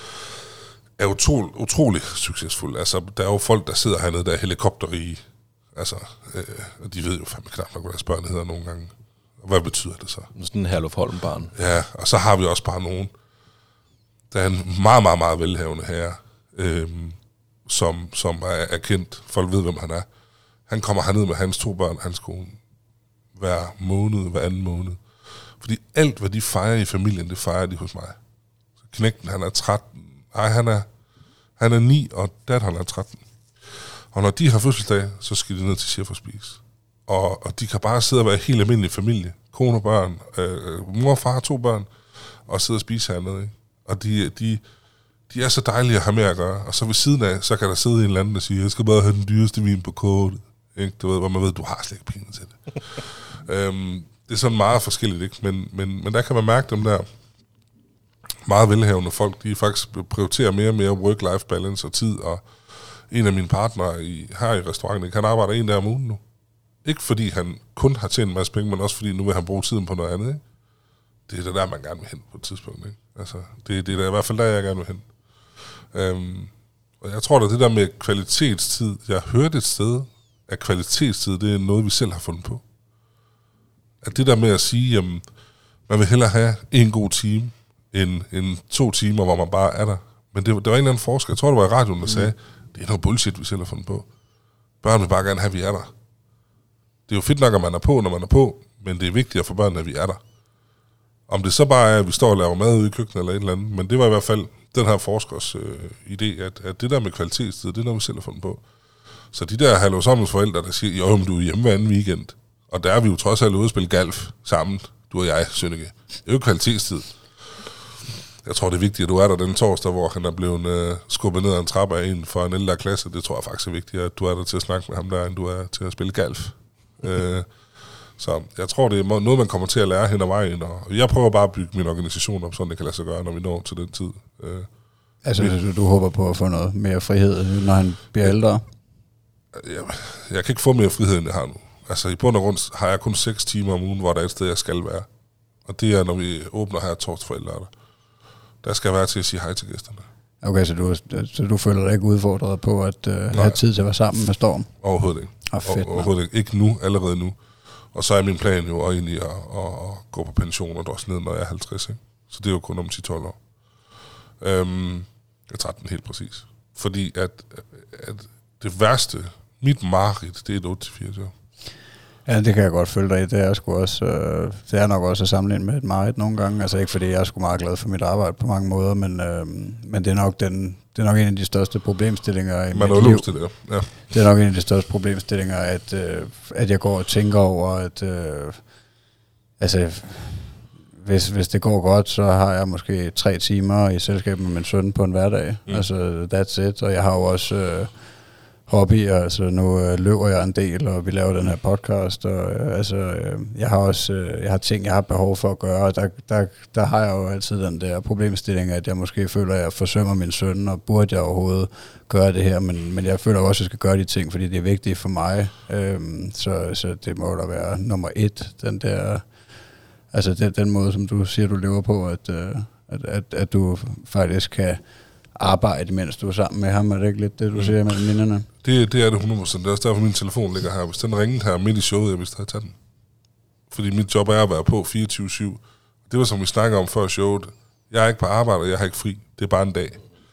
er utrolig, utrolig succesfulde. Altså, der er jo folk, der sidder hernede, der er helikopterrige. Altså, øh, og de ved jo fandme knap nok, hvad deres børn hedder nogle gange. Og hvad betyder det så? Sådan en Herluf Holm-barn. Ja, og så har vi også bare nogen, der er en meget, meget, meget velhavende herre, øh, som, som er, er kendt. Folk ved, hvem han er. Han kommer herned med hans to børn, hans kone, hver måned, hver anden måned. Fordi alt, hvad de fejrer i familien, det fejrer de hos mig. Så knægten, han er tretten. Nej, han er, han er ni, og datteren er tretten. Og når de har fødselsdag, så skal de ned til chef og spise. Og, og de kan bare sidde og være helt almindelig familie. Kone og børn, øh, mor og far to børn, og sidde og spise hernede. Ikke? Og de, de, de er så dejlige at have med at gøre. Og så ved siden af, så kan der sidde en eller anden, der siger, jeg skal bare have den dyreste vin på kortet. Ikke? Du ved, hvor man ved, du har slet ikke penge til det. øhm, det er sådan meget forskelligt, ikke? Men, men, men der kan man mærke dem der meget velhavende folk, de faktisk prioriterer mere og mere work-life balance og tid, og en af mine partnere i, her i restauranten, han arbejder en dag om ugen nu. Ikke fordi han kun har tjent en masse penge, men også fordi nu vil han bruge tiden på noget andet, ikke? Det er det der, man gerne vil hen på et tidspunkt, ikke? Altså, det, det er der, i hvert fald der, jeg gerne vil hen. Øhm, og jeg tror, at det der med kvalitetstid, jeg hørte et sted, at kvalitetstid, det er noget, vi selv har fundet på. At det der med at sige, jamen, man vil hellere have en god time, end, end to timer, hvor man bare er der. Men det, det var en eller anden forsker, jeg tror, det var i radioen, der mm. sagde, det er noget bullshit, vi selv har fundet på. Børn vil bare gerne have, at vi er der. Det er jo fedt nok, at man er på, når man er på, men det er vigtigere for børnene, at vi er der. Om det så bare er, at vi står og laver mad ude i køkkenet eller et eller andet, men det var i hvert fald den her forskers øh, idé, at, at det der med kvalitetstid, det er noget, vi selv har fundet på. Så de der halvårsammens forældre, der siger, jo, men du er hjemme hver anden weekend, og der er vi jo trods alt ude at spille golf sammen, du og jeg, Sønneke. Det er jo kvalitetstid. Jeg tror, det er vigtigt, at du er der den torsdag, hvor han er blevet øh, skubbet ned ad en trappe af en for en ældre klasse. Det tror jeg faktisk er vigtigt, at du er der til at snakke med ham der, end du er til at spille golf. øh, så jeg tror, det er noget, man kommer til at lære hen ad vejen. Og jeg prøver bare at bygge min organisation op, sådan det kan lade sig gøre, når vi når til den tid. Øh, altså, du, du håber på at få noget mere frihed, når han bliver ældre? Jeg, jeg kan ikke få mere frihed, end jeg har nu. Altså, i bund og grund har jeg kun seks timer om ugen, hvor der er et sted, jeg skal være. Og det er, når vi åbner her torsdag for lørdag. Der skal jeg være til at sige hej til gæsterne. Okay, så du, så du føler dig ikke udfordret på at uh, have tid til at være sammen med Storm? Overhovedet ikke. Ah, fedt, overhovedet ikke. Ikke nu, allerede nu. Og så er min plan jo egentlig at, at, at gå på pension og drosle ned, når jeg er halvtreds. Ikke? Så det er jo kun om ti til tolv år. Øhm, jeg tager den helt præcis. Fordi at, at det værste, mit mareridt, det er et otte til fire job. Ja, det kan jeg godt følge dig i. Det er, sgu også, øh, det er nok også at sammenligne med et mareridt nogle gange. Altså ikke fordi jeg er sgu meget glad for mit arbejde på mange måder, men, øh, men det, er nok den, det er nok en af de største problemstillinger i Man mit liv. Til det, ja. Det er nok en af de største problemstillinger, at, øh, at jeg går og tænker over, at øh, altså, hvis, hvis det går godt, så har jeg måske tre timer i selskab med min søn på en hverdag. Mm. Altså, that's it. Og jeg har jo også Øh, hobbyer, altså nu øh, løber jeg en del, og vi laver den her podcast, og øh, altså, øh, jeg har også øh, jeg har ting, jeg har behov for at gøre, og der, der, der har jeg jo altid den der problemstilling, at jeg måske føler, at jeg forsømmer min søn, og burde jeg overhovedet gøre det her, men, men jeg føler også, at jeg skal gøre de ting, fordi det er vigtigt for mig, øhm, så, så det må da være nummer et, den der, altså den, den måde, som du siger, du lever på, at, øh, at, at, at du faktisk kan arbejde, mens du er sammen med ham. Er det ikke lidt det, du mm. siger med minderne? Det, det er det hundrede procent. Det er også derfor, min telefon ligger her. Hvis den ringede her midt i showet, jeg vidste, at jeg tage den. Fordi mit job er at være på fireogtyve syv. Det var, som vi snakker om før showet. Jeg er ikke på arbejde, og jeg har ikke fri. Det er bare en dag.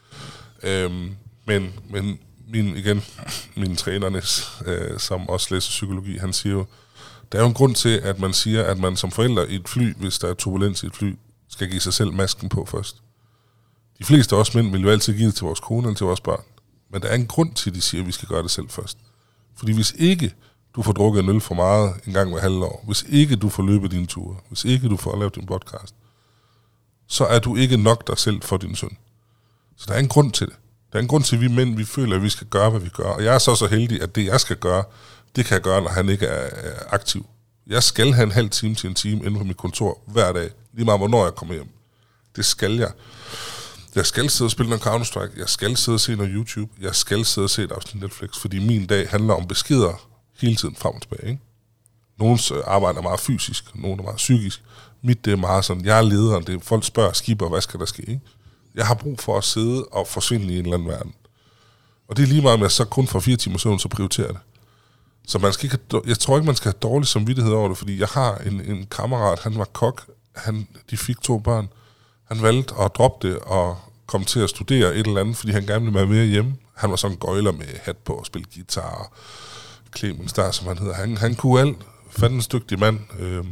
Øhm, men, men min, igen, min træner, øh, som også læser psykologi, han siger jo, der er jo en grund til, at man siger, at man som forælder i et fly, hvis der er turbulens i et fly, skal give sig selv masken på først. De fleste af os mænd vil jo altid give det til vores kone eller til vores børn. Men der er en grund til, at de siger, at vi skal gøre det selv først. Fordi hvis ikke du får drukket en øl for meget en gang hver halve år, hvis ikke du får løbet dine ture, hvis ikke du får lavet din podcast, så er du ikke nok dig selv for din søn. Så der er en grund til det. Der er en grund til, at vi mænd, vi føler, at vi skal gøre, hvad vi gør. Og jeg er så så heldig, at det, jeg skal gøre, det kan jeg gøre, når han ikke er, er aktiv. Jeg skal have en halv time til en time inde på mit kontor hver dag. Lige meget, hvornår jeg kommer hjem. Det skal jeg. Jeg skal sidde og spille noget Counter-Strike. Jeg skal sidde og se noget YouTube. Jeg skal sidde og se et afsnit Netflix. Fordi min dag handler om beskeder hele tiden frem og tilbage. Ikke? Nogens arbejde er meget fysisk. Nogen er meget psykisk. Mit, det er meget sådan, jeg er lederen. Det er, folk spørger skipper, hvad skal der ske? Ikke? Jeg har brug for at sidde og forsvinde i en eller anden verden. Og det er lige meget, om jeg så kun får fire timer søvn, så prioriterer det. Så man skal ikke have, jeg tror ikke, man skal have dårlig samvittighed over det, fordi jeg har en, en kammerat, han var kok, han, de fik to børn. Han valgte at droppe det og komme til at studere et eller andet, fordi han gerne ville være mere hjemme. Han var sådan en gøjler med hat på og spille guitar og Clemens der, som han hedder. Han, han kunne alt. Fandens dygtig mand. Øh,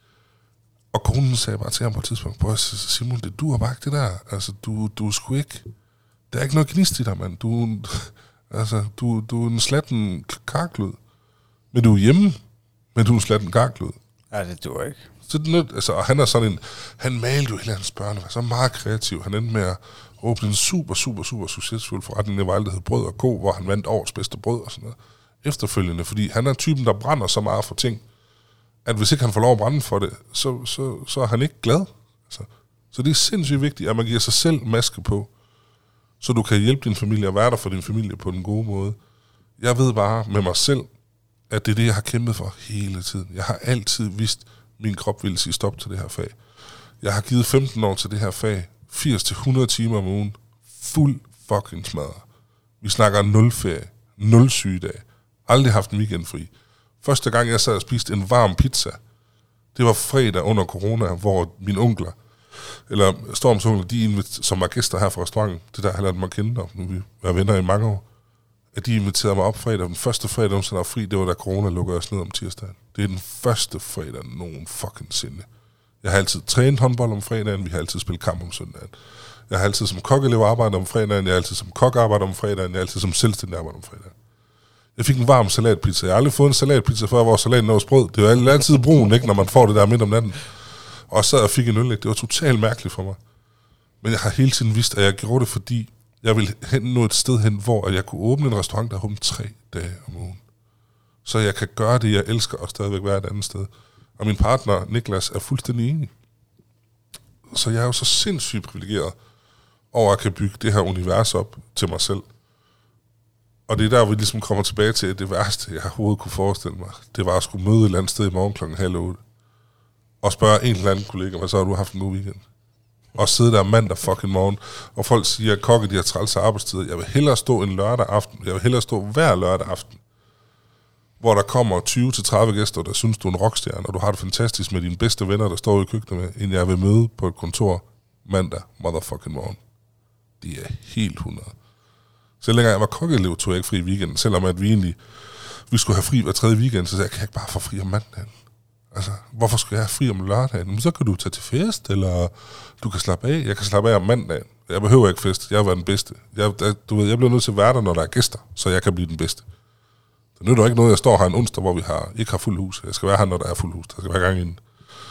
og konen sagde bare til ham på et tidspunkt, prøv Simon, det du har bare det der. Altså, du, du er sgu ikke... Der er ikke noget gnist i dig, mand. Du, altså, du, du er en slatten karklud. Men du er hjemme, men du er en slatten karklud. Ja, det duer ikke. Så det nød, altså, og han er sådan en... Han malede jo hele hans børn, var så meget kreativ. Han endte med at åbne en super, super, super succesfuld forretning i Vejle, der hed Brød og Ko, hvor han vandt årets bedste brød og sådan noget. Efterfølgende, fordi han er typen, der brænder så meget for ting, at hvis ikke han får lov at brænde for det, så, så, så er han ikke glad. Altså, så det er sindssygt vigtigt, at man giver sig selv maske på, så du kan hjælpe din familie og være der for din familie på den gode måde. Jeg ved bare med mig selv, at det er det, jeg har kæmpet for hele tiden. Jeg har altid vidst, at min krop ville sige stop til det her fag. Jeg har givet femten år til det her fag, firs til hundrede timer om ugen, fuld fucking smadret. Vi snakker nul ferie, nul sygedage, aldrig haft en weekend fri. Første gang, jeg sad og spiste en varm pizza, det var fredag under corona, hvor mine onkler, eller Storms onkler, de invit- som var gæster her fra restauranten, det der har lært mig at kende, og nu vi er venner i mange år, at de inviterede mig op fredag. Den første fredag, hun var fri, det var da corona lukkede os ned om tirsdagen. Det er den første fredag, nogen fucking sinde. Jeg har altid trænet håndbold om fredagen, vi har altid spillet kamp om søndagen. Jeg har altid som kokelever arbejdet om fredagen, jeg har altid som kok arbejdet om fredagen, jeg har altid som selvstændig arbejdet om fredagen. Jeg fik en varm salatpizza. Jeg har aldrig fået en salatpizza før, hvor salaten var sprød. Det var altid brun, ikke, når man får det der midt om natten. Og så fik en øl, ikke? Det var totalt mærkeligt for mig. Men jeg har hele tiden vidst, at jeg gjorde det, fordi jeg ville hen nå et sted hen, hvor jeg kunne åbne en restaurant, der er åbent tre dage om ugen. Så jeg kan gøre det, jeg elsker, og stadigvæk være et andet sted. Og min partner, Niklas, er fuldstændig enig. Så jeg er jo så sindssygt privilegeret over at kan bygge det her univers op til mig selv. Og det er der, vi ligesom kommer tilbage til, at det værste, jeg overhovedet kunne forestille mig, det var at skulle møde et eller andet sted i morgen klokken halv otte. Og spørge en eller anden kollega, hvad så har du haft en god weekend? Og sidde der mandag fucking morgen, og folk siger, at kokke, de har trælse arbejdstider. Jeg vil hellere stå en lørdag aften, jeg vil hellere stå hver lørdag aften, hvor der kommer tyve til tredive gæster, der synes, du er en rockstjerne, og du har det fantastisk med dine bedste venner, der står i køkkenet med, end jeg vil møde på et kontor mandag motherfucking morgen. Det er helt hundrede. Så længere jeg var kokkeelev, tog jeg ikke fri i weekenden, selvom at vi egentlig vi skulle have fri hver tredje weekend, så sagde jeg, kan jeg ikke bare få fri om mandagen? Altså, hvorfor skulle jeg have fri om lørdagen? Men så kan du tage til fest, eller du kan slappe af. Jeg kan slappe af om mandagen. Jeg behøver ikke fest. Jeg vil være den bedste. Jeg, du ved, jeg bliver nødt til at være der, når der er gæster, så jeg kan blive den bedste. Det nytter ikke noget, jeg står her en onsdag, hvor vi har, ikke har fuld hus. Jeg skal være her, når der er fuld hus. Der skal være gang inden.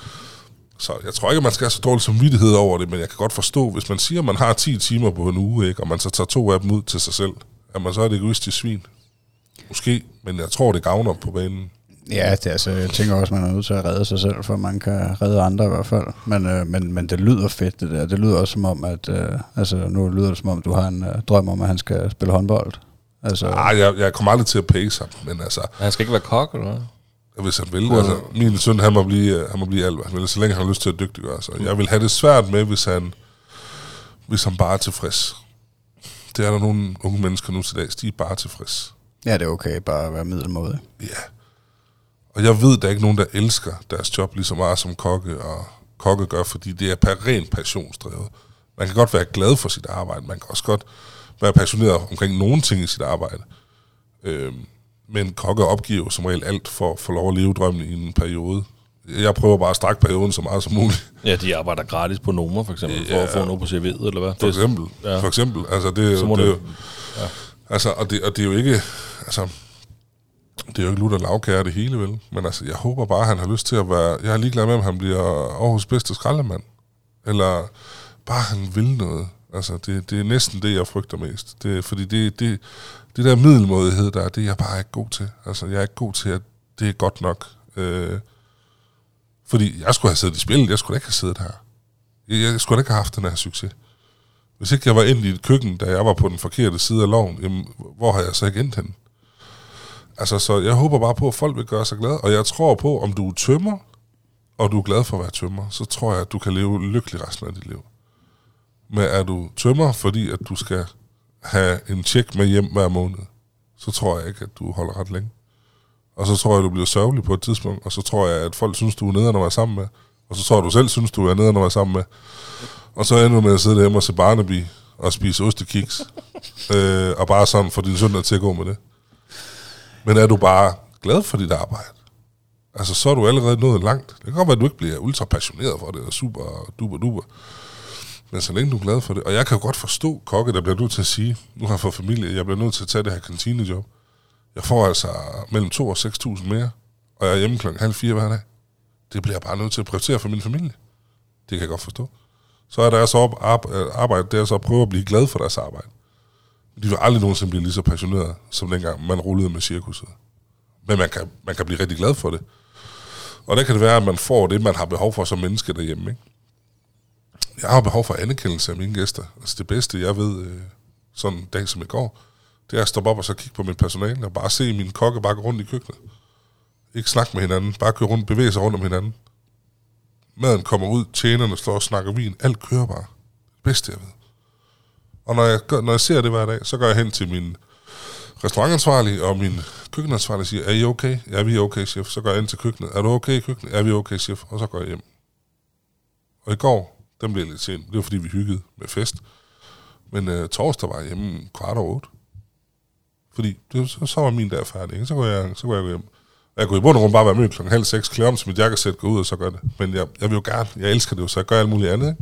Så jeg tror ikke, at man skal have så dårlig samvittighed over det, men jeg kan godt forstå, hvis man siger, at man har ti timer på en uge, ikke, og man så tager to af dem ud til sig selv, at man så er det egoistisk svin. Måske, men jeg tror, det gavner på banen. Ja, det, altså, jeg tænker også, at man er nødt til at redde sig selv, for man kan redde andre i hvert fald. Men, øh, men, men det lyder fedt, det der. Det lyder også som om, at øh, altså, nu lyder det som om, du har en øh, drøm om, at han skal spille håndbold. Altså, ah, jeg, jeg kommer aldrig til at pace ham, men altså... Han skal ikke være kok, eller hvad? Hvis han vil. Altså, min søn, han må blive, han må blive alt, han vil, så længe han har lyst til at dygtiggøre sig. Jeg vil have det svært med, hvis han, hvis han bare er tilfreds. Det er der nogle unge mennesker nu til dags, de er bare tilfreds. Ja, det er okay bare at være middelmåde. Ja. Og jeg ved, der er ikke nogen, der elsker deres job lige så meget som kokke, og kokke gør, fordi det er per rent passionsdrevet. Man kan godt være glad for sit arbejde, man kan også godt være passioneret omkring nogle ting i sit arbejde. Øhm, men kokke opgiver som regel alt for at få lov at leve drømmen i en periode. Jeg prøver bare at strække perioden så meget som muligt. Ja, de arbejder gratis på Noma, for eksempel, for ja, at få noget på C V'et, eller hvad? For eksempel. Ja. For eksempel. Altså, det, så må det, det, det ja. Altså, og det, og det er jo ikke... Altså, det er jo ikke lutter lavkære det hele, vel? Men altså, jeg håber bare, at han har lyst til at være... Jeg er ligeglad med, om han bliver Aarhus bedste skraldemand. Eller bare, han vil noget. Altså, det, det er næsten det, jeg frygter mest. Det, fordi det, det, det der middelmådighed, der er, det er jeg bare ikke god til. Altså, jeg er ikke god til, at det er godt nok. Øh, fordi jeg skulle have siddet i spillet, jeg skulle da ikke have siddet her. Jeg, jeg skulle da ikke have haft den her succes. Hvis ikke jeg var endt i et køkken, da jeg var på den forkerte side af loven, jamen, hvor har jeg så ikke endt hen? Altså, så jeg håber bare på, at folk vil gøre sig glade. Og jeg tror på, om du er tømmer, og du er glad for at være tømmer, så tror jeg, at du kan leve lykkelig resten af dit liv. Men er du tømmer, fordi at du skal have en tjek med hjem hver måned, så tror jeg ikke, at du holder ret længe. Og så tror jeg, at du bliver sørgelig på et tidspunkt, og så tror jeg, at folk synes, du er nederen at være sammen med, og så tror jeg, du selv synes, du er nederen at være sammen med. Og så ender du med at sidde derhjemme og se Barnaby og spise ostekiks, øh, og bare sådan få din søndag til at gå med det. Men er du bare glad for dit arbejde, altså så er du allerede nået langt. Det kan godt være, at du ikke bliver ultra passioneret for det, og super duper duper. Men så længe du er glad for det. Og jeg kan jo godt forstå kokke, der bliver nødt til at sige, nu har jeg fået familie, jeg bliver nødt til at tage det her kantinejob. Jeg får altså mellem to og seks tusind mere, og jeg er hjemme klokken halv fire hver dag. Det bliver jeg bare nødt til at prioritere for min familie. Det kan jeg godt forstå. Så er der så op, arbejde, det er så at prøve at blive glad for deres arbejde. De vil aldrig nogensinde blive lige så passioneret, som dengang man rullede med cirkuset. Men man kan, man kan blive rigtig glad for det. Og der kan det være, at man får det, man har behov for som menneske derhjemme, ikke? Jeg har behov for anerkendelse af mine gæster. Altså det bedste, jeg ved, sådan en dag som i går, det er at stoppe op og så kigge på mit personale, og bare se min kokke bare gå rundt i køkkenet. Ikke snakke med hinanden, bare køre rundt, bevæge sig rundt om hinanden. Maden kommer ud, tjenerne står og snakker vin, alt kører bare. Det bedste, jeg ved. Og når jeg, gør, når jeg ser det hver dag, så går jeg hen til min restaurantansvarlige og min køkkenansvarlige og siger, er I okay? Ja, vi er okay, chef. Så går jeg ind til køkkenet. Er du okay i køkkenet? Ja, vi er okay, chef. Og så går jeg hjem. Og i går, den blev lidt sent. Det var fordi, vi hyggede med fest. Men øh, torsdag var jeg hjemme kvart over otte. Fordi det, så, så var min dag færdig. Ikke? Så går jeg, så går jeg hjem. Og jeg kunne i bund og grund bare være med klokken halv seks, klæde om til mit jakkesæt, gå ud og så gør det. Men jeg, jeg vil jo gerne, jeg elsker det jo, så jeg gør alt muligt andet. Ikke?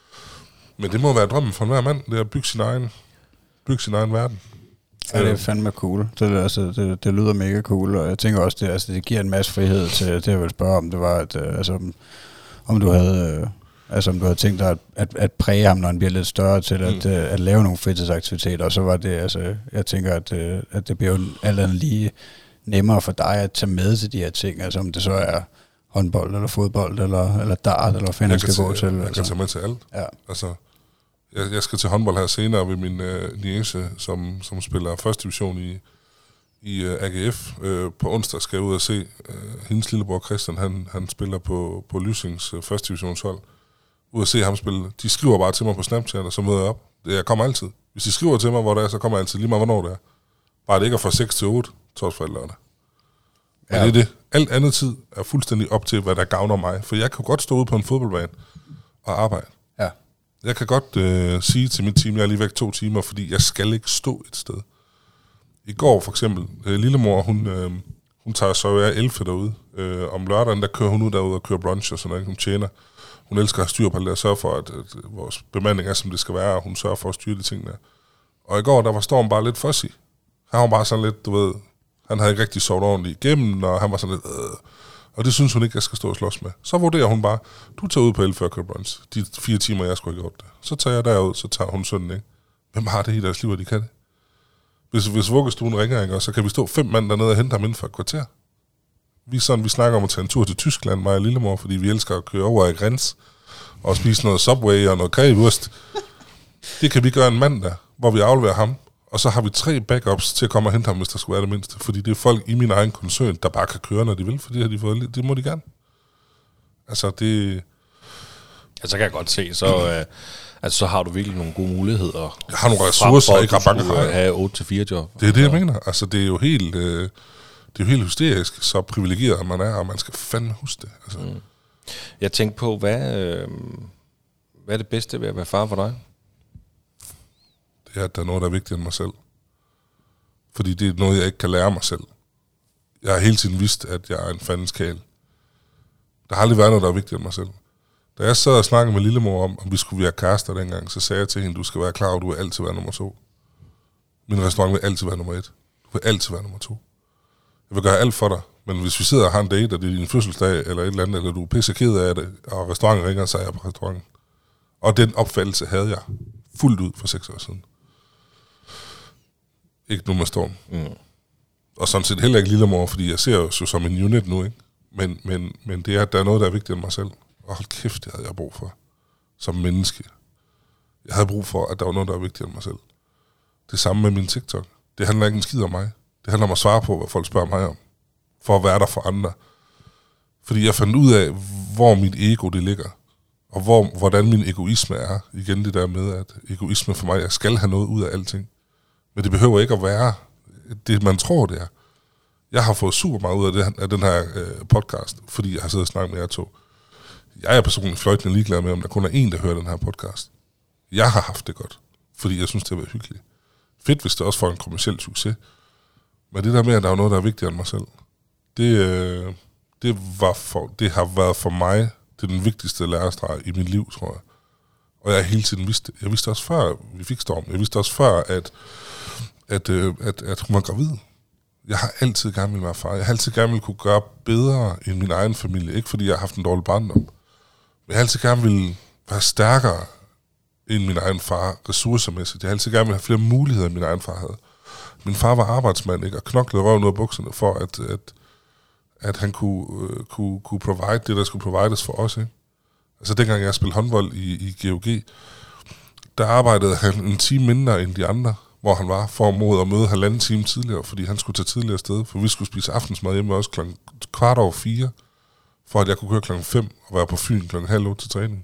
Men det må være drømmen for enhver mand, det er at bygge sin egen, bygge sin egen verden. Ja, det er fandme cool. Det, altså, det, det lyder mega cool, og jeg tænker også, det, altså, det giver en masse frihed til det, jeg vil spørge om. Det var, at, altså, om, om du havde... Øh, Altså om du havde tænkt dig at, at, at præge ham, når han bliver lidt større til at, mm. at, at lave nogle fritidsaktiviteter, og så var det, altså, jeg tænker, at, at det bliver jo alt andet lige nemmere for dig at tage med til de her ting, altså om det så er håndbold, eller fodbold, eller, eller dart, eller hvad fanden skal gå til. Jeg altså. kan tage med til alt. Ja. Altså, jeg, jeg skal til håndbold her senere ved min øh, niece, som, som spiller første division i, i øh, A G F. Øh, på onsdag skal jeg ud og se øh, hendes lillebror Christian, han, han spiller på, på Lysings øh, første divisionshold. Ud at se ham spille. De skriver bare til mig på Snapchat, og så møder jeg op. Jeg kommer altid. Hvis de skriver til mig, hvor det er, så kommer jeg altid lige meget, hvornår det er. Bare det ikke er fra seks til otte, torsdag eller lørdag. Og ja. Det er det. Alt andet tid er fuldstændig op til, hvad der gavner mig. For jeg kan godt stå ude på en fodboldbane og arbejde. Ja. Jeg kan godt øh, sige til mit team, jeg er lige væk to timer, fordi jeg skal ikke stå et sted. I går for eksempel, øh, lillemor, hun, øh, hun tager så jo af Elfe derude. Øh, om lørdagen, der kører hun ud derude og kører brunch og sådan noget. Hun tjener. Hun elsker at have styr på det, og sørge for, at, at vores bemanding er, som det skal være, og hun sørger for at styre de ting der. Og i går, der var Storm bare lidt fussy. Han var bare sådan lidt, du ved, han havde ikke rigtig sovet ordentligt igennem, og han var sådan lidt, øh, og det synes hun ikke, jeg skal stå og slås med. Så vurderer hun bare, du tager ud på Elfe og kører brunch. De fire timer, jeg skulle have gjort det. Så tager jeg derud, så tager hun sønnen, ikke? Hvem har det i deres liv, at de kan det? Hvis, hvis vuggestuen ringer, ikke, så kan vi stå fem mand dernede og hente ham inden for et kvarter. Vi, sådan, vi snakker om at tage en tur til Tyskland, mig og lillemor, fordi vi elsker at køre over i Grens og spise noget Subway og noget krævurst. Det kan vi gøre en mandag, hvor vi afleverer ham, og så har vi tre backups til at komme og hente ham, hvis der skulle være det mindste. Fordi det er folk i min egen koncern, der bare kan køre, når de vil, fordi de fået, det må de gerne. Altså, det... Ja, så kan jeg godt se, så, øh, altså, så har du virkelig nogle gode muligheder. Jeg har nogle ressourcer, jeg ikke har bange for at have otte til fire job. Det er det, jeg mener. Altså, det er jo helt... Øh, Det er jo helt hysterisk, så privilegeret man er, og man skal fandme huske det. Altså. Mm. Jeg tænkte på, hvad, øh, hvad er det bedste ved at være far for dig? Det er, at der er noget, der er vigtigere end mig selv. Fordi det er noget, jeg ikke kan lære mig selv. Jeg har hele tiden vidst, at jeg er en fandens kæl. Der har aldrig været noget, der er vigtigere end mig selv. Da jeg sad og snakkede med lillemor om, om vi skulle være kærester dengang, så sagde jeg til hende, du skal være klar over, at du vil altid være nummer to. Min restaurant vil altid være nummer et. Du vil altid være nummer to. Jeg vil gøre alt for dig, men hvis vi sidder og har en date, og det er din fødselsdag, eller et eller andet, eller du er pisse ked af det, og restauranten ringer, så er jeg på restauranten. Og den opfattelse havde jeg fuldt ud for seks år siden. Ikke nu med Storm. Mm. Og sådan set heller ikke Lillemor, fordi jeg ser jo som en unit nu, ikke? Men, men, men det er, at der er noget, der er vigtigere end mig selv. Og hold kæft, det havde jeg brug for. Som menneske. Jeg havde brug for, at der var noget, der var vigtigere end mig selv. Det samme med min TikTok. Det handler ikke en skid om mig. Det handler om at svare på, hvad folk spørger mig om. For at være der for andre. Fordi jeg fandt ud af, hvor mit ego det ligger. Og hvor, hvordan min egoisme er. Igen det der med, at egoisme for mig, jeg skal have noget ud af alting. Men det behøver ikke at være det, man tror, det er. Jeg har fået super meget ud af, det, af den her øh, podcast, fordi jeg har siddet og snakket med jer to. Jeg er personligt fløjtende ligeglad med, om der kun er en, der hører den her podcast. Jeg har haft det godt, fordi jeg synes, det har været hyggeligt. Fedt, hvis det også får en kommerciel succes. Men det der med, at der er noget, der er vigtigere end mig selv, det, øh, det, var for, det har været for mig det den vigtigste lærestreg i mit liv, tror jeg. Og jeg hele tiden vidste Jeg vidste også før, vi fik Storm. Jeg vidste også før, at, at, øh, at, at hun var gravid. Jeg har altid gerne vil være far. Jeg har altid gerne vil kunne gøre bedre end min egen familie. Ikke fordi jeg har haft en dårlig barndom. Men jeg har altid gerne vil være stærkere end min egen far, ressourcemæssigt. Jeg har altid gerne vil have flere muligheder, end min egen far havde. Min far var arbejdsmand, ikke? Og knoklede røven ud af bukserne for, at, at, at han kunne, uh, kunne, kunne provide det, der skulle provides for os. Ikke? Altså dengang jeg spillede håndbold i, i G O G, der arbejdede han en time mindre end de andre, hvor han var, for mod at møde halvanden time tidligere, fordi han skulle tage tidligere sted, for vi skulle spise aftensmad hjemme også klokken kvart over fire, for at jeg kunne køre klokken fem og være på Fyn klokken halv otte til træning.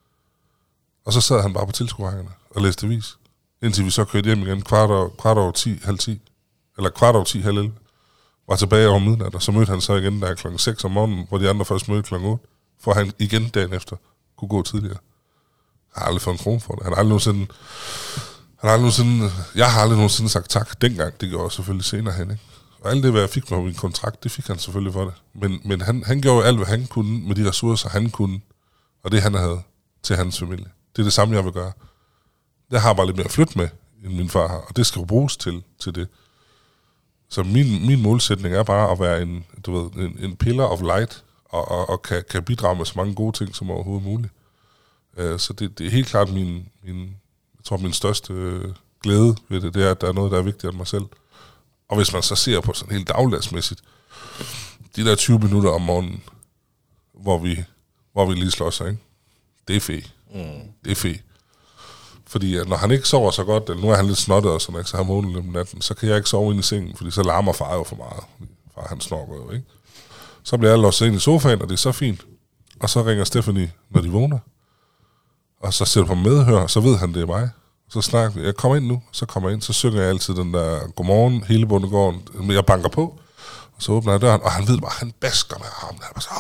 Og så sad han bare på tilskuerrækkerne og læste avis, indtil vi så kørte hjem igen kvart over, kvart over ti, halv ti, eller kvart over ti, halv elleve, var tilbage over midnat, og så mødte han så igen der klokken seks om morgenen, hvor de andre først mødte klokken otte, for at han igen dagen efter kunne gå tidligere. Jeg har aldrig fået en krone for det. Han har aldrig nogensinde... Han har aldrig nogensinde... Jeg har aldrig nogensinde sagt tak dengang. Det gjorde jeg selvfølgelig senere hen, ikke? Og alt det, hvad jeg fik med min kontrakt, det fik han selvfølgelig for det. Men, men han, han gjorde alt, hvad han kunne med de ressourcer, han kunne, og det, han havde til hans familie. Det er det samme, jeg vil gøre. Jeg har bare lidt mere at flytte med, end min far har, og det skal jo bruges til, til det. Så min, min målsætning er bare at være en, du ved, en, en pillar of light, og, og, og kan, kan bidrage med så mange gode ting som overhovedet muligt. Uh, så det, det er helt klart min, min, jeg tror, min største øh, glæde ved det, det er, at der er noget, der er vigtigere end mig selv. Og hvis man så ser på sådan helt dagligdagsmæssigt, de der tyve minutter om morgenen, hvor vi, hvor vi lige slås, ikke? Det er fedt. Mm. Det er fedt. Fordi at når han ikke sover så godt, eller nu er han lidt snottet og sådan, ikke, så har han vågnet om natten, så kan jeg ikke sove ind i sengen, fordi så larmer far jo for meget. Far, han snorker jo, ikke? Så bliver jeg låst ind i sofaen, og det er så fint. Og så ringer Stephanie, når de vågner. Og så sætter på medhør, så ved han, det er mig. Så snakker vi, jeg kommer ind nu, så kommer jeg ind, så synger jeg altid den der, godmorgen, hele bondegården, men jeg banker på, og så åbner jeg døren, og han ved bare, han basker med armen, han så,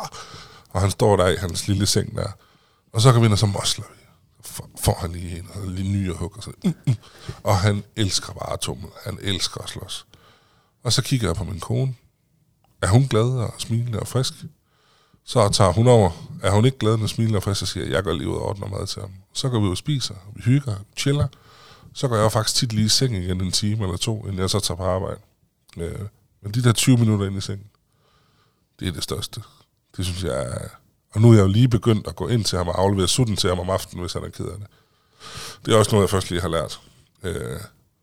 og han står der i hans lille seng der, og så går vi ind, og så mosler vi. Får han lige en, og lige ny og hug, og så, mm, mm. og han elsker bare tummel, han elsker at slås. Og så kigger jeg på min kone, er hun glad og smilende og frisk? Så tager hun over. Er hun ikke glad, og smilende og frisk, så siger jeg, jeg går lige ud og ordner mad til ham. Så går vi ud og spiser, vi hygger, chiller. Så går jeg faktisk tit lige i seng igen en time eller to, inden jeg så tager på arbejde. Øh, men de der tyve minutter ind i sengen, det er det største. Det synes jeg er... Og nu er jeg jo lige begyndt at gå ind til ham og aflevere sutten til ham om aftenen, hvis han er ked af det. Det er også noget, jeg først lige har lært. Øh,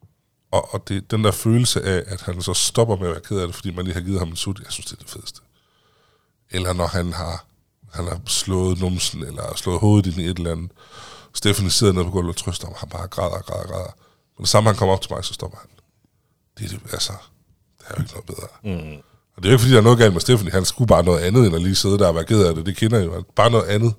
og og det, den der følelse af, at han så stopper med at være ked af det, fordi man lige har givet ham en sut, jeg synes, det er det fedeste. Eller når han har, han har slået numsen, eller slået hovedet ind i et eller andet. Stephanie sidder nede på gulvet og trøster ham, han bare græder, græder, græder. Men det samme, han kommer op til mig, så stopper han. Det er det, altså, det er jo ikke noget bedre. Mm. Og det er jo ikke, fordi der er noget galt med Stephanie. Han skulle bare noget andet, end at lige sidde der og være ked af det. Det kender jeg jo. Bare noget andet.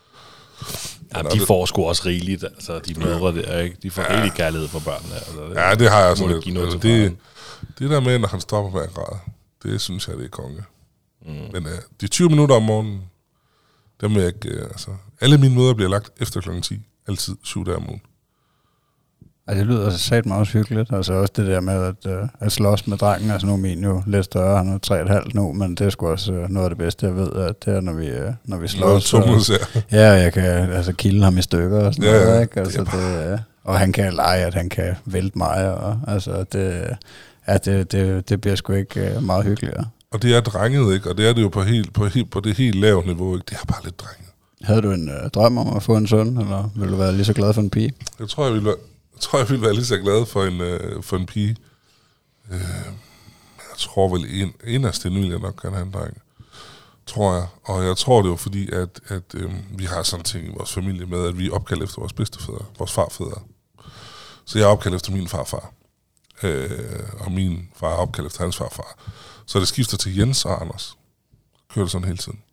Ja, de får sgu også rigeligt, altså de mødre der, ikke? De får ja. rigelig kærlighed for børnene. Altså, det, ja, det har jeg sådan lidt. Altså, det, det der med, når han stopper med at græde, det synes jeg, det er konge. Mm. Men uh, de tyve minutter om morgenen, dem vil jeg ikke, uh, altså, alle mine møder bliver lagt efter klokken ti, altid syv dage om ugen. Ja, det lyder sat mig også hyggeligt, altså også det der med at, uh, at slås med drengen, altså nu er min jo lidt større, han er tre og et halvt nu, men det er sgu også uh, noget af det bedste, jeg ved, at det er, når vi, uh, når vi slås. Så, ja, jeg kan altså kilde ham i stykker og sådan ja, noget, ikke? Altså, det, det, uh, og han kan lege, at han kan vælte mig, og altså det, ja, det, det, det bliver sgu ikke uh, meget hyggeligere. Og det er drenget, ikke? Og det er det jo på, helt, på, helt, på det helt lave niveau, ikke? Det er bare lidt drenget. Havde du en øh, drøm om at få en søn, eller ville du være lige så glad for en pige? Jeg tror, jeg ville være, jeg tror, jeg ville være lige så glad for en, øh, for en pige. Øh, jeg tror vel, en, inderst inden ville jeg nok gerne have en dreng. Tror jeg. Og jeg tror, det var fordi, at, at øh, vi har sådan ting i vores familie med, at vi er opkaldt efter vores bedstefædre, vores farfædre. Så jeg er opkaldt efter min farfar. Øh, og min far er opkaldt efter hans farfar. Så det skifter til Jens og Anders. Kører det sådan hele tiden.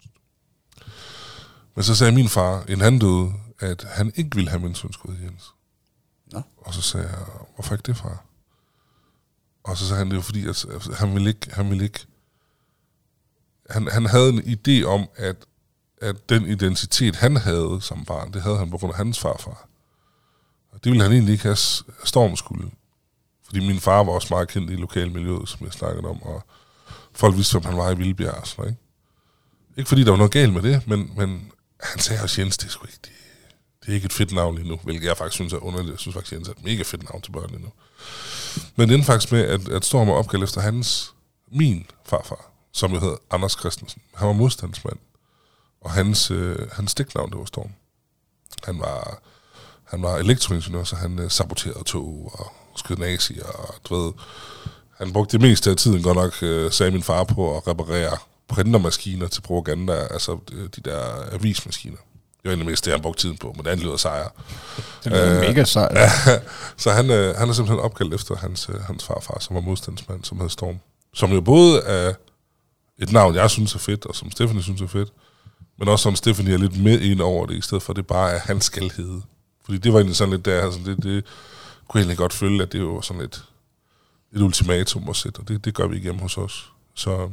Men så sagde min far, inden han døde, at han ikke ville have min søn skud Jens. Nå. Og så sagde jeg, hvorfor ikke det, far? Og så sagde han, det var fordi, at han ville ikke, han ville ikke, han, han havde en idé om, at, at den identitet, han havde som barn, det havde han på grund af hans farfar. Og det ville han egentlig ikke have stormskulde. Fordi min far var også meget kendt i lokalmiljøet, som jeg snakkede om, og folk vidste, hvem han var i Vildbjerg og sådan noget, ikke? Ikke fordi der var noget galt med det, men, men han sagde også, Jens, det er sgu ikke, det, det er ikke et fedt navn lige nu, hvilket jeg faktisk synes er underligt. Jeg synes faktisk, Jens er et mega fedt navn til børn lige nu. Men det endte faktisk med, at, at Storm er opkaldt efter hans, min farfar, som jo hed Anders Christensen. Han var modstandsmand, og hans, øh, hans stiknavn, det var Storm. Han var, han var elektroingeniør, så han øh, saboterede tog og skød nazier, og du ved, han brugte det meste af tiden godt nok, øh, sagde min far, på at reparere printermaskiner til propaganda, altså de der avismaskiner. Det var egentlig mest det, han brugte tiden på, men det andet lyder sejre. Det lyder øh, mega sejt. Så han, øh, han er simpelthen opkaldt efter hans, øh, hans farfar, som var modstandsmand, som hed Storm. Som jo både er et navn, jeg synes er fedt, og som Stephanie synes er fedt, men også som Stephanie er lidt med ind over det, i stedet for at det bare er hans skal hedde. Fordi det var egentlig sådan lidt der, altså det, det kunne jeg egentlig godt føle, at det var sådan et, et ultimatum at sætte, og det, det gør vi igennem hos os. Så...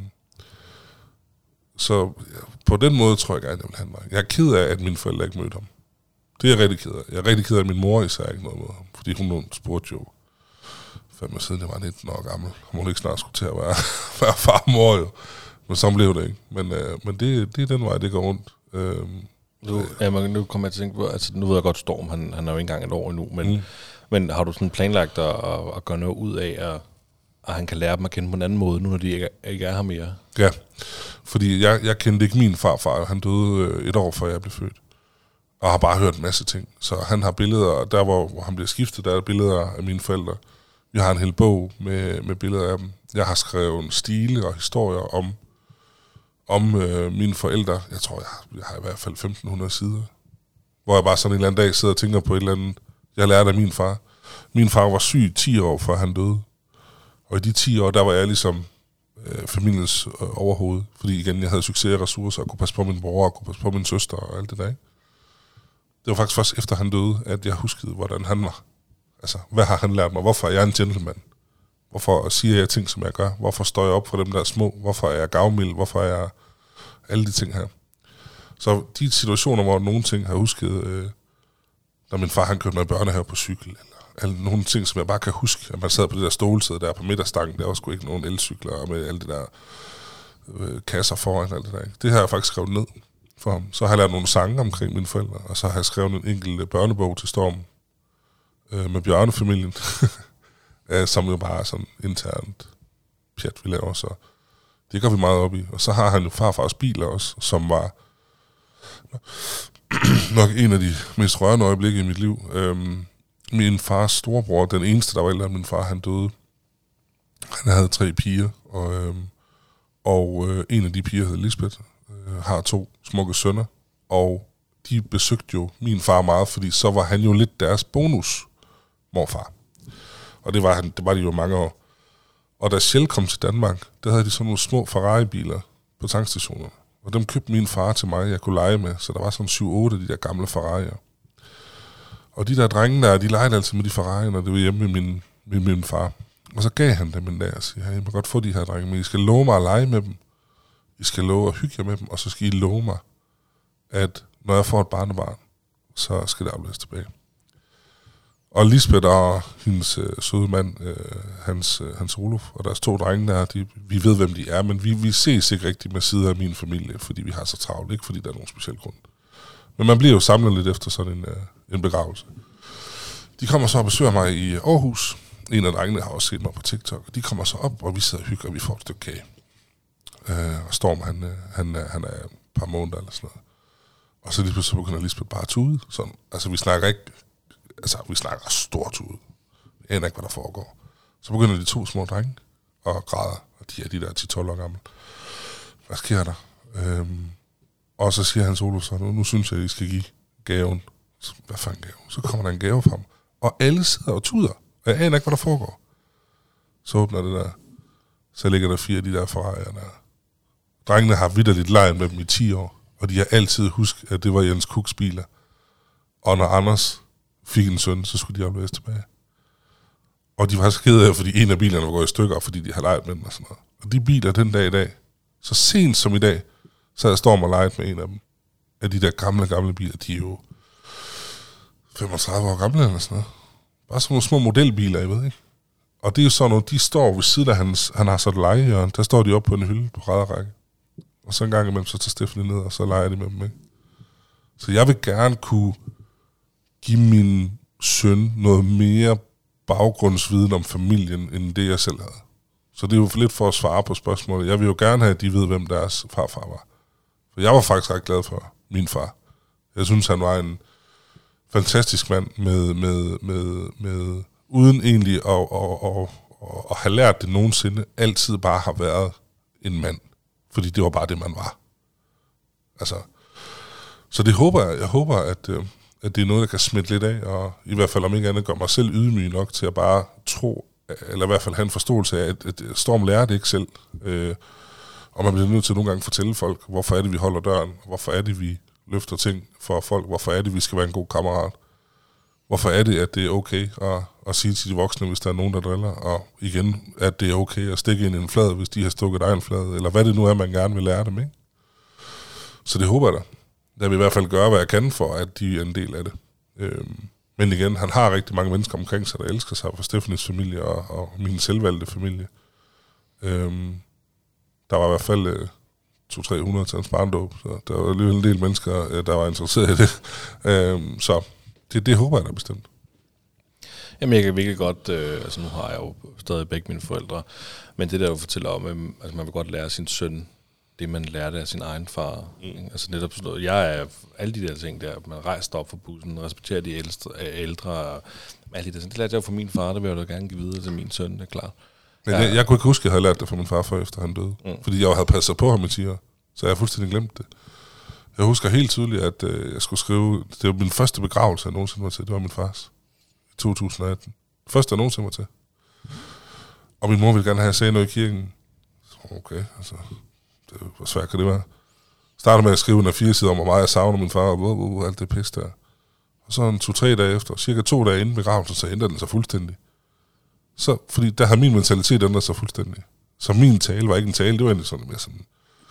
Så ja, på den måde tror jeg gerne, jeg vil have en dreng. Jeg er ked af, at mine forældre ikke mødte ham. Det er jeg rigtig ked af. Jeg er rigtig ked af, at min mor især ikke noget med ham. Fordi hun spurgte jo fem år siden, jeg var nitten år gammel. Hun må ikke snart skulle til at være, være far og mor jo. Men så blev det ikke. Men, øh, men det, det er den vej, det går rundt. Øh, nu, ja, men nu kommer jeg til at tænke på, altså nu ved jeg godt, Storm, han, han er jo ikke engang et år endnu, men, mm. men har du sådan planlagt at, at gøre noget ud af, at, at han kan lære dem at kende på en anden måde, nu når de ikke er, ikke er her mere? Ja, fordi jeg, jeg kendte ikke min farfar. Han døde et år før jeg blev født. Og har bare hørt en masse ting. Så han har billeder, der hvor, hvor han bliver skiftet, der er billeder af mine forældre. Vi har en hel bog med, med billeder af dem. Jeg har skrevet en stile og historier om, om øh, mine forældre. Jeg tror, jeg har, jeg har i hvert fald femten hundrede sider. Hvor jeg bare sådan en eller anden dag sidder og tænker på et eller andet, jeg lærte af min far. Min far var syg ti år før han døde. Og i de ti år, der var jeg ligesom øh, familiens øh, overhoved. Fordi igen, jeg havde succes og ressourcer, og kunne passe på min bror, og kunne passe på min søster og alt det der, ikke? Det var faktisk først efter han døde, at jeg huskede, hvordan han var. Altså, hvad har han lært mig? Hvorfor er jeg en gentleman? Hvorfor siger jeg ting, som jeg gør? Hvorfor står jeg op for dem, der er små? Hvorfor er jeg gavmild? Hvorfor er jeg alle de ting her? Så de situationer, hvor nogle ting har husket, øh, når min far han kørte mig i børnehave på cykel, eller alle, nogle ting, som jeg bare kan huske, at man sad på det der stolesæde der på midterstangen, der var sgu ikke nogen elcykler med alle de der øh, kasser foran, alt det der, ikke? Det har jeg faktisk skrevet ned for ham. Så har jeg lært nogle sange omkring mine forældre, og så har jeg skrevet en enkelt børnebog til Storm øh, med bjørnefamilien, som jo bare er sådan internt pjat, vi laver, så det går vi meget op i. Og så har han jo farfars biler også, som var nok en af de mest rørende øjeblikke i mit liv. Øhm, min fars storebror, den eneste, der var ældre end min far, han døde. Han havde tre piger, og, øhm, og øh, en af de piger hed Lisbeth, øh, har to smukke sønner, og de besøgte jo min far meget, fordi så var han jo lidt deres bonus morfar. Og det var, han, det var de jo mange år. Og da Shell kom til Danmark, der havde de sådan nogle små Ferrari-biler på tankstationerne. Og dem købte min far til mig, jeg kunne lege med. Så der var sådan syv otte af de der gamle Ferrari'er. Og de der drenge der, de legede altid med de Ferrari'er, når det var hjemme med min, med min far. Og så gav han dem en dag og sagde, jeg må godt få de her drenge, men I skal love mig at lege med dem. I skal love at hygge jer med dem, og så skal I love mig, at når jeg får et barnebarn, så skal det afledes tilbage. Og Lisbeth og hendes øh, søde mand, øh, hans, øh, hans Olof, og deres to drenge der, de, vi ved, hvem de er, men vi, vi ses ikke rigtig med sider af min familie, fordi vi har så travlt, ikke fordi der er nogen speciel grund. Men man bliver jo samlet lidt efter sådan en, øh, en begravelse. De kommer så og besøger mig i Aarhus. En af drengene har også set mig på TikTok. De kommer så op, og vi sidder og hygger, og vi får et stykke kage. Øh, og Storm, han, han, han er et par måneder eller sådan noget. Og så lige pludselig begynder Lisbeth bare at tude. Sådan. Altså, vi snakker ikke... Altså, vi snakker stor tude. Jeg aner ikke, hvad der foregår. Så begynder de to små drenge at græde, og de er de der ti tolv år gamle. Hvad sker der? Øhm, og så siger Hans Olof så, nu, nu synes jeg, at I skal give gaven. Så, hvad fanden gave? Så kommer der en gave frem. Og alle sidder og tuder. Og jeg aner ikke, hvad der foregår. Så åbner det der. Så ligger der fire af de der Ferrari'er der. Drengene har vitterligt leget med dem i ti år. Og de har altid husket, at det var Jens Kuks biler. Og når Anders fik en søn, så skulle de afleveres tilbage. Og de var så kede af, fordi en af bilerne var gået i stykker, fordi de har leget med dem og sådan noget. Og de biler den dag i dag, så sent som i dag, så jeg står og leget med en af dem. Af de der gamle, gamle biler, de er jo femogtredive år gamle eller sådan noget. Bare sådan nogle små modelbiler, jeg ved ikke. Og det er jo sådan noget, de står ved siden af hans, han har så et legehjørne, der står de op på en hylde på række. Og så en gang imellem, så tager Stephanie ned, og så leger de med dem, ikke? Så jeg vil gerne kunne give min søn noget mere baggrundsviden om familien, end det jeg selv havde. Så det er jo lidt for at svare på spørgsmålet. Jeg vil jo gerne have, at de ved, hvem deres farfar var. For jeg var faktisk ret glad for min far. Jeg synes, han var en fantastisk mand, med, med, med, med uden egentlig at, at, at, at, at have lært det nogensinde, altid bare har været en mand. Fordi det var bare det, man var. Altså, så det håber jeg. Jeg håber, at, at det er noget, der kan smitte lidt af, og i hvert fald om ikke andet gør mig selv ydmyg nok til at bare tro, eller i hvert fald have en forståelse af, at, at Storm lærer det ikke selv. Øh, og man bliver nødt til nogle gange at fortælle folk, hvorfor er det, vi holder døren, hvorfor er det, vi løfter ting for folk, hvorfor er det, vi skal være en god kammerat, hvorfor er det, at det er okay at, at sige til de voksne, hvis der er nogen, der driller, og igen, at det er okay at stikke ind i en flad, hvis de har stukket dig en flad, eller hvad det nu er, man gerne vil lære dem, ikke? Så det håber jeg da. Jeg vil i hvert fald gøre, hvad jeg kan for, at de er en del af det. Øhm, men igen, han har rigtig mange mennesker omkring sig, der elsker sig, for Stephanies familie og, og min selvvalgte familie. Øhm, der var i hvert fald øh, to til tre hundrede til hans barndåb, så der var alligevel en del mennesker, øh, der var interesseret i det. øhm, så det, det håber jeg da bestemt. Jamen, jeg kan virkelig godt, øh, altså nu har jeg jo stadig begge mine forældre, men det der jo fortæller om, øh, altså man vil godt lære sin søn det, man lærte af sin egen far. Mm. Altså netop sådan noget. Jeg er alle de der ting der, man rejser op for bussen, respekterer de ældre, ældre alle de der ting. Det lærte jeg jo fra min far, det vil jeg jo da gerne give videre til min søn, det er klart. Men jeg, jeg kunne ikke huske, at jeg havde lært det fra min far før, efter han døde. Mm. Fordi jeg havde passet på ham i ti år, så jeg har fuldstændig glemt det. Jeg husker helt tydeligt, at øh, jeg skulle skrive, det var min første begravelse, jeg nogensinde var til, det var min fars. I to tusind og atten. Første, jeg nogensinde var til. Og min mor ville gerne have, at jeg sagde noget i kirken. Så okay, altså, det, hvor svært kan det være? Startede med at skrive en af fire sider om, hvor meget jeg savner min far, og hvor, hvor, hvor, alt det pis der. Og så en to-tre dage efter, cirka to dage inden begravelsen, så ændrede den sig fuldstændig. Så, fordi der har min mentalitet ændret sig fuldstændig. Så min tale var ikke en tale, det var egentlig sådan mere sådan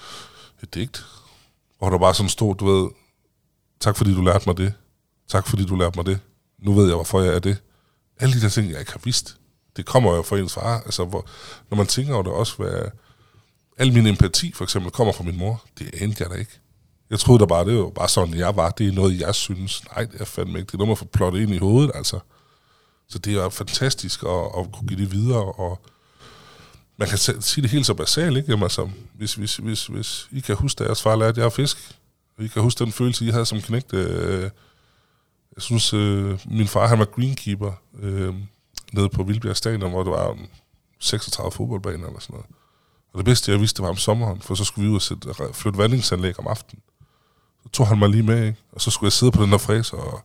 et digt. Hvor der bare sådan stod, du ved, tak fordi du lærte mig det. Tak fordi du lærte mig det. Nu ved jeg, hvorfor jeg er det. Alle de der ting, jeg ikke har vidst, det kommer jo fra ens far. Altså, hvor, når man tænker over det også, hvad al min empati for eksempel kommer fra min mor, det anede jeg da ikke. Jeg troede da bare, det var bare sådan, jeg var. Det er noget, jeg synes. Nej, det er fandme ikke. Det er noget, man får plottet ind i hovedet, altså. Så det er fantastisk at, at kunne give det videre, og man kan sige det helt så basalt, ikke? Jamen, altså, hvis, hvis, hvis, hvis I kan huske, at jeres far lærte, at jeg er fisk, og I kan huske den følelse, I havde som knægt. Øh, jeg synes, øh, min far, han var greenkeeper øh, nede på Vildbjerg Stadion, hvor det var seksogtredive fodboldbaner eller sådan noget. Og det bedste, jeg vidste, det var om sommeren, for så skulle vi ud og sætte, flytte vandingsanlæg om aftenen. Så tog han mig lige med, ikke? Og så skulle jeg sidde på den der fræser og,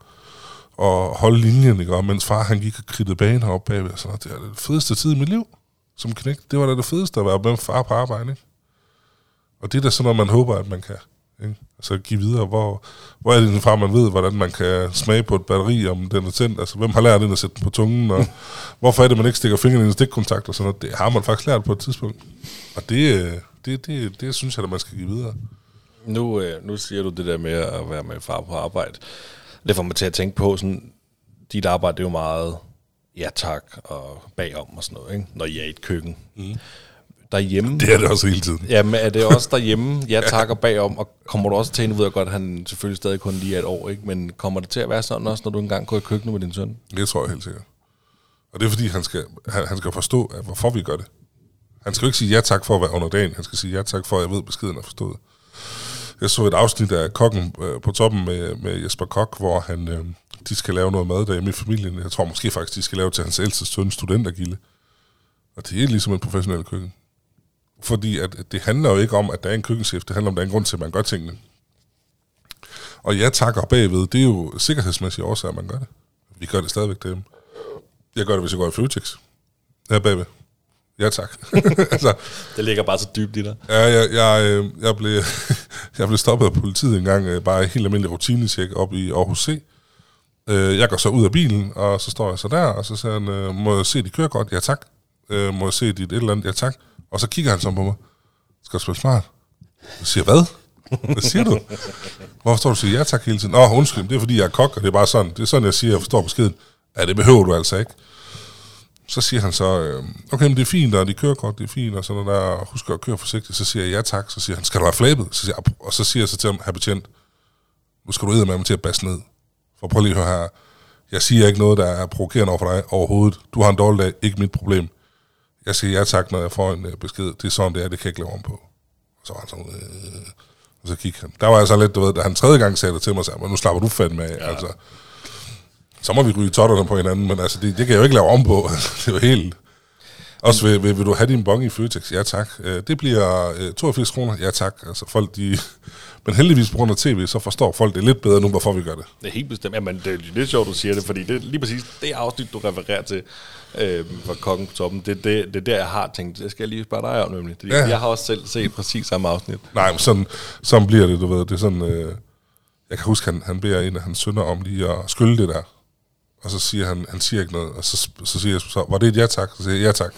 og holde linjen, ikke? Og mens far, han gik og kridtede baner op bagved, og sådan noget. Det er det fedeste tid i mit liv som knægt. Det var da det fedeste at være med far på arbejde, ikke? Og det er da sådan noget, man håber, at man kan, ikke? Altså give videre, hvor, hvor er det din far, man ved, hvordan man kan smage på et batteri, om den er tændt, altså hvem har lært den at sætte den på tungen, og hvorfor er det, man ikke stikker fingeren i en stikkontakt og sådan noget. Det har man faktisk lært på et tidspunkt. Og det, det, det, det synes jeg, at man skal give videre. Nu, nu siger du det der med at være med far på arbejde. Det får mig til at tænke på, sådan, dit arbejde, det er jo meget ja tak og bagom og sådan noget, ikke? Når I er i et køkken. Mm. Derhjemme, det er det også hele tiden. Jamen, er det også derhjemme, ja tak og bagom, og kommer du også til, nu ved jeg godt, at han selvfølgelig stadig kun lige er et år, ikke? Men kommer det til at være sådan også, når du engang går i køkkenet med din søn? Det tror jeg helt sikkert. Og det er fordi, han skal, han, han skal forstå, at hvorfor vi gør det. Han skal jo ikke sige ja tak for at være under dagen, han skal sige ja tak for, at jeg ved, beskeden er forstået. Jeg så et afsnit af Kokken øh, på toppen med, med Jesper Kok, hvor han, øh, de skal lave noget mad derhjemme i familien. Jeg tror måske faktisk, de skal lave til hans ældste søn studentergilde. Og det er ligesom en professionel køkken. Fordi at, at det handler jo ikke om, at der er en køkkenchef. Det handler om, at der er en grund til, at man gør tingene. Og ja, takker bagved, det er jo sikkerhedsmæssige årsager, at man gør det. Vi gør det stadigvæk derhjemme. Jeg gør det, hvis jeg går i Føtex. Ja, bagved. Ja, tak. altså, det ligger bare så dybt i dig. Ja, jeg, jeg, jeg, blev, jeg blev stoppet af politiet en gang, bare helt almindelig rutinetjek op i Aarhus C. Jeg går så ud af bilen, og så står jeg så der, og så siger han, må jeg se dit kørekort? Ja, tak. Må jeg se dit et eller andet? Ja, tak. Og så kigger han så på mig. Skal du spille smart? Jeg siger, hvad? Hvad siger du? Hvorfor står du og siger ja tak hele tiden? Åh, undskyld, det er fordi jeg er kok, og det er bare sådan. Det er sådan, jeg siger, jeg forstår beskeden. Ja, det behøver du altså ikke. Så siger han så, okay, men det er fint, og de kører godt, det er fint, og sådan noget der, husk at køre forsigtigt. Så siger jeg ja tak, så siger han, skal du være flabet? Så siger jeg, og så siger jeg så til ham, her betjent, nu skal du eddermame mig til at basse ned. For prøv lige at høre her, jeg siger ikke noget, der er provokerende over for dig overhovedet. Du har en dårlig dag, ikke mit problem. Jeg siger ja tak, når jeg får en besked. Det er sådan, det er, det kan jeg ikke lave om på. Og så var han sådan, øh, og så kiggede han. Der var jeg så lidt, du ved, da han tredje gang sagde det til mig, så men nu slapper du fandme af, ja. Altså. Så må vi ryge totterne på hinanden, men altså, det, det kan jeg jo ikke lave om på. Det er jo helt... Også vil, vil, vil du have din bong i Føtex? Ja tak. Det bliver øh, toogfirs kroner? Ja tak. Altså folk de... Men heldigvis på grund af tv, så forstår folk det lidt bedre nu, hvorfor vi gør det. Det er helt bestemt. Jamen, det er lidt sjovt, du siger det, fordi det er lige præcis det afsnit, du refererer til øh, fra Kokken på toppen. Det er det, det, det, jeg har tænkt, det skal jeg lige spørge dig om, nemlig. Det, ja. Jeg har også selv set præcis samme afsnit. Nej, men sådan, sådan bliver det, du ved. Det er sådan... Øh, jeg kan huske, han, han beder en af hans sønner om lige at skylle det der. Og så siger han, han siger ikke noget, og så, så siger jeg så, var det et ja tak? Så siger jeg ja tak.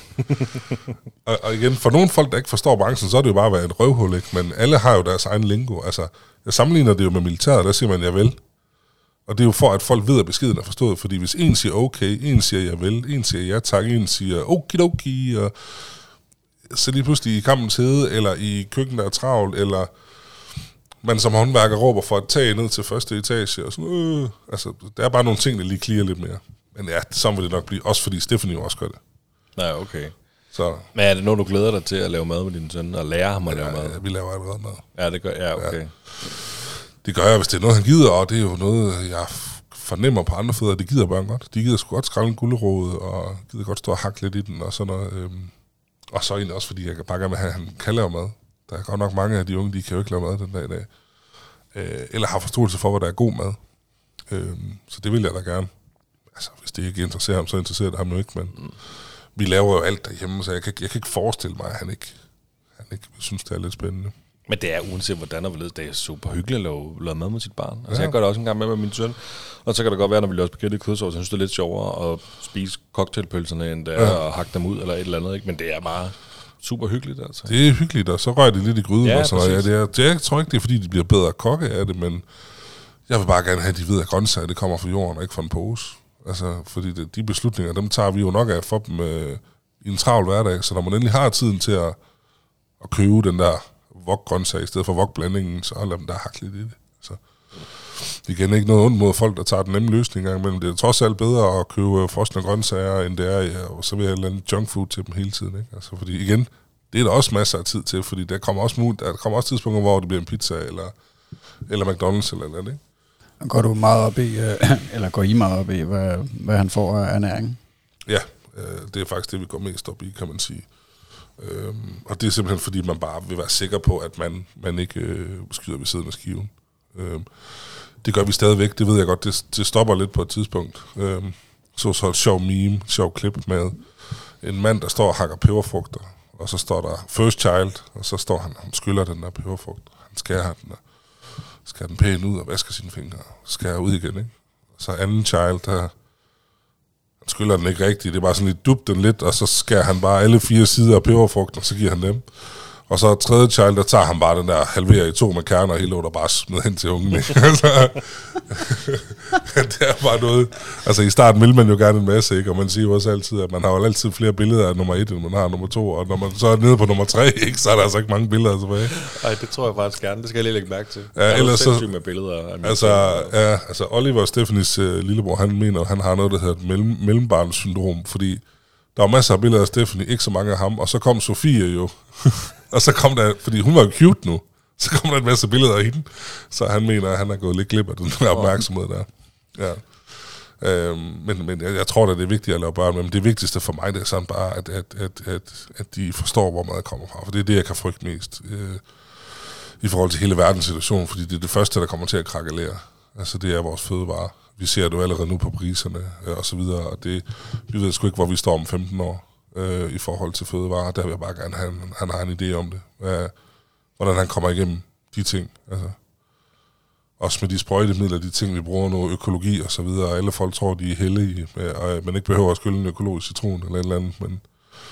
og, og igen, for nogle folk, der ikke forstår branchen, så er det jo bare at være et røvhul, ikke? Men alle har jo deres egen lingo. Altså, jeg sammenligner det jo med militæret, der siger man, jeg vil. Og det er jo for, at folk ved, at beskeden er forstået, fordi hvis en siger okay, en siger jeg vil, en siger ja tak, en siger okidoki, og så lige pludselig i kampens hede, eller i køkken, der er travlt, eller... man som håndværker råber for et tag ned til første etage, og sådan, øh, altså, der er bare nogle ting, der lige clear lidt mere. Men ja, sådan vil det nok blive, også fordi Stephanie også gør det. Nej, okay. Så. Men er det noget, du glæder dig til at lave mad med din søn, og lære ham at ja, lave mad? Ja, vi laver allerede mad. Ja, det gør ja, okay. Ja. Det gør jeg, hvis det er noget, han gider, og det er jo noget, jeg fornemmer på andre fødder, det gider børn godt. De gider sgu godt skrælle en gulerod, og gider godt stå og hakke lidt i den, og sådan noget. Øhm. Og så egentlig også, fordi jeg bare gerne vil have, at han kan lave mad. Der er godt nok mange af de unge, de kan jo ikke lave mad den dag i dag. Øh, eller har forståelse for, hvad der er god mad. Øh, så det vil jeg da gerne. Altså, hvis det ikke interesserer ham, så interesserer det ham jo ikke, men mm. vi laver jo alt derhjemme, så jeg kan, jeg kan ikke forestille mig, at han ikke, han ikke synes, det er lidt spændende. Men det er uanset hvordan og hvorledes, det er super hyggeligt at lave, lave mad med sit barn. Altså, ja. Jeg gør det også en gang med med min søn, og så kan det godt være, når vi laver spaghetti kødsovs, jeg synes, det er lidt sjovere at spise cocktailpølserne, end det er ja. At hakke dem ud, eller et eller andet, ikke? Men det er bare... super hyggeligt, altså. Det er hyggeligt, og så rører det lidt i gryden ja, og sådan noget. Ja, det er, det er, jeg tror ikke, det er, fordi de bliver bedre kokke af det, men jeg vil bare gerne have, at de ved, at grøntsager, det kommer fra jorden, og ikke fra en pose. Altså, fordi det, de beslutninger, dem tager vi jo nok af for dem øh, i en travl hverdag, så når man endelig har tiden til at, at købe den der wok-grøntsag, i stedet for wok-blandingen, så lad dem der hakke lidt i det. Så igen, ikke noget ondt mod folk, der tager den nemme løsning engang, men det er trods alt bedre at købe frosne grøntsager, end det er ja, og servere et eller andet junk food til dem hele tiden. Ikke? Altså, fordi igen, det er der også masser af tid til, fordi der kommer også, mul- der kommer også tidspunkter, hvor det bliver en pizza, eller, eller McDonald's, eller noget, ikke? Går du meget op i, eller går I meget op i, hvad, hvad han får af ernæring? Ja, øh, det er faktisk det, vi går mest op i, kan man sige. Øhm, og det er simpelthen, fordi man bare vil være sikker på, at man, man ikke øh, skyder ved siden af skiven. Øhm, det gør vi stadigvæk, det ved jeg godt, det, det stopper lidt på et tidspunkt. Øhm, så så et sjov meme, sjov klip med en mand, der står og hakker peberfrugter, og så står der first child, og så står han, han skyller den der peberfrugt, han skærer den der, skærer den pænt ud og vasker sine fingre, skærer ud igen, ikke? Så anden child, der han skyller den ikke rigtigt, det er bare sådan lidt dubt den lidt, og så skærer han bare alle fire sider af peberfrugten, og så giver han dem. Og så tredje child, der tager han bare den der halverer i to med kerner, og hele låter bare smider hen til ungen. altså, det er bare noget. Altså i starten vil man jo gerne en masse, ikke? Og man siger jo også altid, at man har jo altid flere billeder af nummer et, end man har nummer to. Og når man så er nede på nummer tre, ikke, så er der altså ikke mange billeder tilbage. Nej, det tror jeg faktisk gerne. Det skal jeg lige lægge mærke til. Ja, ellers så med billeder af altså, ja, altså Oliver Stephanies uh, lillebror, han mener, at han har noget, der hedder et mellem, mellembarnssyndrom, fordi der var masser af billeder af Stephanie, ikke så mange af ham, og så kom Sofie jo. Og så kom der, fordi hun var jo cute nu, Så kommer der en masse billeder af hende, så han mener, at han har gået lidt glip af den der opmærksomhed der. Ja. Øhm, men men jeg, jeg tror, at det er vigtigt at lave børn, men det vigtigste for mig, det er sådan bare, at, at, at, at, at de forstår, hvor mad kommer fra. For det er det, jeg kan frygte mest øh, i forhold til hele verdenssituationen, fordi det er det første, der kommer til at krakelere. Altså, det er vores fødevarer. Vi ser det jo allerede nu på priserne øh, og så videre, og det, vi ved sgu ikke, hvor vi står om femten år øh, i forhold til fødevarer. Der vil jeg bare gerne have, han, han har en idé om det. Hvad, hvordan han kommer igennem de ting. Altså, også med de sprøjtemidler, de ting, vi bruger nu, økologi og så videre. Og alle folk tror, de er heldige, og man ikke behøver at skylde en økologisk citron eller et eller andet, men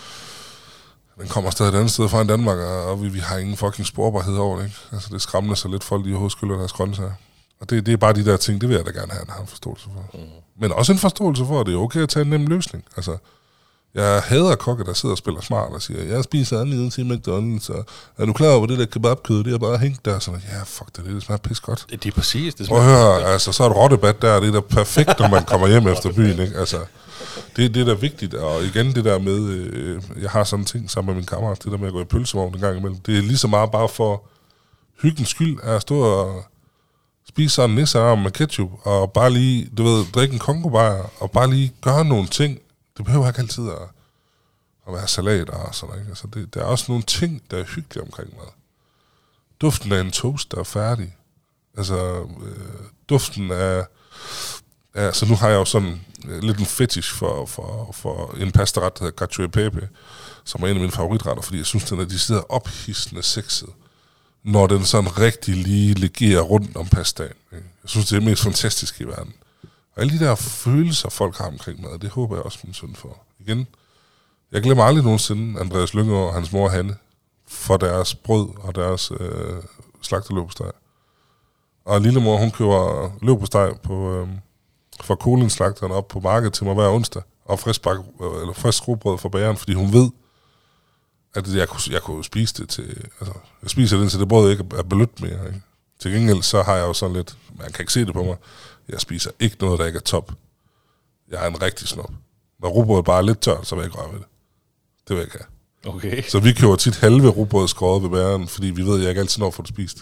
den kommer stadig et andet sted fra en Danmark, og vi, vi har ingen fucking sporbarhed over det, ikke? Altså, det skræmmer så lidt folk, de overhovedet skylder deres grøntsager. Og det, det er bare de der ting, det vil jeg da gerne have, han har en forståelse for. Mm. Men også en forståelse for, at det er okay at tage en nem løsning. Altså, jeg hader kokke, der sidder og spiller smart og siger, jeg spiser andet til McDonald's, og er du klar over, det der kebabkød, det er bare hængt der? Sådan, ja, fuck det, det smager pis godt. Det, det er præcis. Det smager. Og hør, altså, så er et rottebat der, det er da perfekt, når man kommer hjem efter byen, ikke? Altså, det, det er da vigtigt, og igen det der med, øh, jeg har sådan en ting sammen med min kammerat, det der med at gå i pølsevogn en gang imellem, det er lige så meget bare for hyggens skyld, at stå og spise sådan en nissearm med ketchup, og bare lige, du ved, drikke en kongobajer, og bare lige gøre nogle ting. Det behøver ikke altid at, at være salat og sådan noget. Altså det, der er også nogle ting, der er hyggelige omkring mad. Duften af en toast, der er færdig. Altså, øh, duften af... Altså, nu har jeg jo sådan øh, lidt en fetish for, for, for en pastaret, der hedder cacio e pepe, som er en af mine favoritretter, fordi jeg synes, den er de sidder ophidsende sexet, når den sådan rigtig lige legerer rundt om pastaen. Ikke? Jeg synes, det er det mest fantastiske i verden. Og alle de der følelser, folk har omkring mad, det håber jeg også, min søn får. Igen, jeg glemmer aldrig nogensinde Andreas Lynggaard og hans mor Hanne for deres brød og deres øh, slagterløbsteg. Og lillemor, hun køber løbsteg på øh, fra Kolin-slagteren op på markedet til mig hver onsdag, og frisk, bak, eller frisk rugbrød fra bageren, fordi hun ved, at jeg kunne, jeg kunne spise det til... Altså, jeg spiser det, så det brød ikke er blødt mere. Ikke? Til gengæld, så har jeg jo sådan lidt... Man kan ikke se det på mig. Jeg spiser ikke noget, der ikke er top. Jeg er en rigtig snob. Når rugbrødet bare er lidt tørt, så vil jeg ikke røre ved det. Det vil jeg ikke have. Okay. Så vi køber tit halve rugbrød skåret ved bæren, fordi vi ved, at jeg ikke altid når for det spist.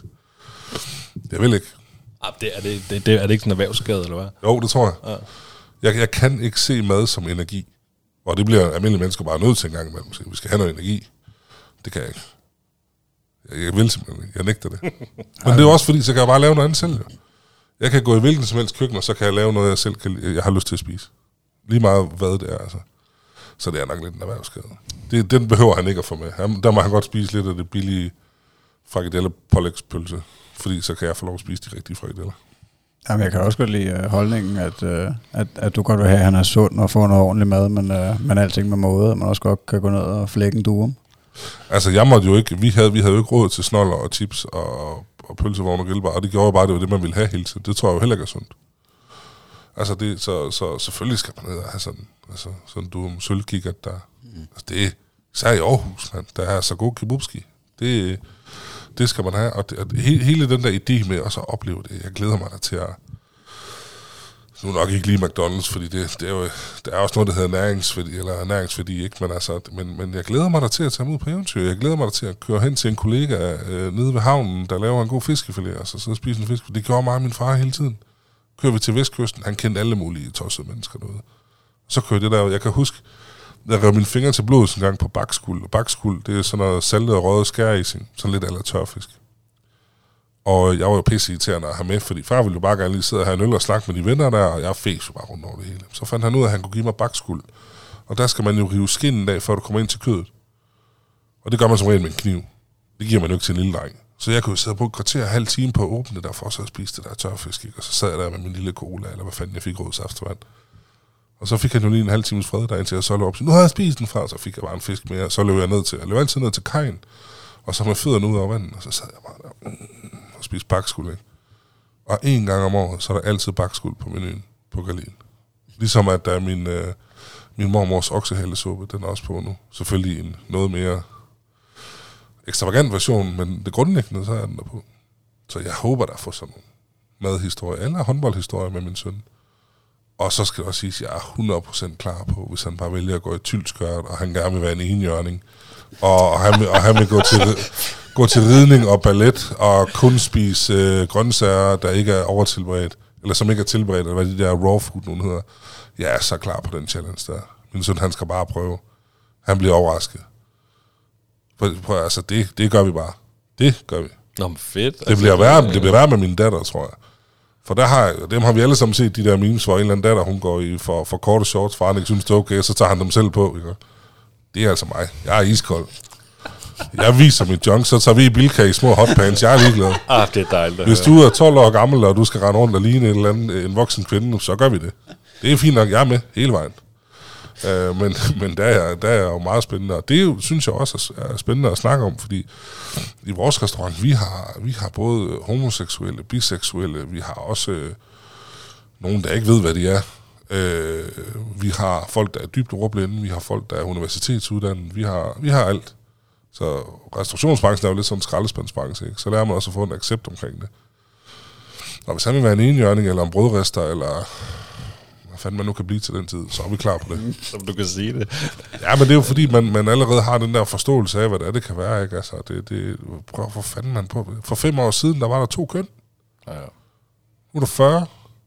Jeg vil ikke. Ah, det, er, det, det, det, er det ikke sådan en erhvervsskade, eller hvad? Jo, det tror jeg. Ja. jeg. Jeg kan ikke se mad som energi. Og det bliver almindelige mennesker bare nødt til en gang imellem. Vi skal have noget energi. Det kan jeg ikke. Jeg, jeg vil simpelthen ikke. Jeg nægter det. Men det er også fordi, så kan jeg bare lave noget andet selv. Jo. Jeg kan gå i hvilken som helst køkken, og så kan jeg lave noget, jeg selv kan, jeg har lyst til at spise. Lige meget hvad det er, altså. Så det er nok lidt en erhvervsskade. Det, den behøver han ikke at få med. Han, der må han godt spise lidt af det billige frikadelle pålægspølse, fordi så kan jeg få lov at spise de rigtige frikadeller. Jamen, jeg kan også godt lide uh, holdningen, at, uh, at, at du godt vil have, at han er sund og får noget ordentligt mad, men, uh, men alting med måde, at man også godt kan gå ned og flække en durum. Altså, jeg måtte jo ikke, vi havde, vi havde jo ikke råd til snoller og chips og, og pølsevogn og grillbar, og det gjorde bare, det var det, man ville have hele tiden. Det tror jeg jo heller ikke er sundt. Altså, det, så, så selvfølgelig skal man ned og have sådan, altså, sådan du sølvkikkert der. Mm. Altså, det er især i Aarhus, man. Der er så god kebabski. Det, det skal man have, og, det, og hele, hele den der idé med også at opleve det, jeg glæder mig da til at... Nu nok ikke lige McDonald's, fordi det, det er jo, der er også noget, der hedder næringsværdi, eller næringsværdi, ikke? Men, altså, men, men jeg glæder mig da til at tage mig ud på eventyr. Jeg glæder mig da til at køre hen til en kollega øh, nede ved havnen, der laver en god fiskefilet, og så sidde og spise en fisk. Det gjorde mig og min far hele tiden. Kører vi til Vestkysten, han kendte alle mulige tossede mennesker derude. Så kører det der, jeg kan huske, jeg rev mine fingre til blodet en gang på bakskuld, og bakskuld, det er sådan noget saltet og røget skæreising, sådan lidt eller tørfisk. Og jeg var jo pisse irriterende at have med, fordi far ville jo bare gerne lige sidde og have en øl og snakke med de venner der, og jeg fæs jo bare rundt over det hele. Så fandt han ud af, at han kunne give mig bakskuld. Og der skal man jo rive skinnen af, før du kommer ind til kødet. Og det gør man som regel med en kniv. Det giver man jo ikke til en lille dreng. Så jeg kunne jo sidde på et kvarter og halv time på at åbne det der, for så at spise det der tørfisk, ikke? Og så sad jeg der med min lille cola, eller hvad fanden jeg fik, rød saftevand. Og så fik jeg jo lige en halv times fred der, indtil jeg så løb op. Nu har jeg spist den fra, og så fik jeg bare en fisk mere, og så løb jeg ned til, jeg løb altid ned til kajen, og så med fødderne ud over vandet, og så sad jeg bare der og spiste bakskuld, ikke? Og en gang om året, så er der altid bakskuld på menuen på Gallien. Ligesom at der er min, øh, min mormors oksehalesuppe, den er også på nu. Selvfølgelig en noget mere ekstravagant version, men det grundlæggende, så er den der på. Så jeg håber, der får sådan nogle madhistorier, eller håndboldhistorier med min søn. Og så skal det også sige, at jeg er hundrede procent klar på, hvis han bare vælger at gå i tylskørt, og han gerne vil være en enhjørning, og, og, han, vil, og han vil gå til, gå til ridning og ballet, og kun spise øh, grøntsager, der ikke er overtilberedt, eller som ikke er tilberedt, eller hvad de der raw food, nogen hedder. Jeg er så klar på den challenge der. Min søn, han skal bare prøve. Han bliver overrasket. Prøv, prøv, altså, det, det gør vi bare. Det gør vi. Nå, men fedt. Det bliver værre, det bliver værre med min datter, tror jeg. For der har, dem har vi alle sammen set, de der memes, hvor en eller anden datter, hun går i for, for korte shorts, for han ikke synes, det er okay, så tager han dem selv på. Ikke? Det er altså mig. Jeg er iskold. Jeg viser mit junk, så tager vi i Bilka i små hotpants. Jeg er ligeglad. Ah, det er dejligt. Hvis du er tolv år gammel, og du skal rende rundt og ligne en eller anden en voksen kvinde, så gør vi det. Det er fint nok, jeg er med hele vejen. Uh, men men der, er, der er jo meget spændende, og det jo, synes jeg også er spændende at snakke om, fordi i vores restaurant, vi har, vi har både homoseksuelle, biseksuelle, vi har også øh, nogen, der ikke ved, hvad de er. Uh, vi har folk, der er dybt ordblinde, vi har folk, der er universitetsuddannede, vi har, vi har alt. Så restaurationsbranchen er jo lidt sådan en skraldespandsbranche, ikke? Så lærer man også at få en accept omkring det. Og hvis han vil være en enhjørning, eller en brødrester, eller hvad fanden man nu kan blive til den tid, så er vi klar på det. Som du kan sige det. Ja, men det er jo fordi, man, man allerede har den der forståelse af, hvad det er, det kan være, ikke? Altså, det, det, prøv, hvor fanden man på. For fem år siden, der var der to køn. Ja, ja. Nu er der fyrre.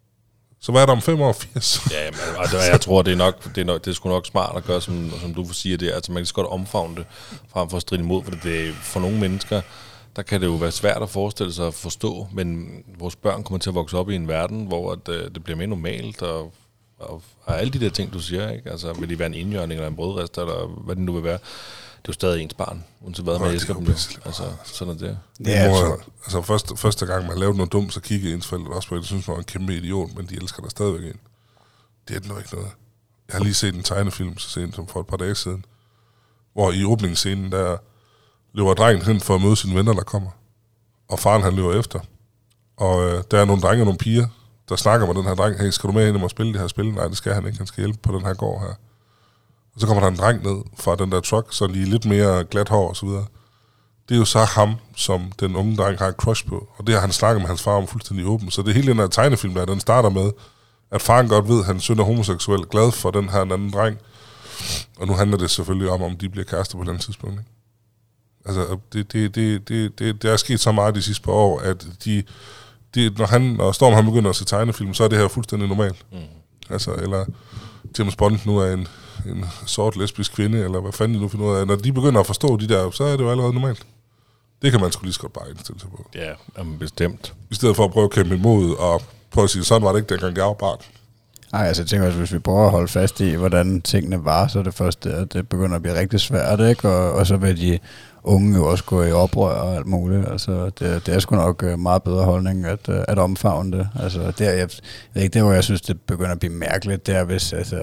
Så hvad er der om fem år? firs? Ja, men, altså, jeg tror, det er nok, det er nok, det er sgu nok smart at gøre, som, som du siger det. Altså, man kan så godt omfavne det, frem for at stride imod, for det er, for nogle mennesker, der kan det jo være svært at forestille sig at forstå, men vores børn kommer til at vokse op i en verden, hvor at, uh, det bliver mere normalt, og, og, og alle de der ting, du siger, ikke? Altså, vil de være en indjørning eller en brødrester, eller hvad det nu vil være, det er jo stadig ens barn, uanset hvad, man elsker dem. Altså, sådan er det. Ja, må, altså, første, første gang, man lavede noget dumt, så kiggede ens forældre også på det, synes man var en kæmpe idiot, men de elsker dig stadigvæk ind. Det er det nu ikke noget. Jeg har lige set en tegnefilm, så sent som for et par dage siden, hvor i åbningsscenen, der løber drengen hen for at møde sine venner, der kommer. Og faren, han løber efter. Og øh, der er nogle drenge og nogle piger, der snakker med den her dreng, hey, skal du med ind og spille det her spil? Nej, det skal han ikke, han skal hjælpe på den her gård her. Og så kommer der en dreng ned fra den der truck, så lige lidt mere glat hår og så videre. Det er jo så ham, som den unge dreng har et crush på. Og det har han snakket med hans far om fuldstændig åben. Så det hele den her tegnefilm der, den starter med, at faren godt ved, at hans søn er homoseksuel, glad for den her anden dreng. Og nu handler det selvfølgelig om, om de bliver kærester på den tidspunkt. Ikke? Altså, det, det, det, det, det, det er sket så meget de sidste par år, at de, de, når han og Storm han begynder at se tegnefilm, så er det her fuldstændig normalt. Mm. Altså, eller James Bond nu er en, en sort lesbisk kvinde, eller hvad fanden de nu finder ud af. Når de begynder at forstå de der, så er det jo allerede normalt. Det kan man sgu lige så godt bare indstille sig på. Ja, jamen bestemt. I stedet for at prøve at kæmpe imod, og prøve at sige, sådan var det ikke dengang, det var bare. Nej, altså jeg tænker også, hvis vi prøver at holde fast i, hvordan tingene var, så er det første, at det begynder at blive rigtig svært, ikke? Og, og så vil de unge jo også gå i oprør og alt muligt. Altså det, det er sgu nok meget bedre holdning at, at omfavne det. Altså det er, jeg ved ikke, det hvor jeg synes, det begynder at blive mærkeligt, det er hvis, altså,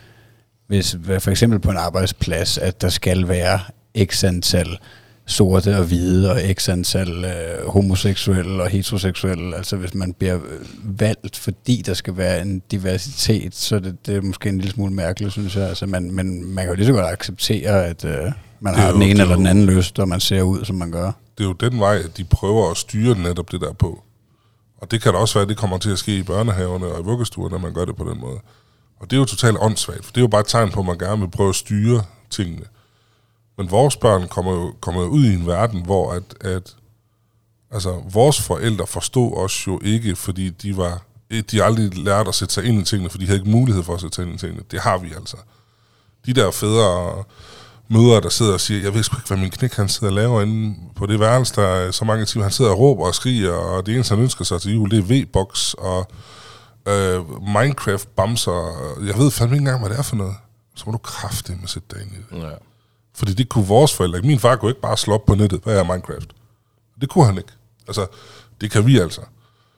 hvis for eksempel på en arbejdsplads, at der skal være x antal sorte og hvide, og x antal øh, homoseksuelle og heteroseksuelle. Altså hvis man bliver valgt, fordi der skal være en diversitet, så det, det er måske en lille smule mærkeligt, synes jeg. Altså man, men man kan jo lige så godt acceptere, at øh, man har jo, den ene eller den anden lyst, og man ser ud, som man gør. Det er jo den vej, at de prøver at styre netop det der på. Og det kan da også være, at det kommer til at ske i børnehaverne og i vuggestuerne, når man gør det på den måde. Og det er jo totalt åndssvagt, for det er jo bare et tegn på, at man gerne vil prøve at styre tingene. Men vores børn kommer jo, kommer jo ud i en verden, hvor at, at altså, vores forældre forstod os jo ikke, fordi de var de aldrig lærte at sætte sig ind i tingene, for de havde ikke mulighed for at sætte sig ind i tingene. Det har vi altså. De der fædre og mødre, der sidder og siger, jeg ved sgu ikke, hvad min knæk han sidder og laver inde på det værelse, der er så mange timer. Han sidder og råber og skriger, og det eneste, han ønsker sig til jul, det er V-box og øh, Minecraft-bamser. Jeg ved fandme ikke engang, hvad det er for noget. Så må du kraftedeme sætte dig ind i det. Ja. Fordi det kunne vores forældre. Min far kunne ikke bare slå op på nettet, hvad er Minecraft? Det kunne han ikke. Altså, det kan vi altså.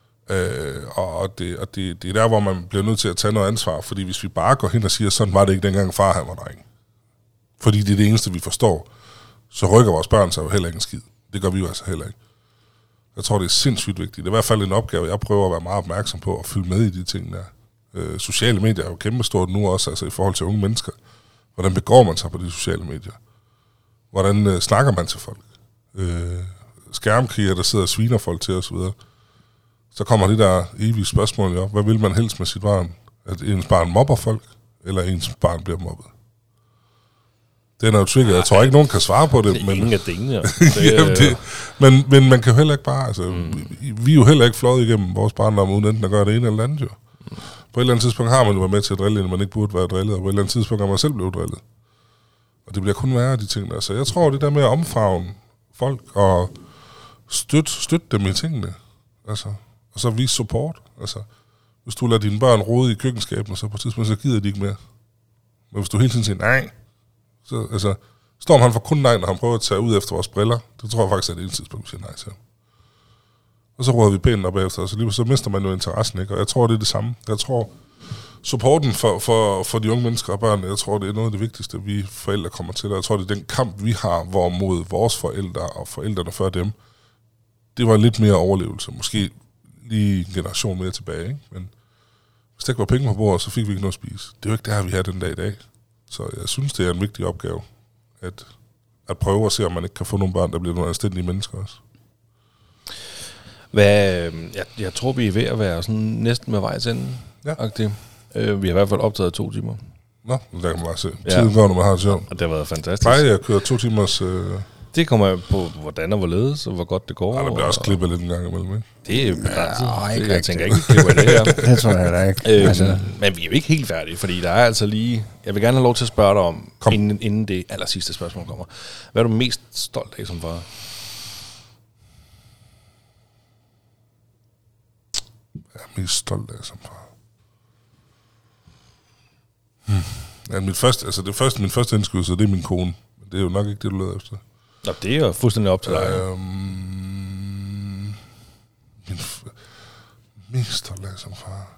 Øh, og det, og det, det er der, hvor man bliver nødt til at tage noget ansvar. Fordi hvis vi bare går hen og siger, sådan var det ikke dengang far han var dreng. Fordi det er det eneste, vi forstår. Så rykker vores børn sig jo heller ikke en skid. Det gør vi jo altså heller ikke. Jeg tror, det er sindssygt vigtigt. Det er i hvert fald en opgave, jeg prøver at være meget opmærksom på og følge med i de ting der. Øh, sociale medier er jo kæmpestort nu også, altså i forhold til unge mennesker. Hvordan begår man sig på de sociale medier? Hvordan øh, snakker man til folk? Øh, skærmkriger, der sidder og sviner folk til osv. Så, så kommer det der evige spørgsmål op. Hvad vil man helst med sit barn? At ens barn mobber folk, eller ens barn bliver mobbet? Den er jo trigger. Jeg tror ikke, nogen kan svare på det. Det er men, ingen af delene. Jamen, det, men, men man kan jo heller ikke bare... Altså, mm. vi, vi er jo heller ikke fløjet igennem vores barndom, uden enten at gøre det ene eller andet, jo. Mm. På et eller andet tidspunkt har man jo været med til at drille, når man ikke burde være drillet, og på et eller andet tidspunkt har man selv blevet drillet. Og det bliver kun værre, de ting der. Så jeg tror, det der med at omfavne folk og støtte støt dem i tingene, altså, og så vise support. Altså, hvis du lader dine børn rode i køkkenskabene, så på et tidspunkt, så gider de ikke mere. Men hvis du hele tiden siger nej, så altså, Storm han får kun nej, når han prøver at tage ud efter vores briller. Det tror jeg faktisk, at det er et tidspunkt, vi siger nej til ham. Og så råder vi pænt op efter, og så, lige, så mister man jo interessen, ikke? Og jeg tror, det er det samme. Jeg tror, supporten for, for, for de unge mennesker og børn, jeg tror, det er noget af det vigtigste, vi forældre kommer til. Og jeg tror, det er den kamp, vi har, hvor mod vores forældre og forældrene før dem, det var lidt mere overlevelse. Måske lige en generation mere tilbage, ikke? Men hvis der ikke var penge på bordet, så fik vi ikke noget at spise. Det er jo ikke det her, vi har den dag i dag. Så jeg synes, det er en vigtig opgave, at, at prøve at se, om man ikke kan få nogle børn, der bliver nogle anstændige mennesker også. Hvad, jeg, jeg tror, vi er ved at være sådan næsten med vejs ende. Ja. Øh, vi har i hvert fald optaget to timer. Nå, der kan man bare se. Tiden ja. går, når man har det sjovt. Og det har været fantastisk. Nej, jeg kører to timers... Øh... Det kommer jo på, hvordan og hvorledes, og hvor godt det går. Nej, der bliver også klippet lidt en gang imellem, ikke? Det er jo begrænset. Ja, det, jeg tænker ikke, vi klipper det her. Det tror jeg da ikke. Øhm, altså. Men vi er jo ikke helt færdige, fordi der er altså lige... Jeg vil gerne have lov til at spørge dig om, inden, inden det aller sidste spørgsmål kommer. Hvad er du mest stolt af som far? Jeg er mest stolt af som far. Hmm. Ja, mit første, altså det første, min første indskydelse, det er min kone. Det er jo nok ikke det, du leder efter. Nå, det er jo fuldstændig op til dig. Øhm, min f- mest stolt af som far.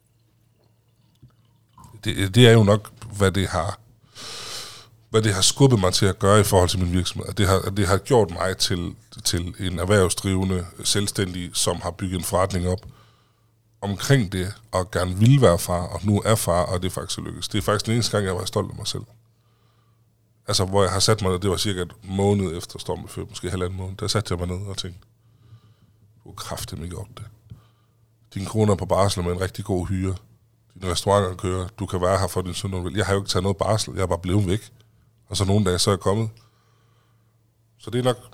Det, det er jo nok, hvad det har hvad det har skubbet mig til at gøre i forhold til min virksomhed. Det har, det har gjort mig til, til en erhvervsdrivende, selvstændig, som har bygget en forretning op omkring det, og gerne ville være far, og nu er far, og det er faktisk lykkedes. Det er faktisk den eneste gang, jeg var stolt af mig selv. Altså, hvor jeg har sat mig ned, det var cirka et måned efter Stormen før, måske halvanden måned, der satte jeg mig ned og tænkte, du har kraftigt ikke op det. Din kone er på barsel med en rigtig god hyre. Dine restauranter kører. Du kan være her for din søn, når du vil. Jeg har jo ikke taget noget barsel, jeg er bare blevet væk. Og så nogle dage, så er jeg kommet. Så det er nok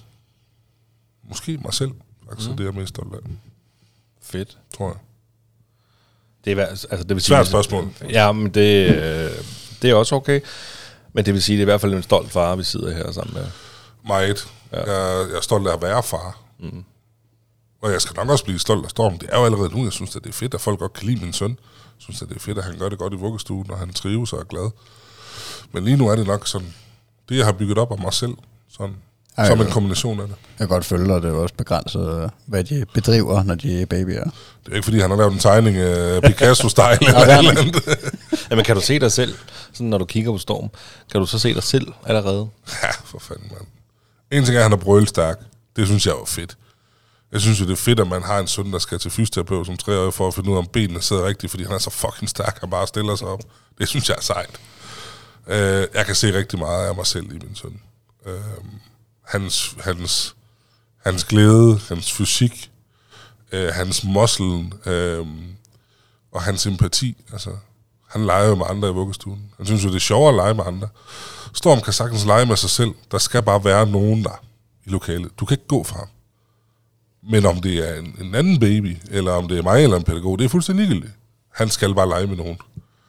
måske mig selv, faktisk, mm. det er jeg mest stolt af. Fedt. Tror jeg. Det er, altså, det vil sige, svært spørgsmål. Ja, men det, øh, det er også okay. Men det vil sige, det er i hvert fald en stolt far, vi sidder her sammen med. Meget. Ja. Jeg, jeg er stolt af at være far. Mm. Og jeg skal nok også blive stolt af Storm. Det er jo allerede nu, jeg synes, at det er fedt, at folk godt kan lide min søn. Jeg synes, at det er fedt, at han gør det godt i vuggestuen, og han trives og er glad. Men lige nu er det nok sådan, det jeg har bygget op af mig selv, sådan, Ej, som en kombination af det. Jeg kan godt følge, at det er også begrænset, hvad de bedriver, når de er babyer. Det er ikke, fordi han har lavet en tegning af Picasso-style eller et eller andet. Jamen, kan du se dig selv, sådan når du kigger på Storm, kan du så se dig selv allerede? Ja, for fanden, mand. En ting er, at han er brølstærk. Det synes jeg er jo fedt. Jeg synes jo, det er fedt, at man har en søn, der skal til fysioterapeut som tre år for at finde ud af, om benene sidder rigtigt, fordi han er så fucking stærk, han bare stiller sig op. Det synes jeg er sejt. Uh, jeg kan se rigtig meget af mig selv i min søn. Uh, hans, hans, hans glæde, hans fysik, uh, hans muscle uh, og hans empati. Altså, han leger jo med andre i vuggestuen. Han synes jo, det er sjovere at lege med andre. Storm kan sagtens lege med sig selv. Der skal bare være nogen der i lokalet. Du kan ikke gå fra ham. Men om det er en, en anden baby, eller om det er mig eller en pædagog, det er fuldstændig ligegyldigt. Han skal bare lege med nogen.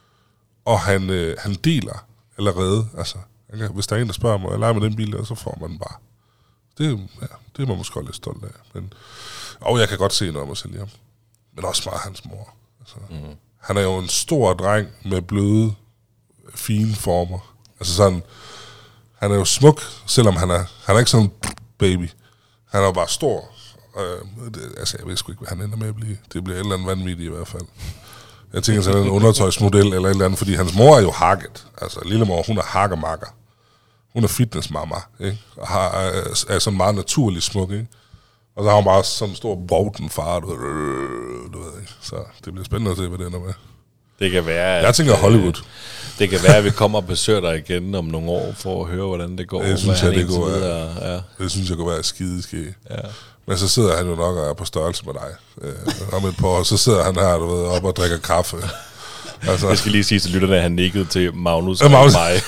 Og han, øh, han deler allerede. Altså, kan, hvis der er en, der spørger mig, jeg leger med den bil der, så får man den bare. Det, ja, det er man måske lidt stolt af. Men, og jeg kan godt se noget af mig selv i ham. Men også meget hans mor. Altså, mm. Han er jo en stor dreng med bløde, fine former. Altså sådan, han er jo smuk, selvom han er, han er ikke sådan en baby. Han er jo bare stor. Øh, det, altså, jeg ved sgu ikke, hvad han ender med at blive. Det bliver et eller andet vanvittigt i hvert fald. Jeg tænker sådan en undertøjsmodel eller et eller andet, fordi hans mor er jo hakket. Altså, lillemor, hun er hakkemakker. Hun er fitnessmamma, ikke? Og har, er, er sådan meget naturlig smuk, ikke? Og så har hun bare sådan en stor Bowden-far, du ved, du ved, ikke? Så det bliver spændende at se, hvad det ender med. Det kan være, jeg tænker Hollywood. Det kan være, at vi kommer og besøger dig igen om nogle år, for at høre, hvordan det går. Det synes jeg, det går være, ja. Det synes jeg kunne være skideskæg. Ja. Men så sidder han jo nok og er på størrelse med dig. Øh, om et par år, så sidder han her, du ved, op og drikker kaffe. Altså. Jeg skal lige sige til lytterne, at han nikkede til Magnus ja, og Magnus. mig.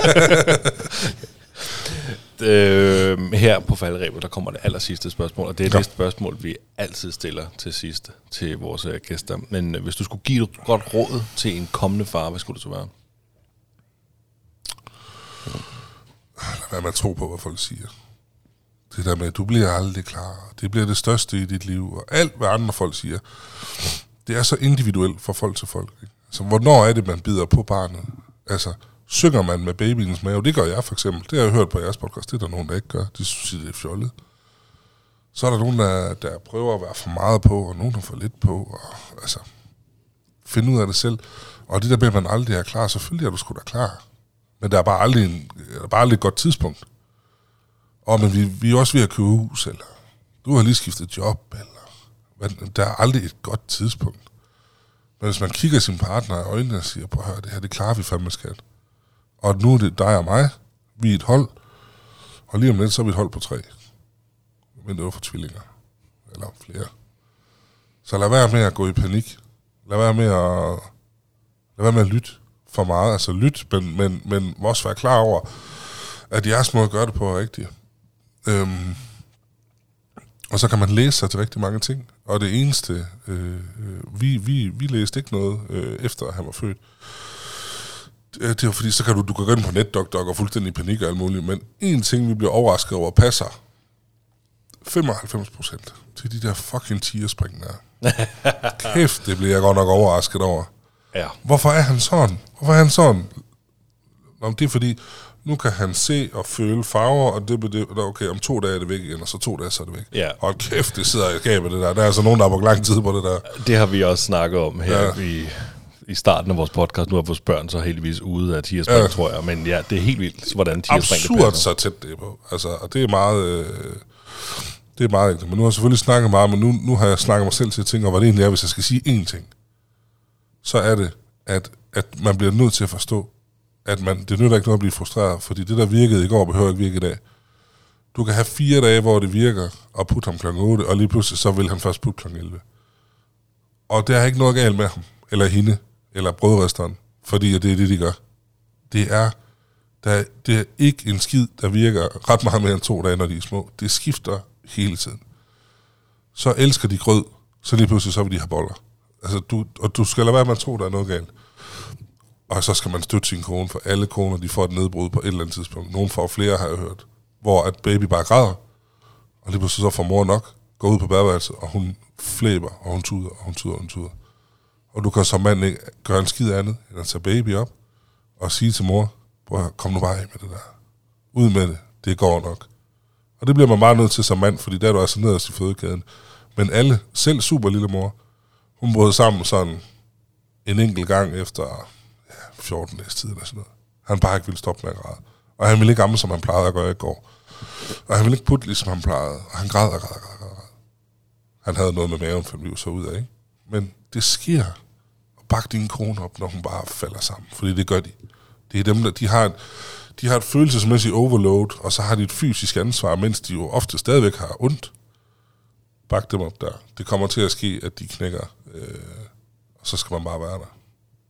øh, her på falderebet, der kommer det aller sidste spørgsmål, og det er ja. det spørgsmål, vi altid stiller til sidst til vores uh, gæster. Men uh, hvis du skulle give et godt råd til en kommende far, hvad skulle det så være? Lad være med at tro på, hvad folk siger. Det der med, at du bliver aldrig klar. Det bliver det største i dit liv. Og alt, hvad andre folk siger, det er så individuelt fra folk til folk. Ikke? Altså, hvornår er det, man bider på barnet? Altså, synger man med babyens mave? Det gør jeg for eksempel. Det har jeg hørt på jeres podcast. Det er der nogen, der ikke gør. De synes, det er fjollet. Så er der nogen, der, der prøver at være for meget på, og nogen, der får lidt på. Og, altså, finde ud af det selv. Og det der med, at man aldrig er klar, selvfølgelig er du sgu da klar. Men der er bare aldrig, en, der er bare aldrig et godt tidspunkt. Og men vi, vi er også ved at købe hus, eller du har lige skiftet job, eller men der er aldrig et godt tidspunkt. Men hvis man kigger sin partner i øjnene og siger, prøv at høre, det her, det klarer vi fandme, skat. Og nu er det dig og mig, vi er et hold, og lige om lidt, så er vi et hold på tre. Men det var for tvillinger, eller flere. Så lad være med at gå i panik. Lad være med at, lad være med at lytte for meget. Altså lytte, men, men, men også være klar over, at jeres måde at gøre det på er rigtigt. Øhm, og så kan man læse sig til rigtig mange ting. Og det eneste, øh, vi, vi, vi læste ikke noget øh, efter at han var født. Det var fordi, så kan du, du kan gå ind på NetDocDoc og fuldstændig i panik og alt muligt. Men en ting, vi bliver overrasket over, passer femoghalvfems procent til de der fucking tigerspring der. Kæft, det bliver jeg godt nok overrasket over. Ja. Hvorfor er han sådan? Hvorfor er han sådan? Nå, det er fordi, nu kan han se og føle farver, og det det, okay, om to dage er det væk igen, og så to dage så er det væk. Ja. Og kæft, det sidder i skabet, det der. Der er altså nogen, der har brugt lang tid på det der. Det har vi også snakket om her ja. i, i starten af vores podcast. Nu har vores børn så heldigvis ude af tigerspring, ja. tror jeg. Men ja, det er helt vildt, hvordan tigerspring det passer. Absurd så tæt det er på. Altså, og det er meget... Øh, det er meget ægte. Men nu har jeg selvfølgelig snakket meget, men nu, nu har jeg snakket mig selv til at tænke, og hvad det egentlig er, hvis jeg skal sige én ting. Så er det, at, at man bliver nødt til at forstå, at man, det nytter ikke noget at blive frustreret, fordi det, der virkede i går, behøver ikke virke i dag. Du kan have fire dage, hvor det virker, og putte ham klokken otte, og lige pludselig så vil han først putte klokken elleve. Og der er ikke noget galt med ham, eller hende, eller brødresteren, fordi det er det, de gør. Det er, der er, det er ikke en skid, der virker ret meget mere end to dage, når de er små. Det skifter hele tiden. Så elsker de grød, så lige pludselig så vil de have boller. Altså, du, og du skal lade være med at tro, der er noget galt. Og så skal man støtte sin kone, for alle koner, de får et nedbrud på et eller andet tidspunkt. Nogle får flere, har jeg hørt. Hvor at baby bare græder, og lige pludselig så får mor nok, går ud på badeværelset, og hun flæber, og hun tuder, og hun tuder, og hun tuder. Og du kan som mand ikke gøre en skid andet, end at tage baby op, og sige til mor, prøv, kom nu bare af med det der. Ud med det, det går nok. Og det bliver man bare nødt til som mand, fordi der er du altså nederst i fødekæden. Men alle, selv super lille mor, hun brød sammen sådan en enkelt gang efter ja, fjorten dages tid eller sådan noget. Han bare ikke ville stoppe med at græde. Og han ville ikke amme, som han plejede at gøre i går. Og han ville ikke putte, ligesom han plejede. Og han græd og græd og græd og græd. Han havde noget med maven, fandt vi jo så ud af, ikke? Men det sker. Og bak din kone op, når hun bare falder sammen. Fordi det gør de. Det er dem, der de har, et, de har et følelsesmæssigt overload, og så har de et fysisk ansvar, mens de jo ofte stadigvæk har ondt. Bak dem op der. Det kommer til at ske, at de knækker. Øh, og så skal man bare være der.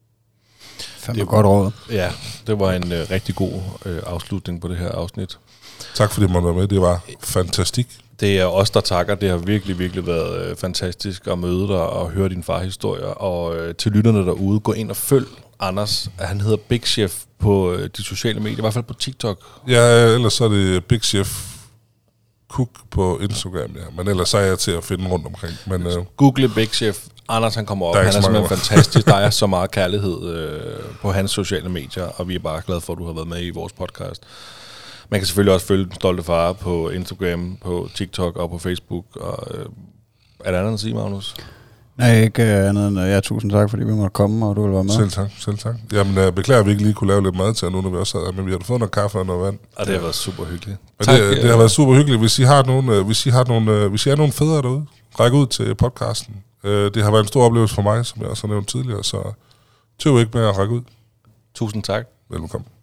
Det var godt råd. Ja, det var en øh, rigtig god øh, afslutning på det her afsnit. Tak fordi man var med. Det var fantastisk. Det er os, der takker. Det har virkelig, virkelig været øh, fantastisk at møde dig og høre din farhistorier. Og øh, til lytterne derude, gå ind og følg Anders. Han hedder Big Chef på øh, de sociale medier, i hvert fald på TikTok. Ja, ellers så er det Big Chef Cook på Instagram, ja. Men ellers så er jeg til at finde rundt omkring. Men, øh, Google Big Chef. Anders, han kommer op. Han er simpelthen fantastisk. Der er så meget kærlighed øh, på hans sociale medier, og vi er bare glade for, at du har været med i vores podcast. Man kan selvfølgelig også følge Den Stolte Far på Instagram, på TikTok og på Facebook. Og, øh, er der andet at sige, Magnus? Nej, ikke andet end ja, tusind tak, fordi vi måtte komme, og du ville være med. Selv tak, selv tak. Jamen, jeg beklager, at vi ikke lige kunne lave lidt mad til nu, når vi også havde, men vi har fået noget kaffe og noget vand. Og det har været super hyggeligt. Tak, det, det har været super hyggeligt. Hvis I har nogle, hvis I har nogle, hvis I er nogle fædre derude, ræk ud til podcasten. Det har været en stor oplevelse for mig, som jeg også har nævnt tidligere, så tøv ikke med at række ud. Tusind tak. Velkommen.